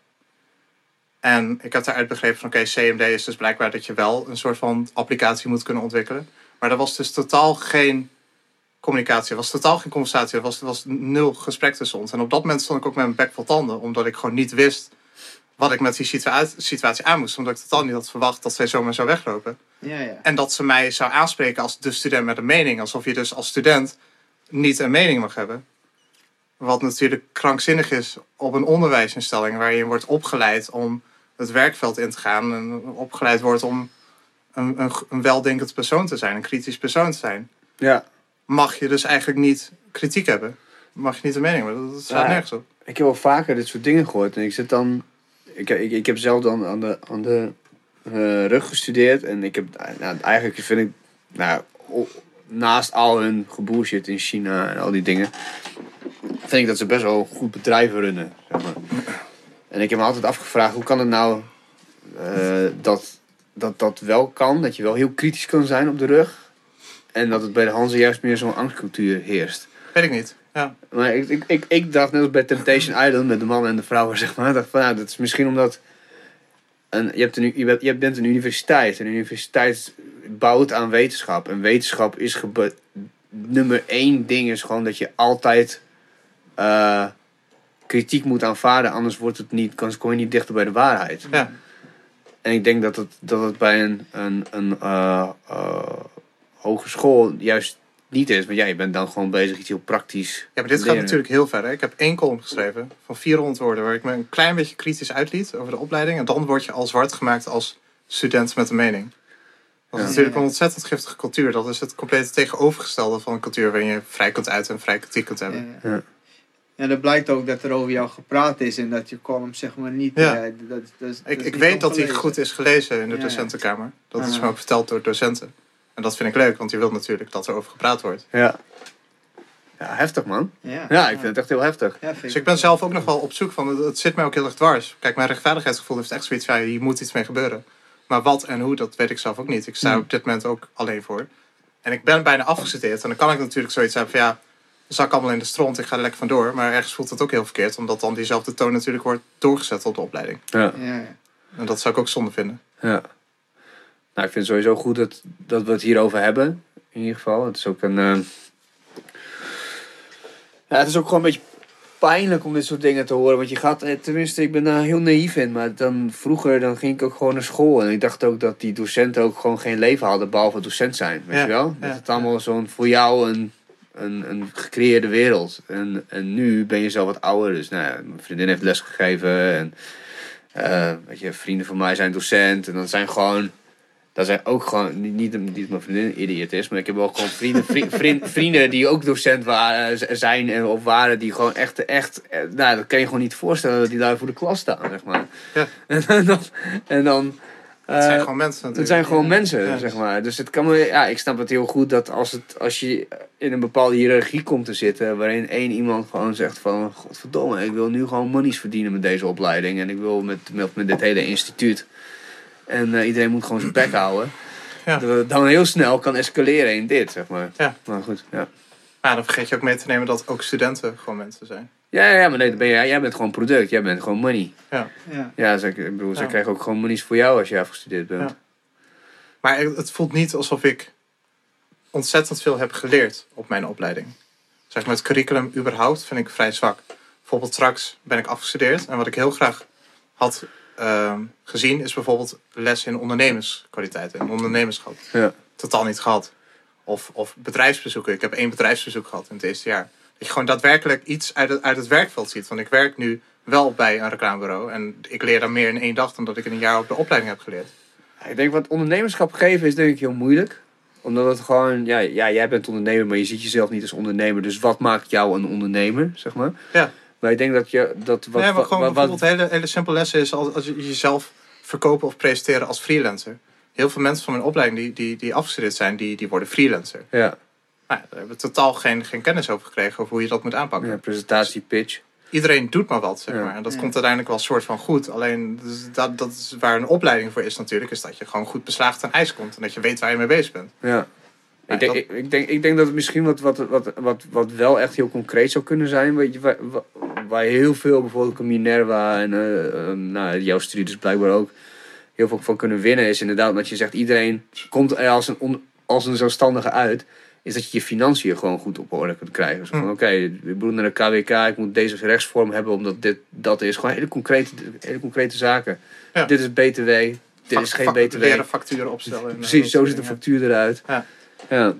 En ik heb daaruit begrepen van, CMD is dus blijkbaar dat je wel een soort van applicatie moet kunnen ontwikkelen. Maar er was dus totaal geen communicatie. Er was totaal geen conversatie. Er was 0 gesprek tussen ons. En op dat moment stond ik ook met mijn bek vol tanden. Omdat ik gewoon niet wist wat ik met die situatie aan moest. Omdat ik totaal niet had verwacht dat zij zomaar zou weglopen. Ja. En dat ze mij zou aanspreken als de student met een mening. Alsof je dus als student niet een mening mag hebben. Wat natuurlijk krankzinnig is op een onderwijsinstelling. Waar je wordt opgeleid om het werkveld in te gaan. En opgeleid wordt om een weldenkend persoon te zijn. Een kritisch persoon te zijn. Ja. Mag je dus eigenlijk niet kritiek hebben. Mag je niet een mening hebben. Dat staat nergens op. Ik heb wel vaker dit soort dingen gehoord. En ik zit dan... Ik heb zelf dan aan de rug gestudeerd. En ik heb... eigenlijk vind ik... naast al hun gebullshit in China en al die dingen... vind ik dat ze best wel goed bedrijven runnen. Zeg maar. En ik heb me altijd afgevraagd... Hoe kan het nou... dat wel kan. Dat je wel heel kritisch kan zijn op de rug. En dat het bij de Hanze juist meer zo'n angstcultuur heerst. Weet ik niet. Ja. Maar ik dacht, net als bij Temptation Island, met de mannen en de vrouwen, zeg maar. Dacht van, dat is misschien omdat... Je bent een universiteit. En een universiteit bouwt aan wetenschap. En wetenschap is... nummer 1 ding is gewoon dat je altijd... kritiek moet aanvaarden. Anders wordt het niet, kom je niet dichter bij de waarheid. Ja. En ik denk dat het bij een hogeschool juist niet is. Want je bent dan gewoon bezig iets heel praktisch. Ja, maar dit gaat natuurlijk heel ver. Hè? Ik heb 1 column geschreven van 400 woorden... waar ik me een klein beetje kritisch uitliet over de opleiding. En dan word je al zwart gemaakt als student met een mening. Dat is natuurlijk een ontzettend giftige cultuur. Dat is het complete tegenovergestelde van een cultuur... waarin je vrij kunt uiten en vrij kritiek kunt hebben. Ja. En dat blijkt ook dat er over jou gepraat is... en dat je column zeg maar niet... Ja. Dat ik weet dat hij goed is gelezen in de docentenkamer. Dat is me ook verteld door docenten. En dat vind ik leuk, want je wilt natuurlijk dat er over gepraat wordt. Ja, heftig man. Ja, ik vind het echt heel heftig. Ja, dus ik ben zelf ook nog wel op zoek van... Het zit mij ook heel erg dwars. Kijk, mijn rechtvaardigheidsgevoel heeft echt zoiets van... hier moet iets mee gebeuren. Maar wat en hoe, dat weet ik zelf ook niet. Ik sta op dit moment ook alleen voor. En ik ben bijna afgestudeerd. En dan kan ik natuurlijk zoiets hebben van... zak allemaal in de stront, ik ga er lekker vandoor. Maar ergens voelt het ook heel verkeerd. Omdat dan diezelfde toon natuurlijk wordt doorgezet op de opleiding. Ja. En dat zou ik ook zonde vinden. Ja. Nou, ik vind het sowieso goed dat we het hierover hebben. In ieder geval. Het is ook een... het is ook gewoon een beetje pijnlijk om dit soort dingen te horen. Want je gaat... Tenminste, ik ben daar heel naïef in. Maar vroeger ging ik ook gewoon naar school. En ik dacht ook dat die docenten ook gewoon geen leven hadden. Behalve docent zijn. Weet je wel? Dat het allemaal zo'n... Voor jou een gecreëerde wereld. En nu ben je zelf wat ouder. Dus mijn vriendin heeft lesgegeven. En vrienden van mij zijn docent. En dan zijn gewoon... Dat zijn ook gewoon... Niet mijn vriendin een idioot is. Maar ik heb wel gewoon vrienden die ook docent zijn of waren. Die gewoon echt... dat kan je gewoon niet voorstellen dat die daar voor de klas staan. Zeg maar. Ja. En dan het zijn gewoon mensen natuurlijk. Het zijn gewoon mensen, zeg maar. Dus het kan me, ik snap het heel goed dat als je in een bepaalde hiërarchie komt te zitten... waarin één iemand gewoon zegt van... Godverdomme, ik wil nu gewoon monies verdienen met deze opleiding. En ik wil met dit hele instituut. En iedereen moet gewoon zijn bek houden. Ja. Dat het dan heel snel kan escaleren in dit, zeg maar. Ja. Maar goed, ja. Maar dan vergeet je ook mee te nemen dat ook studenten gewoon mensen zijn. Ja, maar nee, jij bent gewoon product. Jij bent gewoon money. Ja, ze krijgen ook gewoon monies voor jou als je afgestudeerd bent. Ja. Maar het voelt niet alsof ik ontzettend veel heb geleerd op mijn opleiding. Zeg maar, het curriculum überhaupt vind ik vrij zwak. Bijvoorbeeld straks ben ik afgestudeerd. En wat ik heel graag had gezien is bijvoorbeeld les in ondernemerskwaliteit en ondernemerschap. Ja. Totaal niet gehad. Of bedrijfsbezoeken. Ik heb 1 bedrijfsbezoek gehad in het eerste jaar. Dat je gewoon daadwerkelijk iets uit het werkveld ziet. Want ik werk nu wel bij een reclamebureau. En ik leer daar meer in 1 dag dan dat ik in een jaar op de opleiding heb geleerd. Ik denk wat ondernemerschap geven is denk ik heel moeilijk. Omdat het gewoon, jij bent ondernemer, maar je ziet jezelf niet als ondernemer. Dus wat maakt jou een ondernemer, zeg maar? Ja. Maar ik denk dat je... bijvoorbeeld hele simpele lessen is als je jezelf verkopen of presenteren als freelancer. Heel veel mensen van mijn opleiding die afgestudeerd zijn, die worden freelancer. Ja. Nou, daar hebben we totaal geen kennis over gekregen over hoe je dat moet aanpakken. Ja, presentatie, pitch. Iedereen doet maar wat, zeg maar. En dat komt uiteindelijk wel een soort van goed. Alleen, dat is waar een opleiding voor is natuurlijk, is dat je gewoon goed beslaagd aan ijs komt. En dat je weet waar je mee bezig bent. Ja. Ik denk dat het misschien wat wel echt heel concreet zou kunnen zijn. Weet je, waar heel veel, bijvoorbeeld een Minerva en jouw studie dus blijkbaar ook, heel veel van kunnen winnen. Is inderdaad dat je zegt, iedereen komt er als een zelfstandige uit, is dat je je financiën gewoon goed op orde kunt krijgen. Dus van oké, ik moet naar de KWK, ik moet deze rechtsvorm hebben, omdat dat is. Gewoon hele concrete zaken. Ja. Dit is BTW, dit is geen BTW. Leren facturen opstellen. Precies, zo ziet de factuur eruit. Ja.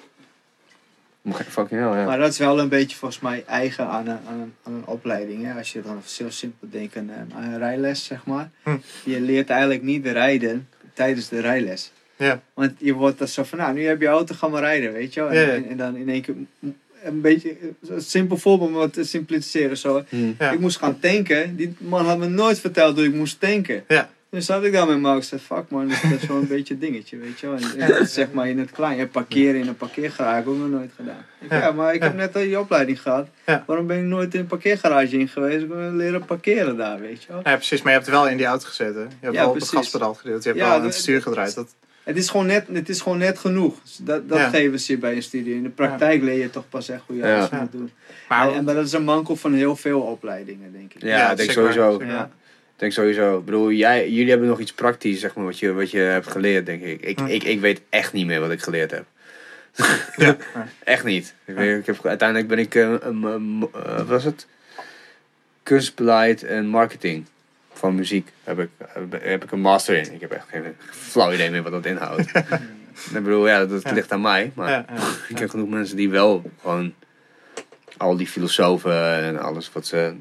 Fucking hell, ja. Maar dat is wel een beetje volgens mij eigen aan een opleiding. Hè? Als je dan heel simpel denkt aan een rijles, zeg maar. Je leert eigenlijk niet rijden tijdens de rijles. Ja. Want je wordt dan zo van, nou, nu heb je auto, ga maar rijden, weet je wel. En dan in één keer, een beetje, een simpel voorbeeld om het te simpliciteren. Zo. Ja. Ik moest gaan tanken. Die man had me nooit verteld hoe ik moest tanken. Ja. Dus had ik dan met Mark gezegd, fuck man, dat is wel een beetje een dingetje, weet je wel. En dat is zeg maar in het klein. En parkeren in een parkeergarage heb ik ook nog nooit gedaan. Maar ik heb net al die opleiding gehad. Ja. Waarom ben ik nooit in een parkeergarage in geweest? Ik ben leren parkeren daar, weet je wel. Ja, precies. Maar je hebt wel in die auto gezeten. Je hebt wel op het gaspedaal gedeeld. Je hebt wel aan het stuur gedraaid. Het is gewoon net genoeg. Dat geven ze je bij een studie. In de praktijk leer je toch pas echt hoe je alles moet doen. Maar dat is een manko van heel veel opleidingen, denk ik. Ja, ik denk sowieso. Ja. Ik denk sowieso. Ik bedoel, jullie hebben nog iets praktisch, zeg maar, wat je hebt geleerd, denk ik. Ik weet echt niet meer wat ik geleerd heb. Ja. Echt niet. Uiteindelijk ben ik, wat was het? Kunstbeleid en marketing van muziek heb ik een master in. Ik heb echt geen flauw idee meer wat dat inhoudt. Ik bedoel, dat ligt aan mij. Maar ik heb genoeg mensen die wel gewoon al die filosofen en alles wat ze...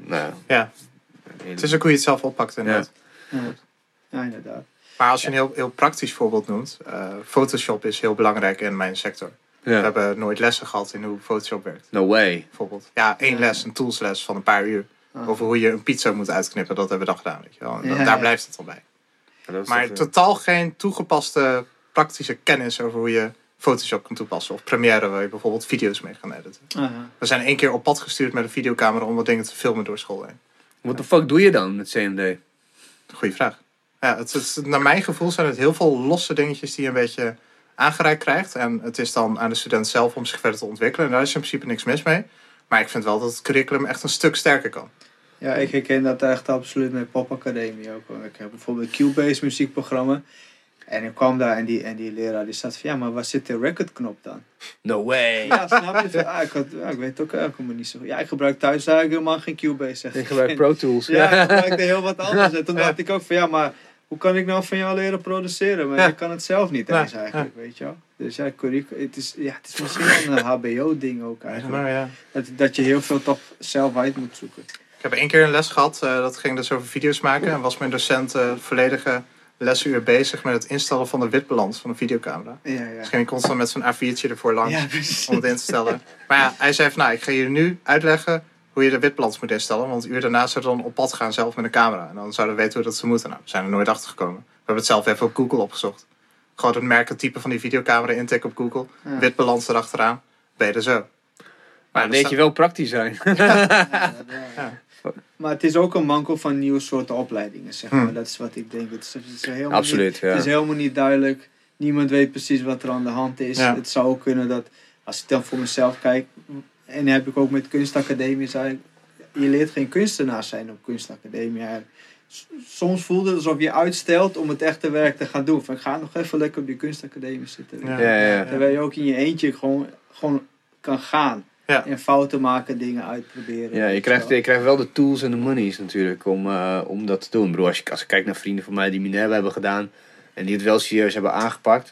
Het is ook hoe je het zelf oppakt inderdaad. Ja, inderdaad. Maar als je een heel praktisch voorbeeld noemt. Photoshop is heel belangrijk in mijn sector. Ja. We hebben nooit lessen gehad in hoe Photoshop werkt. No way. Bijvoorbeeld. Ja, 1 les, een toolsles van een paar uur. Over hoe je een pizza moet uitknippen. Dat hebben we dan gedaan. Weet je wel. En daar blijft het al bij. Maar totaal geen toegepaste praktische kennis over hoe je Photoshop kan toepassen. Of Premiere, waar je bijvoorbeeld video's mee kan editen. We zijn 1 keer op pad gestuurd met een videocamera om wat dingen te filmen door school heen. Wat de fuck doe je dan met CMD? Goeie vraag. Ja, naar mijn gevoel zijn het heel veel losse dingetjes die je een beetje aangereikt krijgt. En het is dan aan de student zelf om zich verder te ontwikkelen. En daar is in principe niks mis mee. Maar ik vind wel dat het curriculum echt een stuk sterker kan. Ja, ik herken dat echt absoluut met Pop Academie ook. Ik heb bijvoorbeeld een Cubase muziekprogramma. En ik kwam daar en die leraar die zat van, ja, maar waar zit de recordknop dan? No way! Ja, snap je? Ik weet het ook helemaal niet zo. Ja, ik gebruik thuis eigenlijk helemaal geen Cubase. Zeg. Ik gebruik Pro Tools. Ja, ik gebruikte heel wat anders. En toen dacht ik ook van, ja, maar hoe kan ik nou van jou leren produceren? Maar ik kan het zelf niet eens eigenlijk, weet je wel. Dus ja, het is misschien wel een HBO-ding ook eigenlijk. Ja. Dat je heel veel toch zelf uit moet zoeken. Ik heb 1 keer een les gehad, dat ging dus over video's maken. En was mijn docent volledige lesuur bezig met het instellen van de witbalans van een videocamera. Dus ging ik constant met zo'n A4'tje ervoor langs om het in te stellen. Maar ja, hij zei van, nou, ik ga je nu uitleggen hoe je de witbalans moet instellen. Want 1 uur daarna zouden we dan op pad gaan zelf met een camera. En dan zouden we weten hoe dat ze moeten. Nou, we zijn er nooit achter gekomen. We hebben het zelf even op Google opgezocht. Gewoon het merkentype van die videocamera intikken op Google. Ja. Witbalans erachteraan. Ben je er zo. Maar dan weet je wel praktisch zijn. Maar het is ook een manko van nieuwe soorten opleidingen, zeg maar. Dat is wat ik denk. Het is helemaal absoluut, het is helemaal niet duidelijk. Niemand weet precies wat er aan de hand is. Ja. Het zou ook kunnen dat, als ik dan voor mezelf kijk, en heb ik ook met kunstacademie, je leert geen kunstenaar zijn op kunstacademie. Soms voelt het alsof je uitstelt om het echte werk te gaan doen. Van, ik ga nog even lekker op die kunstacademie zitten. Terwijl je ook in je eentje gewoon kan gaan. Ja. En fouten maken, dingen uitproberen. Ja, je krijgt wel de tools en de monies natuurlijk om dat te doen. Ik bedoel, als ik kijk naar vrienden van mij die Minerva hebben gedaan en die het wel serieus hebben aangepakt.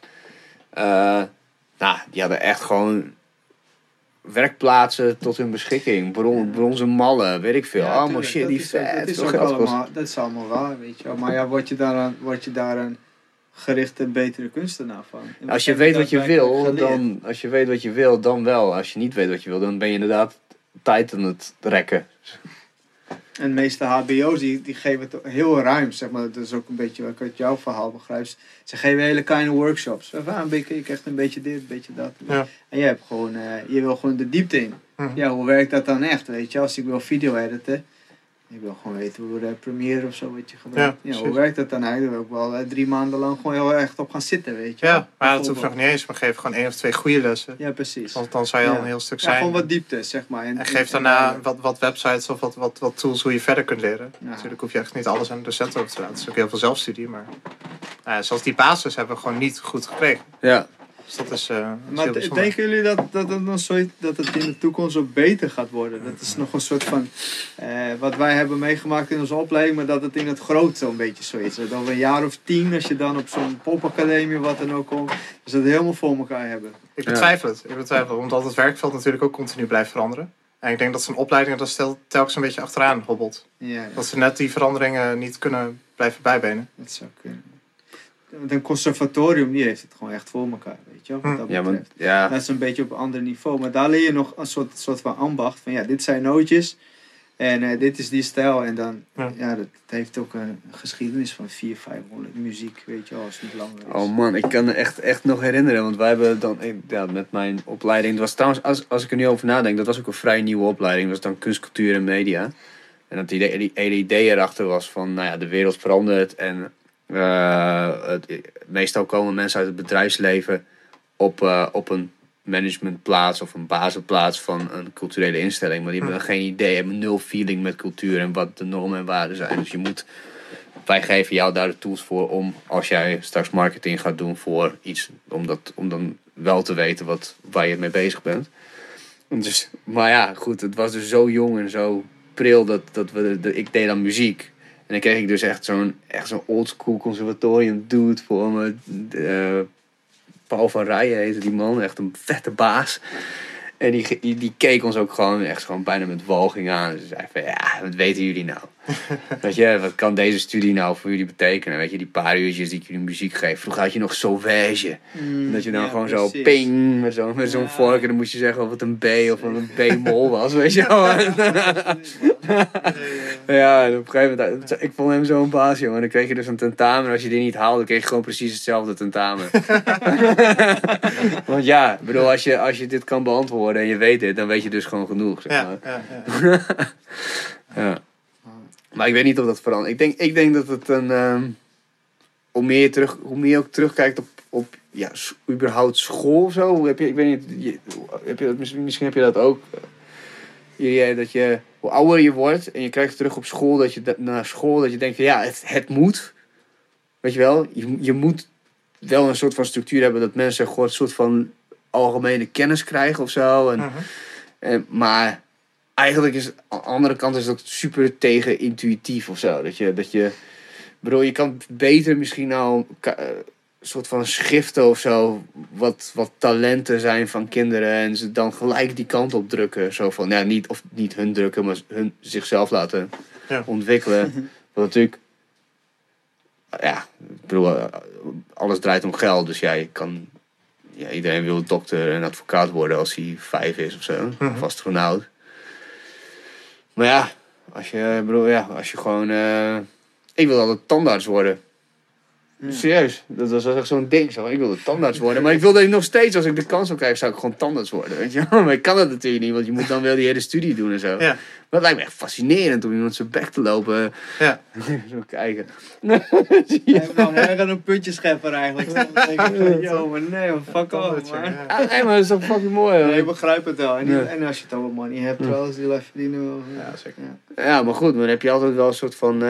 Die hadden echt gewoon werkplaatsen tot hun beschikking. Bronzen mallen, weet ik veel. Ja, allemaal shit die vet. Dat is allemaal waar, weet je wel. Maar ja, word je daar een gerichte, betere kunstenaar van. Als je weet wat je wil, dan wel. Als je niet weet wat je wil, dan ben je inderdaad tijd aan het rekken. En de meeste hbo's die geven het heel ruim, zeg maar. Dat is ook een beetje wat ik uit jouw verhaal begrijp. Ze geven hele kleine workshops. Je krijgt een beetje dit, een beetje dat. Ja. En je wil gewoon de diepte in. Ja, hoe werkt dat dan echt, weet je? Als ik wil video editen, ik wil gewoon weten hoe Premiere of zo, weet je, gebruikt. Ja, hoe werkt dat dan eigenlijk? Ik wil wel 3 maanden lang gewoon heel erg op gaan zitten, weet je. Ja, maar dat hoeft nog niet eens. Maar geef gewoon 1 of 2 goede lessen. Ja, precies. Want dan zou je al een heel stuk zijn. Ja, gewoon wat diepte, zeg maar. En geef daarna wat websites of wat tools hoe je verder kunt leren. Ja. Natuurlijk hoef je echt niet alles aan de docent over te laten. Het is ook heel veel zelfstudie, maar zoals die basis hebben we gewoon niet goed gekregen. Ja. Dus dat is maar denken jullie dat het in de toekomst ook beter gaat worden? Dat is nog een soort van wat wij hebben meegemaakt in onze opleiding, maar dat het in het groot zo'n beetje zo is. Dat over een jaar of 10, als je dan op zo'n popacademie wat dan ook komt, dus dat helemaal voor elkaar hebben. Ik betwijfel het, omdat het werkveld natuurlijk ook continu blijft veranderen. En ik denk dat zo'n opleiding er telkens een beetje achteraan hobbelt. Ja. Dat ze net die veranderingen niet kunnen blijven bijbenen. Dat zou kunnen. Een conservatorium die heeft het gewoon echt voor elkaar, weet je wel. Dat is een beetje op een ander niveau. Maar daar leer je nog een soort van ambacht. Van ja, dit zijn nootjes. En dit is die stijl. En dan, dat heeft ook een geschiedenis van 400-500 muziek, weet je wel, als het niet langer is. Oh man, ik kan me echt nog herinneren. Want wij hebben dan, met mijn opleiding, het was trouwens, als ik er nu over nadenk, dat was ook een vrij nieuwe opleiding. Dat was dan kunst, cultuur en media. En dat die idee erachter was van, nou ja, de wereld verandert en meestal komen mensen uit het bedrijfsleven op een managementplaats of een basisplaats van een culturele instelling. Maar die hebben geen idee, hebben nul feeling met cultuur en wat de normen en waarden zijn. Dus wij geven jou daar de tools voor om, als jij straks marketing gaat doen voor iets, om dan wel te weten waar je mee bezig bent. Dus, maar ja, goed, het was dus zo jong en zo pril dat ik deed dan muziek. En dan kreeg ik dus echt zo'n oldschool conservatorium dude voor me. Paul van Rijen heette die man, echt een vette baas. En die keek ons ook gewoon bijna met walging aan. Dus zei van, ja, wat weten jullie nou? Weet je, wat kan deze studie nou voor jullie betekenen? Weet je, die paar uurtjes die ik jullie muziek geef. Vroeger had je nog Sauvage. Dat je dan gewoon precies. Zo ping, met zo'n vork. En dan moest je zeggen of het een B of een B-mol was, weet je wel. Ja, en op een gegeven moment, ik vond hem zo'n baas, jongen. Dan kreeg je dus een tentamen. En als je die niet haalde, kreeg je gewoon precies hetzelfde tentamen. Want ja, ik bedoel, als je dit kan beantwoorden en je weet dit, dan weet je dus gewoon genoeg. Zeg maar. Ja. Maar ik weet niet of dat verandert. Ik denk dat het hoe meer je ook terugkijkt op überhaupt school of zo. Ik weet niet, misschien heb je dat ook. Dat je, hoe ouder je wordt en je kijkt terug op school, dat je denkt van ja, het moet. Weet je wel, je moet wel een soort van structuur hebben dat mensen gewoon een soort van algemene kennis krijgen of zo. Maar eigenlijk is aan de andere kant is dat super tegen-intuïtief of zo. Bedoel, je kan beter misschien nou een soort van schriften of zo, wat talenten zijn van kinderen en ze dan gelijk die kant op drukken. Zo van, ja, niet hun drukken, maar hun zichzelf laten ontwikkelen. Wat natuurlijk, ja, ik bedoel, alles draait om geld, dus iedereen wil dokter en advocaat worden als hij 5 is of zo, of astronaut. Maar ja, als je gewoon, ik wil altijd tandarts worden. Ja. Serieus, dat was echt zo'n ding. Ik wilde tandarts worden. Maar ik wilde nog steeds, als ik de kans zou krijgen, zou ik gewoon tandarts worden. Weet je? Maar ik kan dat natuurlijk niet, want je moet dan wel die hele studie doen en zo. Ja. Maar het lijkt me echt fascinerend om iemand zijn bek te lopen. Ja. Zo kijken. Hij gaat een puntje schepper eigenlijk. Maar nee, fuck off, man. Nee, maar dat is toch fucking mooi, hoor. Nee, ik begrijp het wel. En als je het over money hebt, trouwens, die life verdienen wel. Ja, zeker. Ja, maar goed, dan heb je altijd wel een soort van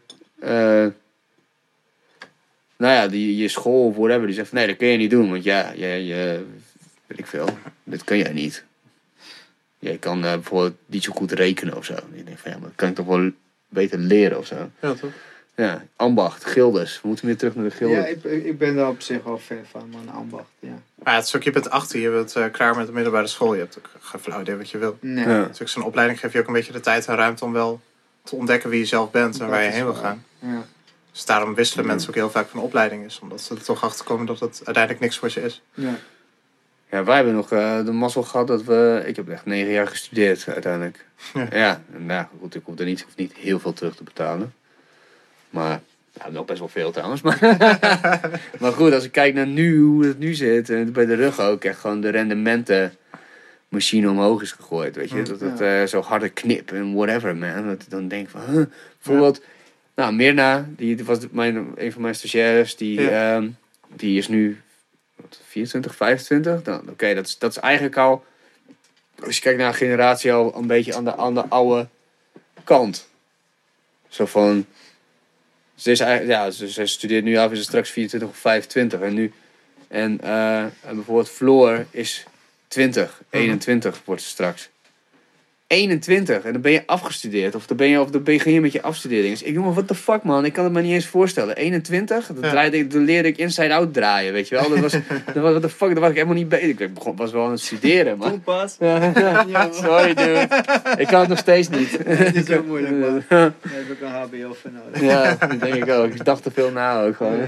nou ja, je school of whatever, die zegt van nee, dat kun je niet doen, want weet ik veel, dit kun jij niet. Jij kan bijvoorbeeld niet zo goed rekenen of zo. En je denkt van ja, maar dat kan ik toch wel beter leren of zo. Ja, toch? Ja, ambacht, gildes. We moeten weer terug naar de gildes. Ja, ik ben daar op zich wel fan van, man, ambacht, ja. Maar het is ook, je bent 18, je bent klaar met de middelbare school. Je hebt ook geen flauw idee wat je wil. Nee. Ja. Dus zo'n opleiding geeft je ook een beetje de tijd en ruimte om wel te ontdekken wie je zelf bent en waar je heen wil gaan. Ja. Dus daarom wisselen mensen ook heel vaak van opleiding is. Omdat ze er toch achter komen dat het uiteindelijk niks voor ze is. Ja. Ja, wij hebben nog de mazzel gehad dat ik heb echt 9 jaar gestudeerd uiteindelijk. Ja, nou goed, ik hoef er niet heel veel terug te betalen. Maar, nog best wel veel trouwens. Maar goed, als ik kijk naar nu, hoe het nu zit, en bij de rug ook echt gewoon de rendementenmachine omhoog is gegooid, weet je. Dat het zo harde knip en whatever, man. Dat ik dan denk van, bijvoorbeeld, Mirna, die was een van mijn stagiaires, die is nu 24, 25. Oké, dat is eigenlijk al, als je kijkt naar een generatie, al een beetje aan de oude kant. Zo van, ze studeert nu af, is ze straks 24 of 25. En bijvoorbeeld Floor is 20, 21 wordt ze straks. 21 en dan ben je afgestudeerd. Of dan begin je met je afstudering. Dus ik jongen, what the fuck man, ik kan het me niet eens voorstellen. 21, dan leerde ik Inside Out draaien, weet je wel. What the fuck, daar was ik helemaal niet bezig. Ik was wel aan het studeren, man. Toen pas. Sorry dude, ik kan het nog steeds niet. Het is zo moeilijk man. Daar heb ik een HBO voor nodig. Ja, dat denk ik ook. Ik dacht te veel na ook gewoon.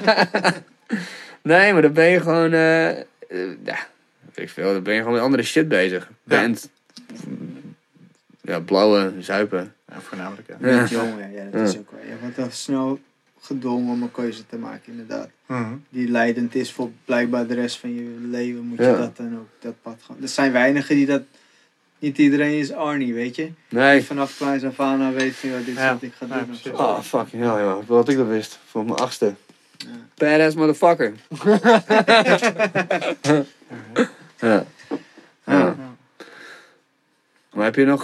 Nee, maar dan ben je gewoon, weet ik veel, dan ben je gewoon met andere shit bezig. Band, blauwe, zuipen. Ja, voornamelijk, ja. Met jongen, dat is ook wel. Je wordt dan snel gedwongen om een keuze te maken, inderdaad. Die leidend is voor blijkbaar de rest van je leven, moet je dat dan ook, dat pad gaan. Er zijn weinigen die dat, niet iedereen is Arnie, weet je? Nee. Die vanaf kleins af aan weet van, dit is wat ik ga doen. Oh, fucking hell, joh. Ik wil dat ik dat wist. Voor mijn 8e. Ja. Badass motherfucker. Ja. Maar heb je nog...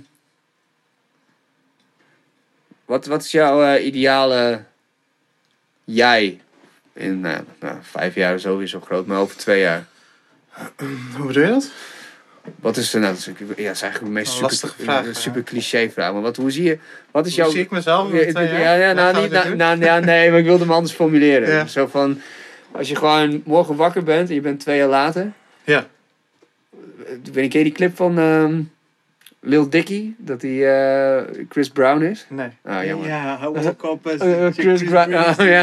Wat is jouw ideale jij? In 5 jaar is sowieso groot, maar over 2 jaar. Hoe bedoel je dat? Wat is dat is eigenlijk de meest super cliché vraag. Maar hoe zie je... Wat is hoe zie ik mezelf? Nee, maar ik wilde hem anders formuleren. Ja. Zo van... Als je gewoon morgen wakker bent en je bent 2 jaar later... Ja. Ken je die clip van... Lil Dicky, dat hij Chris Brown is? Nee. Ah, jammer. Ja, hou ook op. Chris Brown. Ja.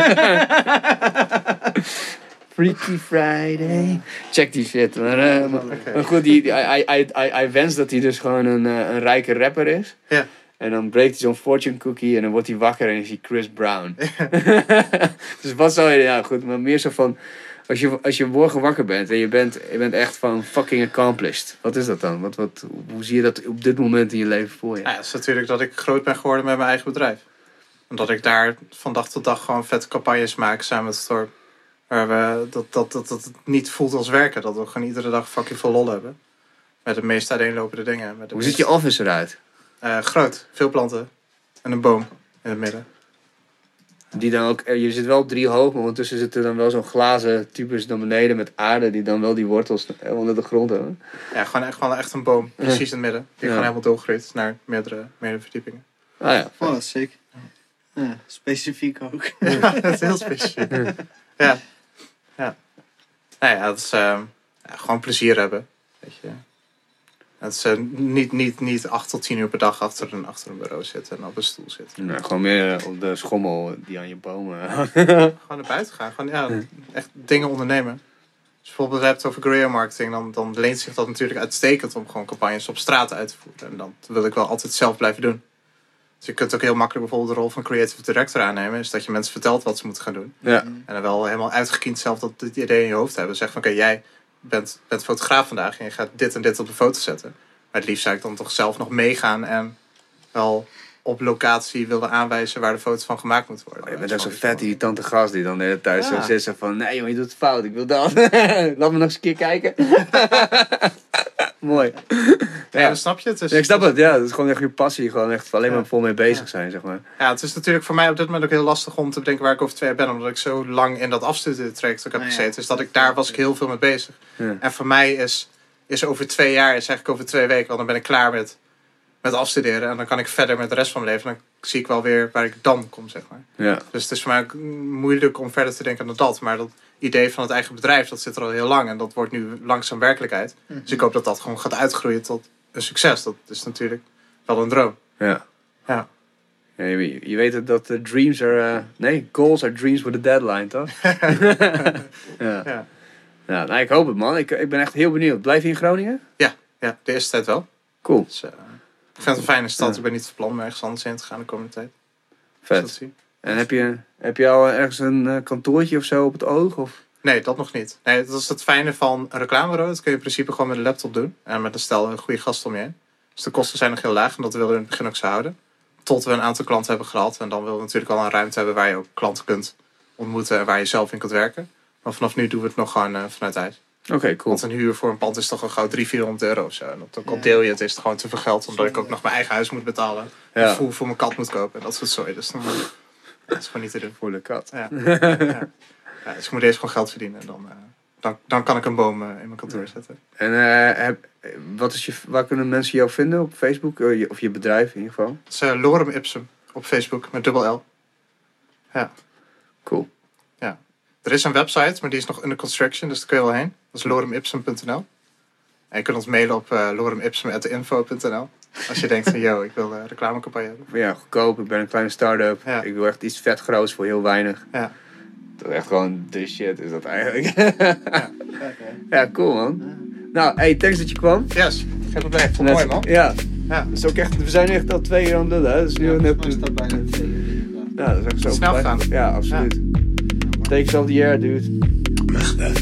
Freaky Friday. Check die shit. Maar goed, hij wenst dat hij dus gewoon een rijke rapper is. Ja. En dan breekt hij zo'n fortune cookie en dan wordt hij wakker en is hij Chris Brown. Dus wat zou je... Ja, goed, maar meer zo van... Als je morgen wakker bent en je bent echt van fucking accomplished. Wat is dat dan? Hoe zie je dat op dit moment in je leven voor je? Ja, het is natuurlijk dat ik groot ben geworden met mijn eigen bedrijf. Omdat ik daar van dag tot dag gewoon vette campagnes maak samen met Storm. Waar we dat het niet voelt als werken. Dat we gewoon iedere dag fucking veel lol hebben. Met de meest uiteenlopende dingen. Hoe ziet je office eruit? Groot. Veel planten. En een boom in het midden. Die dan ook, je zit wel op 3 hoog, maar ondertussen zit er dan wel zo'n glazen typus naar beneden met aarde die dan wel die wortels onder de grond hebben. Ja, gewoon echt een boom, precies in het midden. Die gewoon helemaal doorgroeit naar meerdere verdiepingen. Ah ja. Oh, sick. Ja, specifiek ook. Ja, dat is heel specifiek. Ja. Nou ja, dat is gewoon plezier hebben, weet je. Het is niet 8 tot 10 uur per dag achter een bureau zitten en op een stoel zitten. Nou, gewoon meer op de schommel die aan je bomen. Gewoon naar buiten gaan. Gewoon echt dingen ondernemen. Als je bijvoorbeeld hebt over guerrilla marketing, dan leent zich dat natuurlijk uitstekend om gewoon campagnes op straat uit te voeren. En dat wil ik wel altijd zelf blijven doen. Dus je kunt ook heel makkelijk bijvoorbeeld de rol van creative director aannemen. Is dat je mensen vertelt wat ze moeten gaan doen. Ja. En dan wel helemaal uitgekiend zelf dat dit idee in je hoofd hebben. Zeg van oké, jij bent fotograaf vandaag en je gaat dit en dit op de foto zetten. Maar het liefst zou ik dan toch zelf nog meegaan en wel op locatie willen aanwijzen waar de foto's van gemaakt moeten worden. Je bent ook zo'n vet irritante gast die dan de hele tijd zo zit van nee jongen, je doet het fout, ik wil dat. Laat me nog eens een keer kijken. Mooi. Ja, snap je? Het is, ik snap het, ja. Het is gewoon echt je passie, gewoon echt alleen maar vol mee bezig zijn, zeg maar. Ja, het is natuurlijk voor mij op dit moment ook heel lastig om te bedenken waar ik over 2 jaar ben, omdat ik zo lang in dat afstudietraject ook heb gezeten. Dus dat daar was ik heel veel mee bezig. Ja. En voor mij is over 2 jaar, is eigenlijk over 2 weken, want dan ben ik klaar met afstuderen en dan kan ik verder met de rest van mijn leven. Dan zie ik wel weer waar ik dan kom, zeg maar. Ja. Dus het is voor mij ook moeilijk om verder te denken dan dat. Maar dat idee van het eigen bedrijf, dat zit er al heel lang. En dat wordt nu langzaam werkelijkheid. Mm-hmm. Dus ik hoop dat dat gewoon gaat uitgroeien tot een succes. Dat is natuurlijk wel een droom. Ja. Ja. Ja, je weet dat dreams are... goals are dreams with a deadline, toch? Ja. Ja, nou, ik hoop het, man. Ik ben echt heel benieuwd. Blijf je in Groningen? Ja, de eerste tijd wel. Cool. Dus, ik vind het een fijne stad. Ik ben niet van plan om ergens anders heen te gaan de komende tijd. Vet. En heb je al ergens een kantoortje of zo op het oog? Of? Nee, dat nog niet. Nee, dat is het fijne van een reclamebureau. Dat kun je in principe gewoon met een laptop doen. En met een goede gasten om je heen. Dus de kosten zijn nog heel laag. En dat willen we in het begin ook zo houden. Tot we een aantal klanten hebben gehad. En dan willen we natuurlijk al een ruimte hebben waar je ook klanten kunt ontmoeten. En waar je zelf in kunt werken. Maar vanaf nu doen we het nog gewoon vanuit huis. Oké, cool. Want een huur voor een pand is toch al gauw 300-400 euro of zo. En ook al deel je het, is het gewoon te veel geld. Omdat ik ook nog mijn eigen huis moet betalen. Ja. Voer voor mijn kat moet kopen. En dat soort zooi. Dus dat is gewoon niet te doen. Voor de kat. Ja. Ja, dus ik moet eerst gewoon geld verdienen. En dan kan ik een boom in mijn kantoor zetten. En waar kunnen mensen jou vinden op Facebook? Of je bedrijf in ieder geval? Het is Lorem Ipsum op Facebook met dubbel L. Ja. Cool. Ja. Er is een website, maar die is nog under construction, dus daar kun je wel heen. Dat is loremipsum.nl. En je kunt ons mailen op loremipsum@info.nl. Als je denkt van, yo, ik wil een reclamecampagne hebben. Ja, goedkoop. Ik ben een kleine start-up. Ja. Ik wil echt iets vet groots voor heel weinig. Ja. Dat is echt gewoon de shit is dat eigenlijk. Ja, cool man. Ja. Nou, hey, thanks dat je kwam. Yes, geen probleem. Vond het mooi man. Ja. Dus ook echt, we zijn echt al 2 uur aan het doen, hè. Dus nu staat bijna 2 uur. Ja, dat is echt zo snel gegaan. Ja, absoluut. Takes of the year, dude. Macbeth.